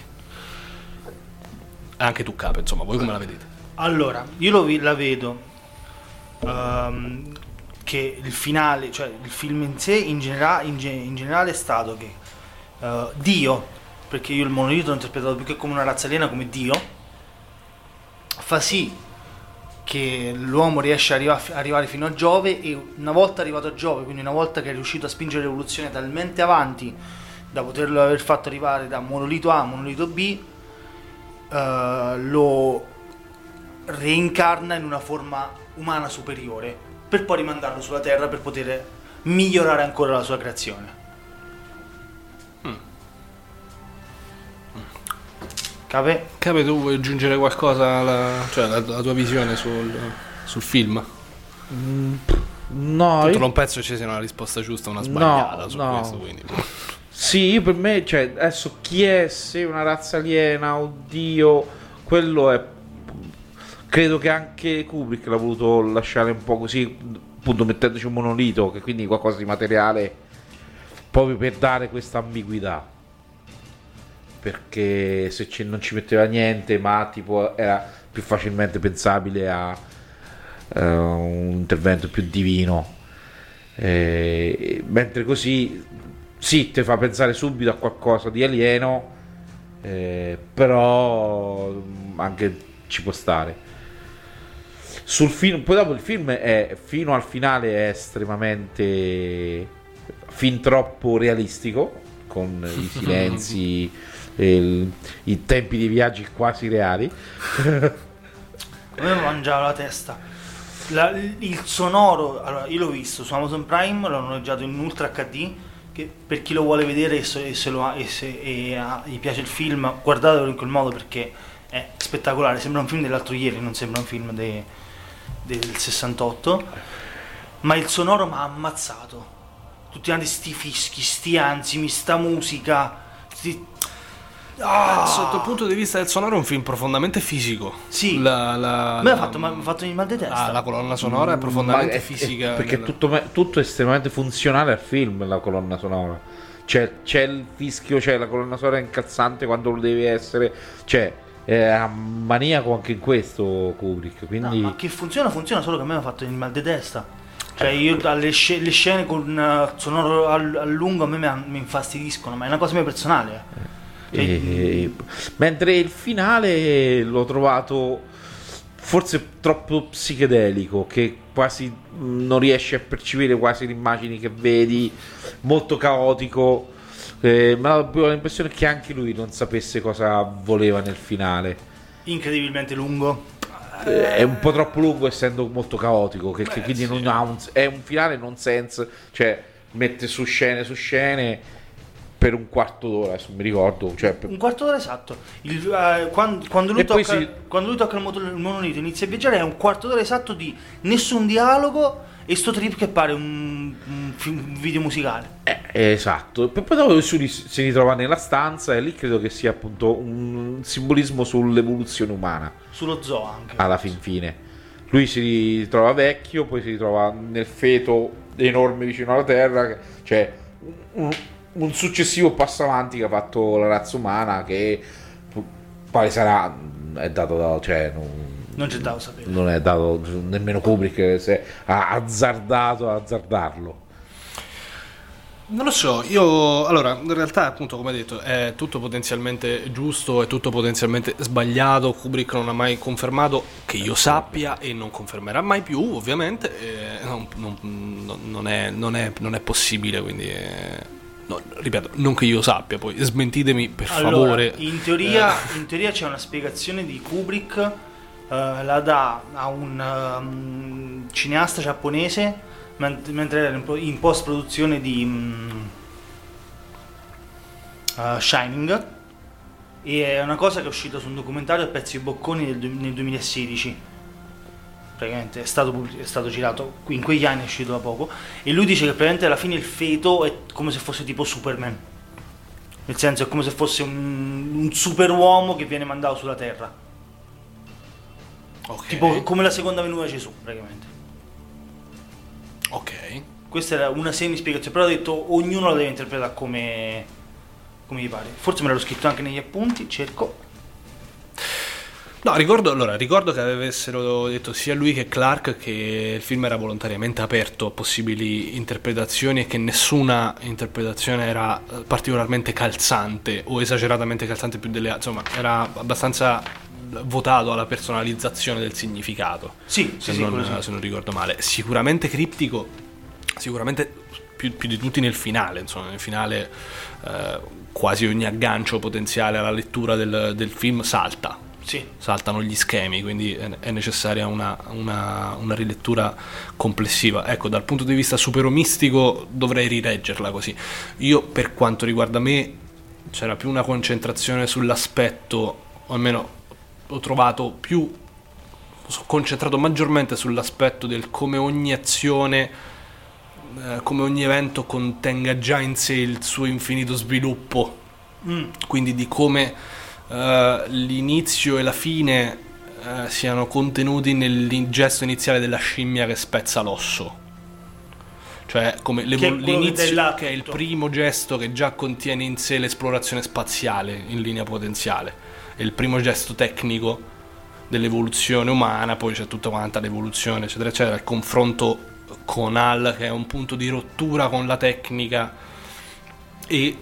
Anche tu, Capo, insomma, voi come la vedete? Allora, io lo vi- la vedo ehm, che il finale, cioè il film in sé, in, genera- in ge- in generale è stato che eh, Dio, perché io il monolito l'ho interpretato più che come una razza aliena, come Dio, fa sì che l'uomo riesce a arriva- arrivare fino a Giove, e una volta arrivato a Giove, quindi una volta che è riuscito a spingere l'evoluzione talmente avanti da poterlo aver fatto arrivare da monolito A a monolito B, eh, lo reincarna in una forma umana superiore per poi rimandarlo sulla Terra per poter migliorare ancora la sua creazione. Mm. Cape? Cape, tu vuoi aggiungere qualcosa alla, cioè la, la tua visione sul, sul film? Mm, no, Tanto io... non penso ci sia una risposta giusta o una sbagliata no, su no. questo, quindi. Sì, per me, cioè, adesso chi è, se una razza aliena, oddio, quello è... Credo che anche Kubrick l'ha voluto lasciare un po' così, appunto mettendoci un monolito, che quindi qualcosa di materiale, proprio per dare questa ambiguità. Perché se ci, non ci metteva niente, ma tipo era più facilmente pensabile a uh, un intervento più divino. Eh, mentre così, sì, ti fa pensare subito a qualcosa di alieno, eh, però anche ci può stare. Sul film, poi dopo il film è fino al finale è estremamente fin troppo realistico, con i silenzi e il, i tempi di viaggi quasi reali. Come mi mangiava la testa. La, il sonoro, allora io l'ho visto su Amazon Prime, l'ho noleggiato in Ultra acca di, che per chi lo vuole vedere e se, e se, lo ha, e se e ha, gli piace il film, guardatelo in quel modo perché è spettacolare. Sembra un film dell'altro ieri, non sembra un film de, del sessantotto, ma il sonoro mi ha ammazzato. Tutti quanti sti fischi, sti ansimi, sta musica, sti... Ah, sotto il punto di vista del sonoro è un film profondamente fisico. Sì, la, la, a me ha la- fatto, ma- mi ha fatto il mal di testa. ah, la colonna sonora è profondamente Ma è- fisica. è- perché nel- tutto, me- tutto è estremamente funzionale al film, la colonna sonora. Cioè, c'è il fischio, c'è la colonna sonora incalzante quando lo deve essere. Cioè, è maniaco anche in questo Kubrick. No, Quindi ma che funziona, funziona, solo che a me mi ha fatto il mal di testa. Cioè io alle sc- le scene con uh, sonoro a, a lungo a me mi, mi infastidiscono, ma è una cosa mia personale. Cioè, E- mentre il finale l'ho trovato forse troppo psichedelico, che quasi non riesci a percepire quasi le immagini che vedi, molto caotico. Eh, ma ho l'impressione che anche lui non sapesse cosa voleva nel finale. incredibilmente lungo. Eh, è un po' troppo lungo essendo molto caotico, che, che Beh, quindi sì. non ha un, è un finale nonsense, cioè mette su scene su scene per un quarto d'ora, adesso mi ricordo, cioè per- Un quarto d'ora esatto. Il, eh, quando, quando lui E poi tocca, si- quando lui tocca il, moto- il monolito, inizia a viaggiare, è un quarto d'ora esatto di nessun dialogo e sto trip che pare un, un film- un video musicale. Eh, esatto, poi poi dopo si si ritrova nella stanza e lì credo che sia appunto un simbolismo sull'evoluzione umana Sullo zoo anche. alla fin fine. Lui si ritrova vecchio, poi si ritrova nel feto enorme vicino alla Terra, che- cioè un, un successivo passo avanti che ha fatto la razza umana, che quale sarà è dato da, cioè, non, Non c'è da sapere. non è dato nemmeno Kubrick se ha azzardato a azzardarlo. Non lo so, io allora in realtà appunto come detto è tutto potenzialmente giusto, è tutto potenzialmente sbagliato. Kubrick non ha mai confermato che io sappia e non confermerà mai più ovviamente, e non, non- non- non è, non è- non è possibile, quindi eh, no, ripeto, non che io sappia, poi smentitemi per Allora, favore. in teoria, Eh. in teoria c'è una spiegazione di Kubrick, eh, la dà a un um, cineasta giapponese ment- mentre era in, pro- in post-produzione di mm, uh, Shining, e è una cosa che è uscita su un documentario a pezzi e bocconi del du- nel duemilasedici. Praticamente è stato, pubblic- è stato girato in quegli anni, è uscito da poco, e lui dice che praticamente alla fine il feto è come se fosse tipo Superman. Nel senso è come se fosse un, un superuomo che viene mandato sulla Terra. Ok. Tipo come la seconda venuta di Gesù, praticamente. Ok. Questa era una semi-spiegazione, però ho detto ognuno la deve interpretare come, come gli pare. Forse me l'ero scritto anche negli appunti, cerco. No, ricordo, allora, ricordo che avessero detto sia lui che Clark che il film era volontariamente aperto a possibili interpretazioni e che nessuna interpretazione era eh, particolarmente calzante o esageratamente calzante più delle altre. Insomma, era abbastanza votato alla personalizzazione del significato. Sì, Se, sì, sì, non, quello sì. se non ricordo male. Sicuramente criptico sicuramente più, più di tutti nel finale, insomma, nel finale eh, quasi ogni aggancio potenziale alla lettura del, del film salta. Sì. Saltano gli schemi, quindi è necessaria una, una, una rilettura complessiva. Ecco, dal punto di vista superomistico dovrei rileggerla così. Io, per quanto riguarda me, c'era più una concentrazione sull'aspetto, o almeno ho trovato più sono concentrato maggiormente sull'aspetto del come ogni azione, eh, come ogni evento contenga già in sé il suo infinito sviluppo, mm. quindi di come Uh, l'inizio e la fine uh, siano contenuti nel gesto iniziale della scimmia che spezza l'osso, cioè come che è l'inizio che è il primo gesto che già contiene in sé l'esplorazione spaziale in linea potenziale, è il primo gesto tecnico dell'evoluzione umana, poi c'è tutta quanta l'evoluzione eccetera eccetera, il confronto con Hal che è un punto di rottura con la tecnica e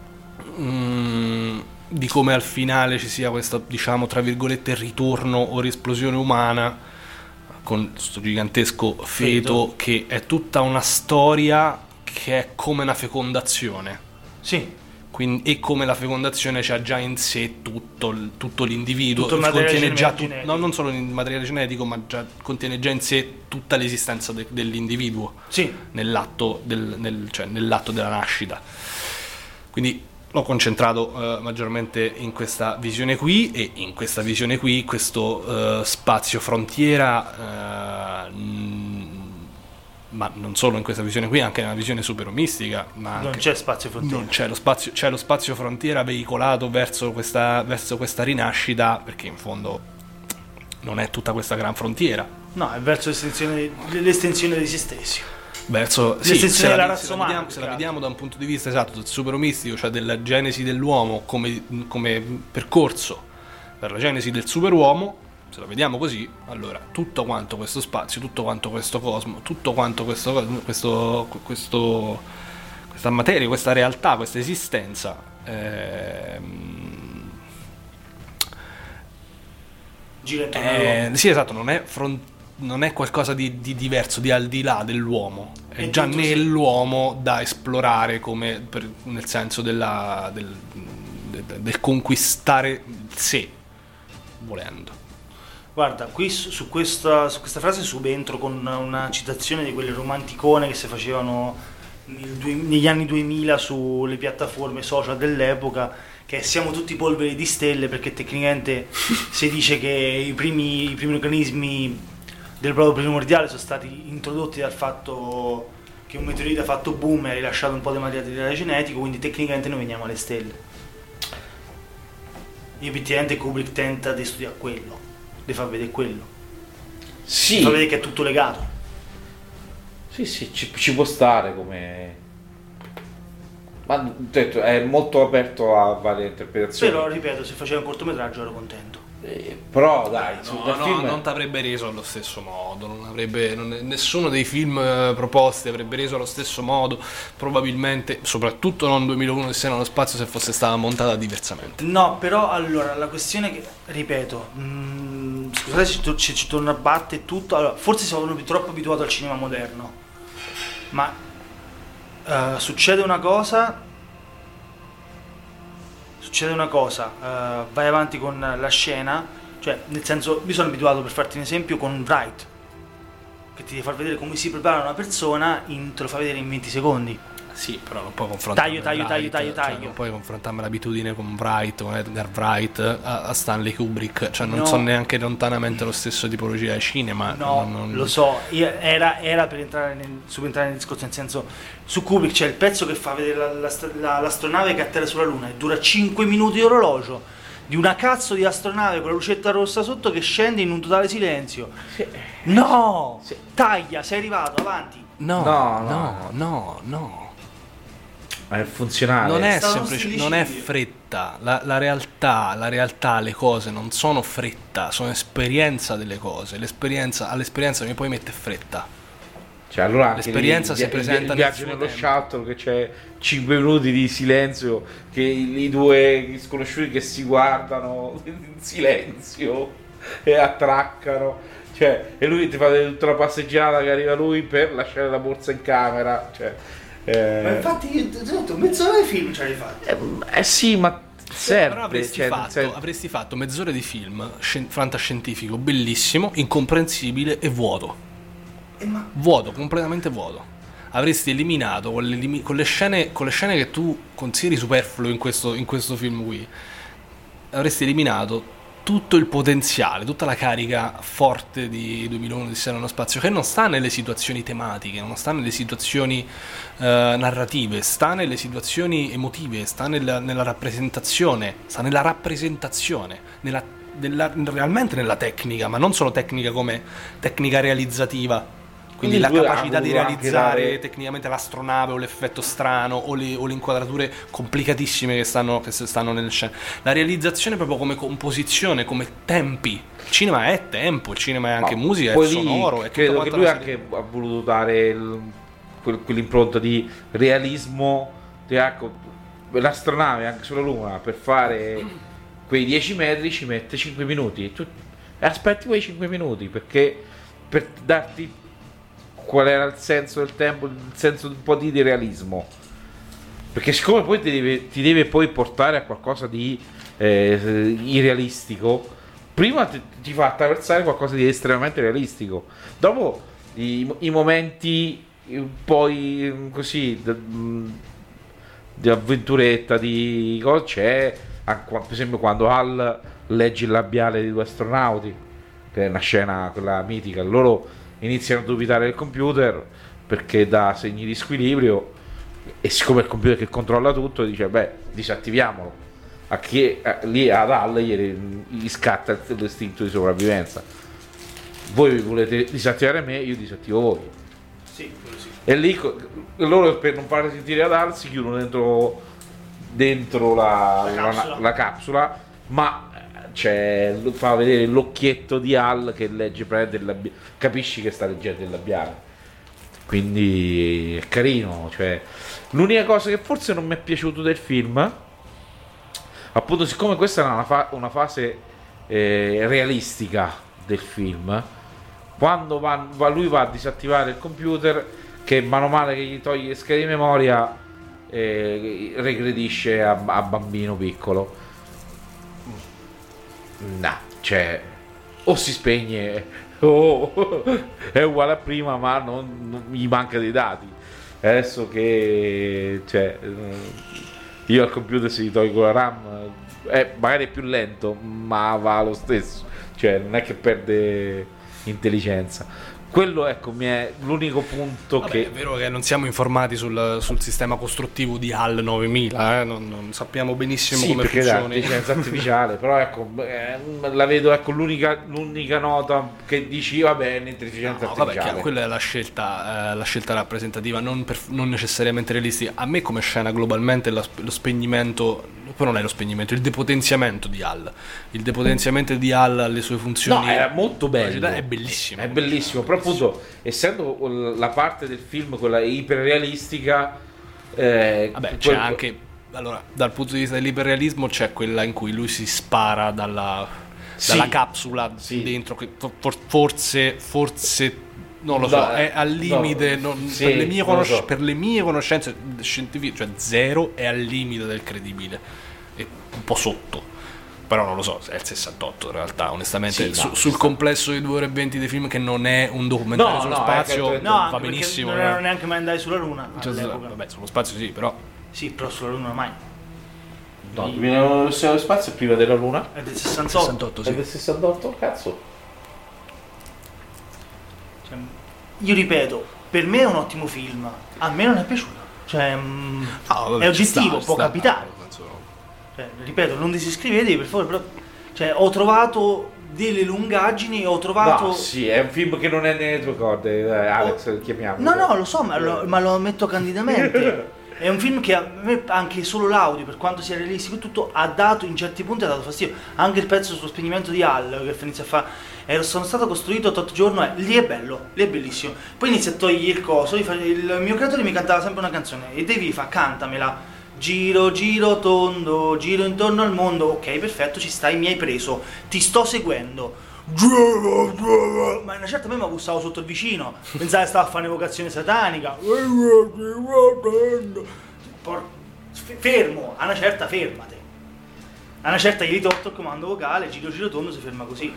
mm, di come al finale ci sia questo, diciamo, tra virgolette, ritorno o riesplosione umana con questo gigantesco feto, feto che è tutta una storia che è come una fecondazione. Sì. Quindi, e come la fecondazione c'ha già in sé tutto, tutto l'individuo, tutto il materiale contiene già tu, genetico. no, non solo il materiale genetico, ma già, contiene già in sé tutta l'esistenza de, dell'individuo, sì. nell'atto, del, nel, cioè, nell'atto della nascita. Quindi l'ho concentrato uh, maggiormente in questa visione qui, e in questa visione qui questo uh, spazio frontiera, uh, mh, ma non solo in questa visione qui, anche nella visione superomistica, ma anche, non c'è spazio frontiera, non c'è lo spazio, c'è lo spazio frontiera veicolato verso questa, verso questa rinascita, perché in fondo non è tutta questa gran frontiera, no, è verso l'estensione, l'estensione di se stessi. Verso sì, se, della la, razza se, la umana, vediamo, se la vediamo da un punto di vista esatto del superomistico, cioè della genesi dell'uomo come, come percorso per la genesi del superuomo, se la vediamo così, allora tutto quanto questo spazio, tutto quanto questo cosmo, tutto quanto questo, questo, questo questa materia, questa realtà, questa esistenza ehm, gira intorno eh, all'uomo. sì, esatto, non è frontiera, non è qualcosa di, di diverso, di al di là dell'uomo, è e già tutto nell'uomo sì. Da esplorare, come per, nel senso della, del, del, del conquistare sé, volendo. Guarda, qui su, su, questa, su questa frase subentro con una citazione di quelle romanticone che si facevano nel, negli anni duemila sulle piattaforme social dell'epoca, che siamo tutti polveri di stelle, perché tecnicamente si dice che i primi, i primi organismi del brodo primordiale sono stati introdotti dal fatto che un meteorite ha fatto boom e ha rilasciato un po' di materiale genetico, quindi tecnicamente noi veniamo alle stelle. E effettivamente Kubrick tenta di studiare quello, di far vedere quello, sì. di far vedere che è tutto legato. Sì, sì, ci, ci può stare come... ma detto, è molto aperto a varie interpretazioni. Però ripeto, se faceva un cortometraggio ero contento. Eh, però dai, no, dal no, film... non ti avrebbe reso allo stesso modo, non avrebbe, non, nessuno dei film eh, proposti avrebbe reso allo stesso modo, probabilmente, soprattutto non duemilauno Odissea nello spazio, se fosse stata montata diversamente. No, però allora la questione che, ripeto, mh, scusate se ci, ci, ci torno a battere tutto, allora, forse sono troppo abituato al cinema moderno, ma uh, succede una cosa... Succede una cosa, uh, vai avanti con la scena, cioè nel senso, io sono abituato, per farti un esempio, con Wright, che ti deve far vedere come si prepara una persona, in, te lo fa vedere in venti secondi. Sì, però non puoi confrontare taglio, taglio, taglio, taglio, taglio. Cioè, non puoi confrontarmi l'abitudine con Wright, con Edgar Wright, a, a Stanley Kubrick, cioè non no. sono neanche lontanamente lo stesso tipologia di cinema. No, non, non... lo so, io, era, era per entrare nel, subentrare nel discorso, nel senso, su Kubrick c'è il pezzo che fa vedere la, la, la, l'astronave che atterra sulla Luna e dura cinque minuti di orologio, di una cazzo di astronave con la lucetta rossa sotto che scende in un totale silenzio. Sì. No! Sì. Taglia, sei arrivato, avanti. No, no, no, no, no. È funzionale. Non è semplice, non è fretta. La, la realtà, la realtà, le cose non sono fretta, sono esperienza delle cose. L'esperienza, all'esperienza mi puoi mettere fretta. Cioè, allora anche l'esperienza lì, si il, presenta il viaggio nello shuttle, che c'è cinque minuti di silenzio, che i, i due sconosciuti che si guardano in silenzio e attraccano. Cioè, Cioè, e lui ti fa tutta la passeggiata che arriva lui per lasciare la borsa in camera. Cioè, eh... Ma infatti io ti ho detto, mezz'ora di film ce l'hai fatti. Eh, eh sì, ma serve. Però avresti, cioè, fatto, serve... avresti fatto mezz'ora di film scien- fantascientifico bellissimo, incomprensibile e vuoto. Eh, ma... Vuoto, completamente vuoto. Avresti eliminato con le, con le scene con le scene che tu consideri superflue in questo, in questo film qui. Avresti eliminato tutto il potenziale, tutta la carica forte di duemilauno Odissea nello spazio, che non sta nelle situazioni tematiche, non sta nelle situazioni eh, narrative, sta nelle situazioni emotive, sta nella, nella rappresentazione, sta nella rappresentazione, nella, nella, realmente nella tecnica, ma non solo tecnica come tecnica realizzativa. Quindi la capacità di realizzare dare... tecnicamente l'astronave o l'effetto strano o le, o le inquadrature complicatissime che stanno, che stanno nelle scene. La realizzazione proprio come composizione, come tempi. Il cinema è tempo, il cinema è anche Ma musica, è sonoro. È credo che lui anche serie. ha voluto dare il, quel, quell'impronta di realismo. Di, ecco, l'astronave anche sulla Luna per fare quei dieci metri ci mette cinque minuti. Tu aspetti quei cinque minuti perché per darti qual era il senso del tempo, il senso di un po' di realismo, perché siccome poi ti deve, ti deve poi portare a qualcosa di eh, irrealistico, prima ti, ti fa attraversare qualcosa di estremamente realistico, dopo i, i momenti poi così di, di avventuretta, di cosa c'è, per esempio quando Hal legge il labiale di due astronauti, che è una scena quella mitica, loro iniziano a dubitare del computer perché dà segni di squilibrio e siccome è il computer che controlla tutto dice beh disattiviamolo, a chi a, lì ad Hal gli, gli scatta l'istinto di sopravvivenza, voi volete disattivare me, io disattivo voi. Sì, sì. E lì loro per non farli sentire ad Hal si chiudono dentro dentro la, la, capsula. la, la capsula, ma c'è, fa vedere l'occhietto di Hal che legge, prende il labiale, capisci che sta leggendo il labiale, quindi è carino. Cioè, l'unica cosa che forse non mi è piaciuto del film, appunto siccome questa è una, fa- una fase eh, realistica del film, quando va, va, lui va a disattivare il computer, che mano a mano che gli toglie le schede di memoria eh, regredisce a, a bambino piccolo. No, cioè o si spegne o è uguale a prima, ma non, non gli manca dei dati. Adesso che cioè, io al computer se gli tolgo la RAM è magari è più lento, ma va lo stesso, cioè non è che perde intelligenza. Quello ecco mi è l'unico punto. Vabbè, che è vero che non siamo informati sul, sul sistema costruttivo di Hal novemila, eh? non, non sappiamo benissimo sì, come funziona l'intelligenza artificiale, però ecco eh, la vedo, ecco l'unica, l'unica nota che dici vabbè l'intelligenza no, artificiale. Vabbè, quella è la scelta, eh, la scelta rappresentativa, non, per, non necessariamente realistica. A me come scena globalmente la, lo spegnimento, poi non è lo spegnimento, il depotenziamento di Hal, il depotenziamento di Hal alle sue funzioni. No, è molto bello, è bellissimo, è bellissimo, però appunto essendo la parte del film quella iperrealistica eh, vabbè c'è quel... anche allora dal punto di vista dell'iperrealismo c'è quella in cui lui si spara dalla, sì, dalla capsula sì, dentro che for, forse forse non lo so, no, è al limite no, non, sì, per, le mie conosc- so. per le mie conoscenze scientifiche, cioè zero è al limite del credibile, è un po' sotto, però non lo so, è il sessantotto in realtà, onestamente, sì, su, no, sul complesso di due ore e venti di film, che non è un documentario no, sullo no, spazio, no, va benissimo. Non erano neanche mai andati sulla Luna. Cioè, vabbè, sullo spazio sì, però. Sì, però sulla Luna mai. No, duemilanove Odissea nello spazio è prima della Luna? È del sessantotto. sessantotto, sì. È del sessantotto, cazzo. Cioè, io ripeto, per me è un ottimo film, a me non è piaciuto. Cioè, no, vabbè, è oggettivo, sta, può sta, capitare. Cioè, ripeto, non disiscrivetevi per favore, però cioè, ho trovato delle lungaggini, ho trovato... No, sì, è un film che non è nelle tue corde, eh, Alex, oh, chiamiamo. No, no, lo so, ma lo, ma lo ammetto candidamente. È un film che a me, anche solo l'audio, per quanto sia realistico e tutto, ha dato, in certi punti ha dato fastidio. Anche il pezzo sullo spegnimento di Hal, che inizia a fare... Ero, sono stato costruito tot giorno, eh, lì è bello, lì è bellissimo. Poi inizia a togliere il coso, fa, il mio creatore mi cantava sempre una canzone, e Davey fa, cantamela. Giro, giro, tondo, giro intorno al mondo. Ok, perfetto, ci stai, mi hai preso, ti sto seguendo. ma una certa me mi bussavo sotto il vicino, pensavo che stava a fare un'evocazione satanica. Por- fermo, a una certa fermate, a una certa gli tolto il comando vocale, giro giro tondo, si ferma così.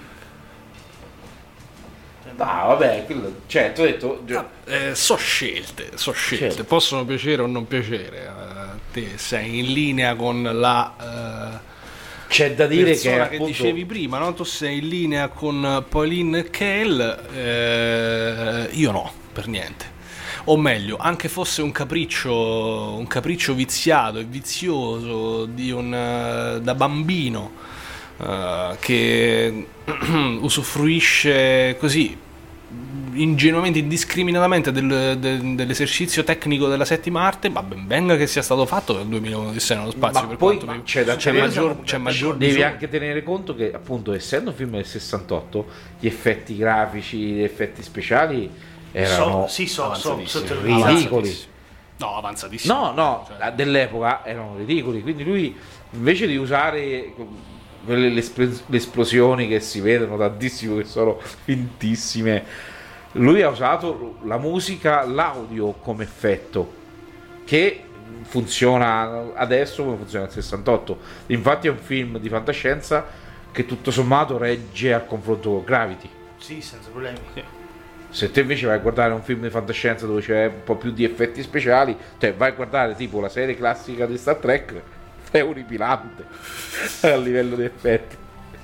Ah, vabbè, quello, cioè, ti ho detto, Ah, eh, so scelte, so scelte, Certo. possono piacere o non piacere. Uh, te sei in linea con la uh, c'è da dire persona che, che appunto, dicevi prima, no? Tu sei in linea con Pauline Kael, eh, io no, per niente. O meglio, anche fosse un capriccio, un capriccio viziato e vizioso di un uh, da bambino. Uh, che usufruisce così ingenuamente, indiscriminatamente del, del, dell'esercizio tecnico della settima arte, ma ben venga che sia stato fatto nel duemilauno Odissea nello spazio. Ma per poi quanto ma mi- c'è da c'è tenere- maggior, c'è maggior devi bisogno. anche tenere conto che, appunto, essendo un film del sessantotto, gli effetti grafici, gli effetti speciali erano So, sì, so, so, avanzatissimi. sotto il ridicoli. No, avanzatissimo. No, no, Cioè, dell'epoca erano ridicoli. Quindi lui, invece di usare quelle le espl- le esplosioni che si vedono tantissimo, che sono fintissime, lui ha usato la musica, l'audio come effetto, che funziona adesso come funziona nel sessantotto. Infatti è un film di fantascienza che tutto sommato regge al confronto con Gravity. Sì, senza problemi. Se te invece vai a guardare un film di fantascienza dove c'è un po' più di effetti speciali, cioè vai a guardare tipo la serie classica di Star Trek, è orripilante a livello di effetti.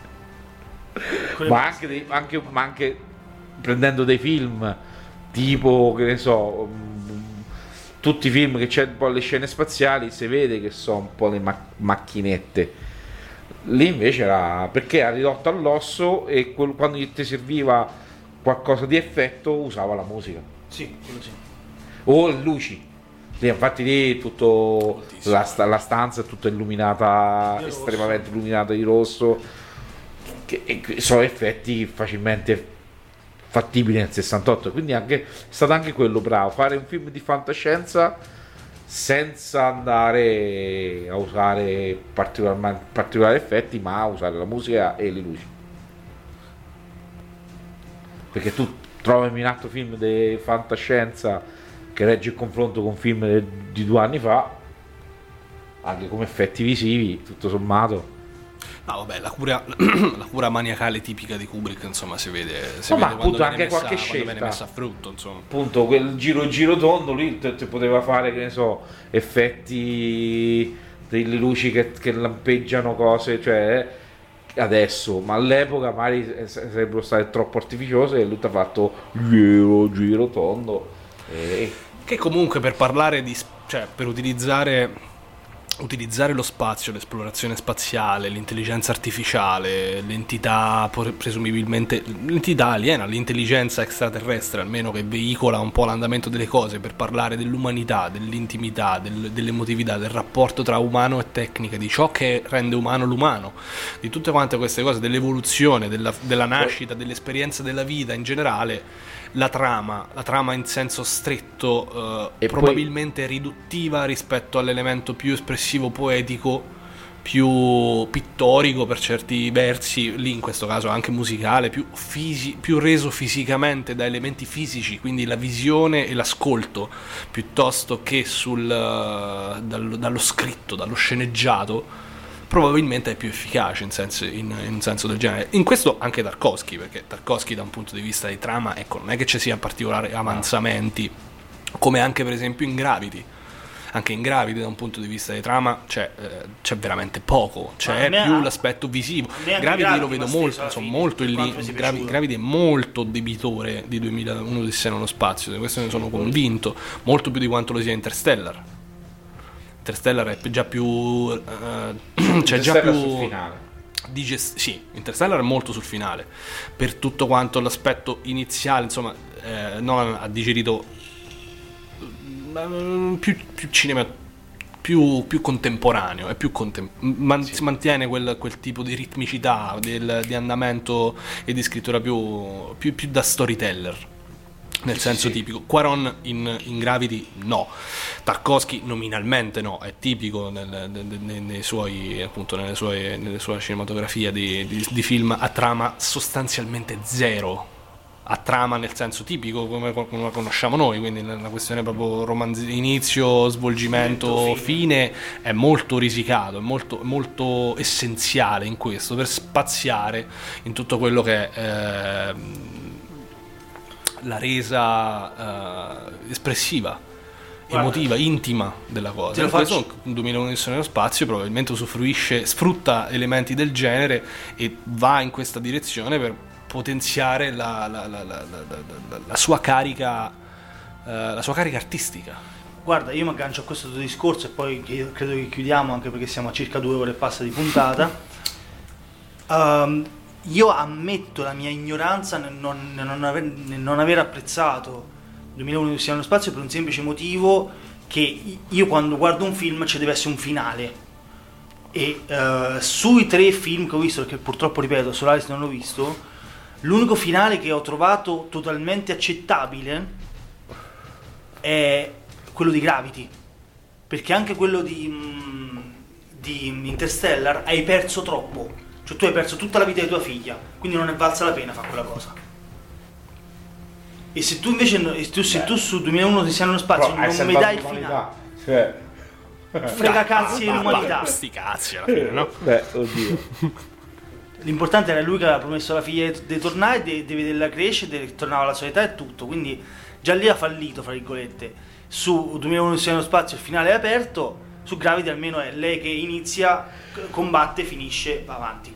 Ma anche, dei- anche, ma anche prendendo dei film tipo, che ne so, mm, tutti i film che c'è un po' le scene spaziali, si vede che sono un po' le ma- macchinette. Lì invece era perché era ridotto all'osso, e quel- quando gli ti serviva qualcosa di effetto usava la musica Sì, quello sì. o le luci. Lì, infatti lì tutto Moltissimo. la, sta- la stanza è tutta illuminata, Di rosso. estremamente illuminata di rosso, che, e che sono effetti facilmente fattibili nel sessantotto. Quindi anche, è stato anche quello bravo, fare un film di fantascienza senza andare a usare particolarmente particolari effetti, ma a usare la musica e le luci. Perché tu trovi un altro film di fantascienza che regge il confronto con film de- di due anni fa, anche come effetti visivi, tutto sommato. no, vabbè, la cura, la cura maniacale tipica di Kubrick, insomma, si vede, si No, ma vede appunto quando anche viene messa, qualche quando viene scelta. messa a frutto, insomma. Appunto, quel giro giro tondo lì te, te poteva fare, che ne so, effetti delle luci che, che lampeggiano cose, cioè adesso, ma all'epoca magari eh, sarebbero state troppo artificiose, e lui ti ha fatto giro giro tondo. E Che comunque, per parlare di, cioè per utilizzare utilizzare lo spazio, l'esplorazione spaziale, l'intelligenza artificiale, l'entità por- presumibilmente l'entità aliena, l'intelligenza extraterrestre almeno, che veicola un po' l'andamento delle cose, per parlare dell'umanità, dell'intimità, del- dell'emotività, del rapporto tra umano e tecnica, di ciò che rende umano l'umano, di tutte quante queste cose, dell'evoluzione, della, della nascita, dell'esperienza della vita in generale. La trama, la trama in senso stretto, eh, E probabilmente riduttiva rispetto all'elemento più espressivo, poetico, più pittorico per certi versi, lì in questo caso anche musicale, più, fisi- più reso fisicamente da elementi fisici, quindi la visione e l'ascolto, piuttosto che sul, eh, dal- dallo scritto, dallo sceneggiato. Probabilmente è più efficace in senso, in, in senso del genere. In questo anche Tarkovsky, perché Tarkovsky da un punto di vista di trama, ecco, non è che ci siano particolari avanzamenti, come anche per esempio in Gravity. Anche in Gravity da un punto di vista di trama c'è, eh, c'è veramente poco, c'è Ma ne più ha- l'aspetto visivo. neanche Gravity Gravity lo vedo va steso molto, alla insomma, fine, molto in per linea. quanto mi sia Gravi- piaciuto. Gravity è molto debitore di duemilauno Odissea nello spazio, di questo ne sono convinto, molto più di quanto lo sia Interstellar. Interstellar è già più eh, c'è già Interstellar più sul finale. digest- sì, Interstellar è molto sul finale, per tutto quanto l'aspetto iniziale, insomma, eh, non ha digerito eh, più, più cinema, più, più contemporaneo, è più contem- man- si mantiene quel, quel tipo di ritmicità del- di andamento e di scrittura più, più, più da storyteller. nel sì, senso sì. tipico. Quaron in, in Gravity no, Tarkovsky nominalmente no, è tipico nel, nel, nei, nei suoi, appunto, nelle sue, nelle sua cinematografia di, di, di film a trama sostanzialmente zero, a trama nel senso tipico come, come la conosciamo noi, quindi la questione proprio romanzi, inizio, svolgimento, fine è molto risicato, è molto, molto essenziale in questo per spaziare in tutto quello che è eh, la resa eh, espressiva, emotiva, intima della cosa. Te lo In questo faccio- duemilauno Odissea nello spazio probabilmente usufruisce, sfrutta elementi del genere e va in questa direzione per potenziare la, la, la, la, la, la, la sua carica eh, la sua carica artistica. Guarda, io mi aggancio a questo tuo discorso e poi io credo che chiudiamo, anche perché siamo a circa due ore e passa di puntata. Um, io ammetto la mia ignoranza nel non, nel non, aver, nel non aver apprezzato duemilauno Odissea nello spazio per un semplice motivo, che io quando guardo un film ci deve essere un finale, e uh, sui tre film che ho visto, perché purtroppo ripeto Solaris non l'ho visto, l'unico finale che ho trovato totalmente accettabile è quello di Gravity, perché anche quello di, mm, di Interstellar hai perso troppo, cioè tu hai perso tutta la vita di tua figlia, quindi non è valsa la pena fare quella cosa. E se tu invece e tu, se tu su duemilauno Odissea nello spazio Però hai non mi dai il salvato finale, l'umanità. Cioè, frega cazzi dell'umanità. Sti cazzi alla fine, no? beh, oddio. L'importante era lui che aveva promesso alla figlia di tornare, di, di vederla crescere, di tornare alla sua età e tutto, quindi già lì ha fallito, fra virgolette. Su duemilauno Odissea nello spazio il finale è aperto, su Gravity almeno è lei che inizia, combatte, finisce, va avanti.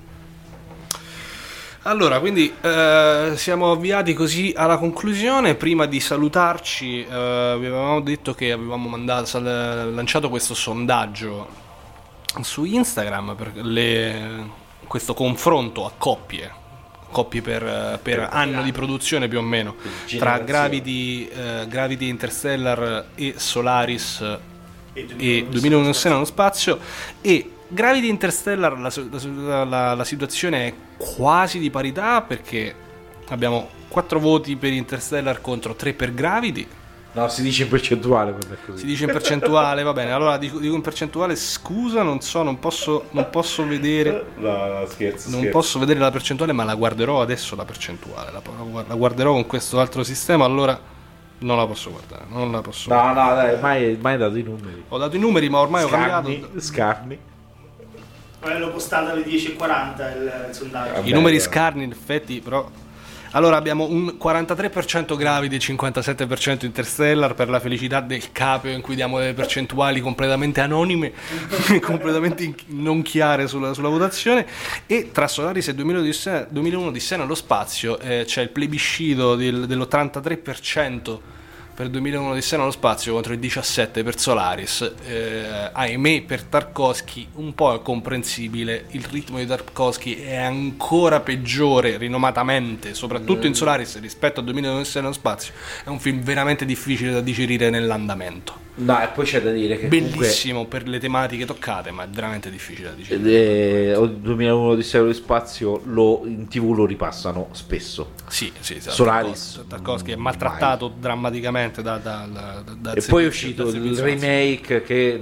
Allora, quindi eh, siamo avviati così alla conclusione. Prima di salutarci, eh, vi avevamo detto che avevamo mandato, sal- lanciato questo sondaggio su Instagram per le, questo confronto a coppie, coppie per, per anno di produzione più o meno, tra Gravity, eh, Gravity Interstellar e Solaris e duemilauno Odissea nello spazio. E Gravity Interstellar la, la, la, la situazione è quasi di parità, perché abbiamo quattro voti per Interstellar contro tre per Gravity. No, si dice in percentuale, per me è così. Si dice in percentuale, va bene. Allora dico, dico in percentuale, scusa, non so, non posso, non posso vedere. No, no, scherzo, Non scherzo. posso vedere la percentuale, ma la guarderò adesso la percentuale. La, la guarderò con questo altro sistema, allora non la posso guardare. Non la posso No, guardare. no, dai, mai, mai dato i numeri. Ho dato i numeri, ma ormai ho Scarni, cambiato. scarni. L'ho postato alle dieci e quaranta il, il sondaggio. Vabbè, I numeri dai. scarni, in effetti, però. Allora abbiamo un quarantatré per cento Gravity e cinquantasette per cento Interstellar, per la felicità del Capeo, in cui diamo delle percentuali completamente anonime, completamente in- non chiare sulla, sulla votazione. E tra Solaris e duemilauno Odissea nello spazio eh, c'è il plebiscito del, dell'ottantatré per cento per duemilauno Odissea nello spazio contro il diciassette per Solaris. Eh, ahimè, per Tarkovsky un po' è comprensibile, il ritmo di Tarkovsky è ancora peggiore rinomatamente, soprattutto in Solaris, rispetto a duemilauno Odissea nello spazio. È un film veramente difficile da digerire nell'andamento. No, e poi c'è da dire che Bellissimo per le tematiche toccate, ma è veramente difficile da digerire. comunque eh, duemilauno Odissea nello spazio lo, in tv lo ripassano spesso. Sì, sì, sì, Solaris, Tarkovsky è maltrattato drammaticamente da, da, da, da E poi è uscito il remake che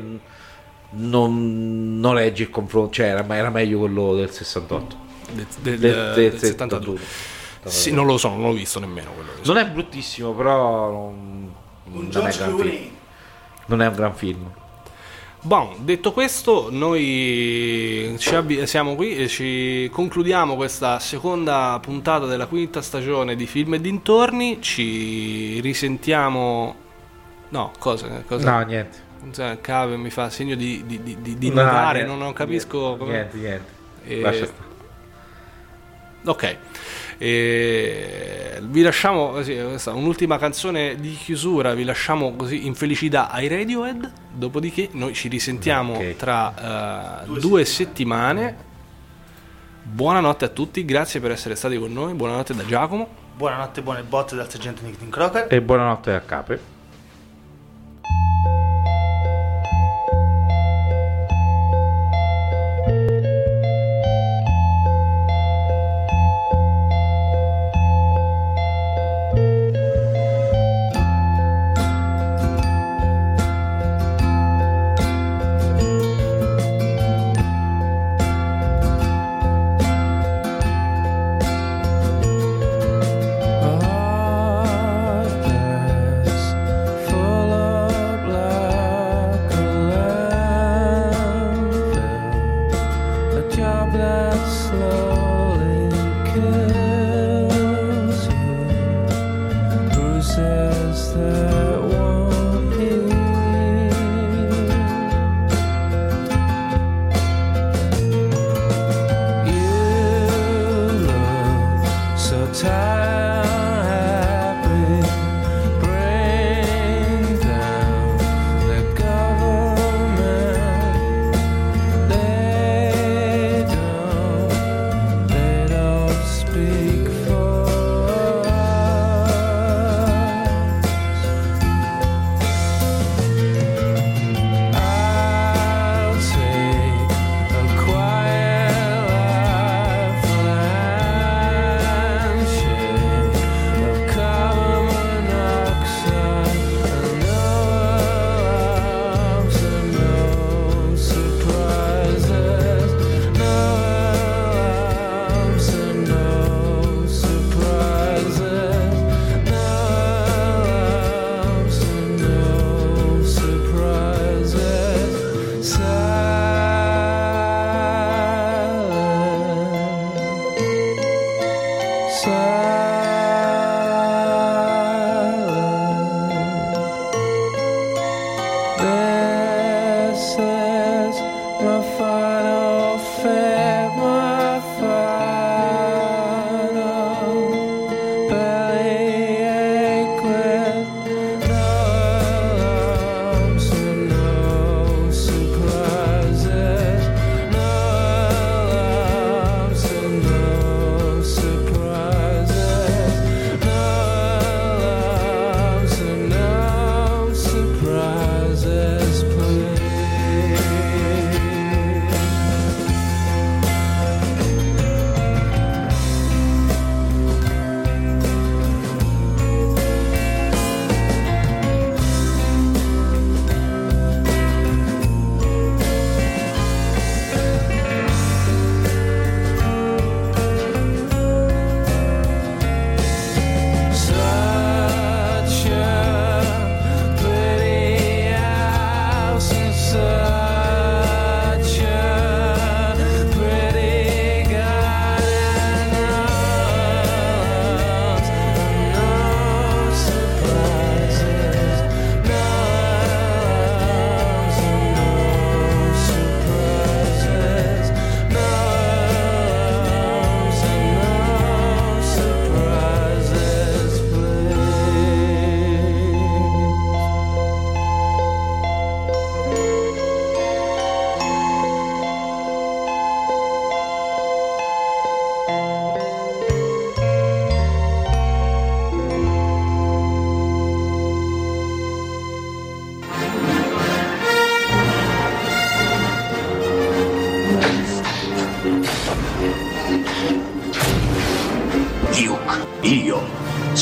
non, non regge il confronto, cioè era, era meglio quello del sessantotto. del, del, Del- del del settantadue. settantadue. Sì, non lo so, non l'ho visto nemmeno quello. Non è bruttissimo, però non, Un non è George gran film. Clooney. Non è un gran film. Bon, detto questo, noi ci avvi- siamo qui e ci concludiamo questa seconda puntata della quinta stagione di Film e dintorni. Ci risentiamo. No, cosa? cosa? No, niente. Cioè, Cave mi fa segno di, di, di, di, di No, negare, niente, non, non capisco. come- Niente, niente. E- Lascia stare. Ok, e vi lasciamo così, questa è un'ultima canzone di chiusura, vi lasciamo così in felicità ai Radiohead, dopodiché noi ci risentiamo Ok. tra uh, due settimane. Buonanotte a tutti, grazie per essere stati con noi, buonanotte da Giacomo. Buonanotte, buone botte dal sergente Nick Crocker. E buonanotte a Cape.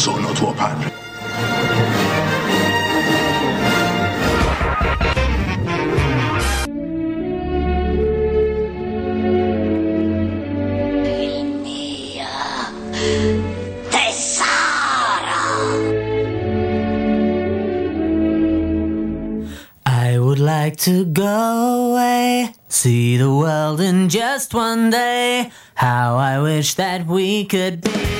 sono tuo padre. I would like to go away, see the world in just one day. How I wish that we could be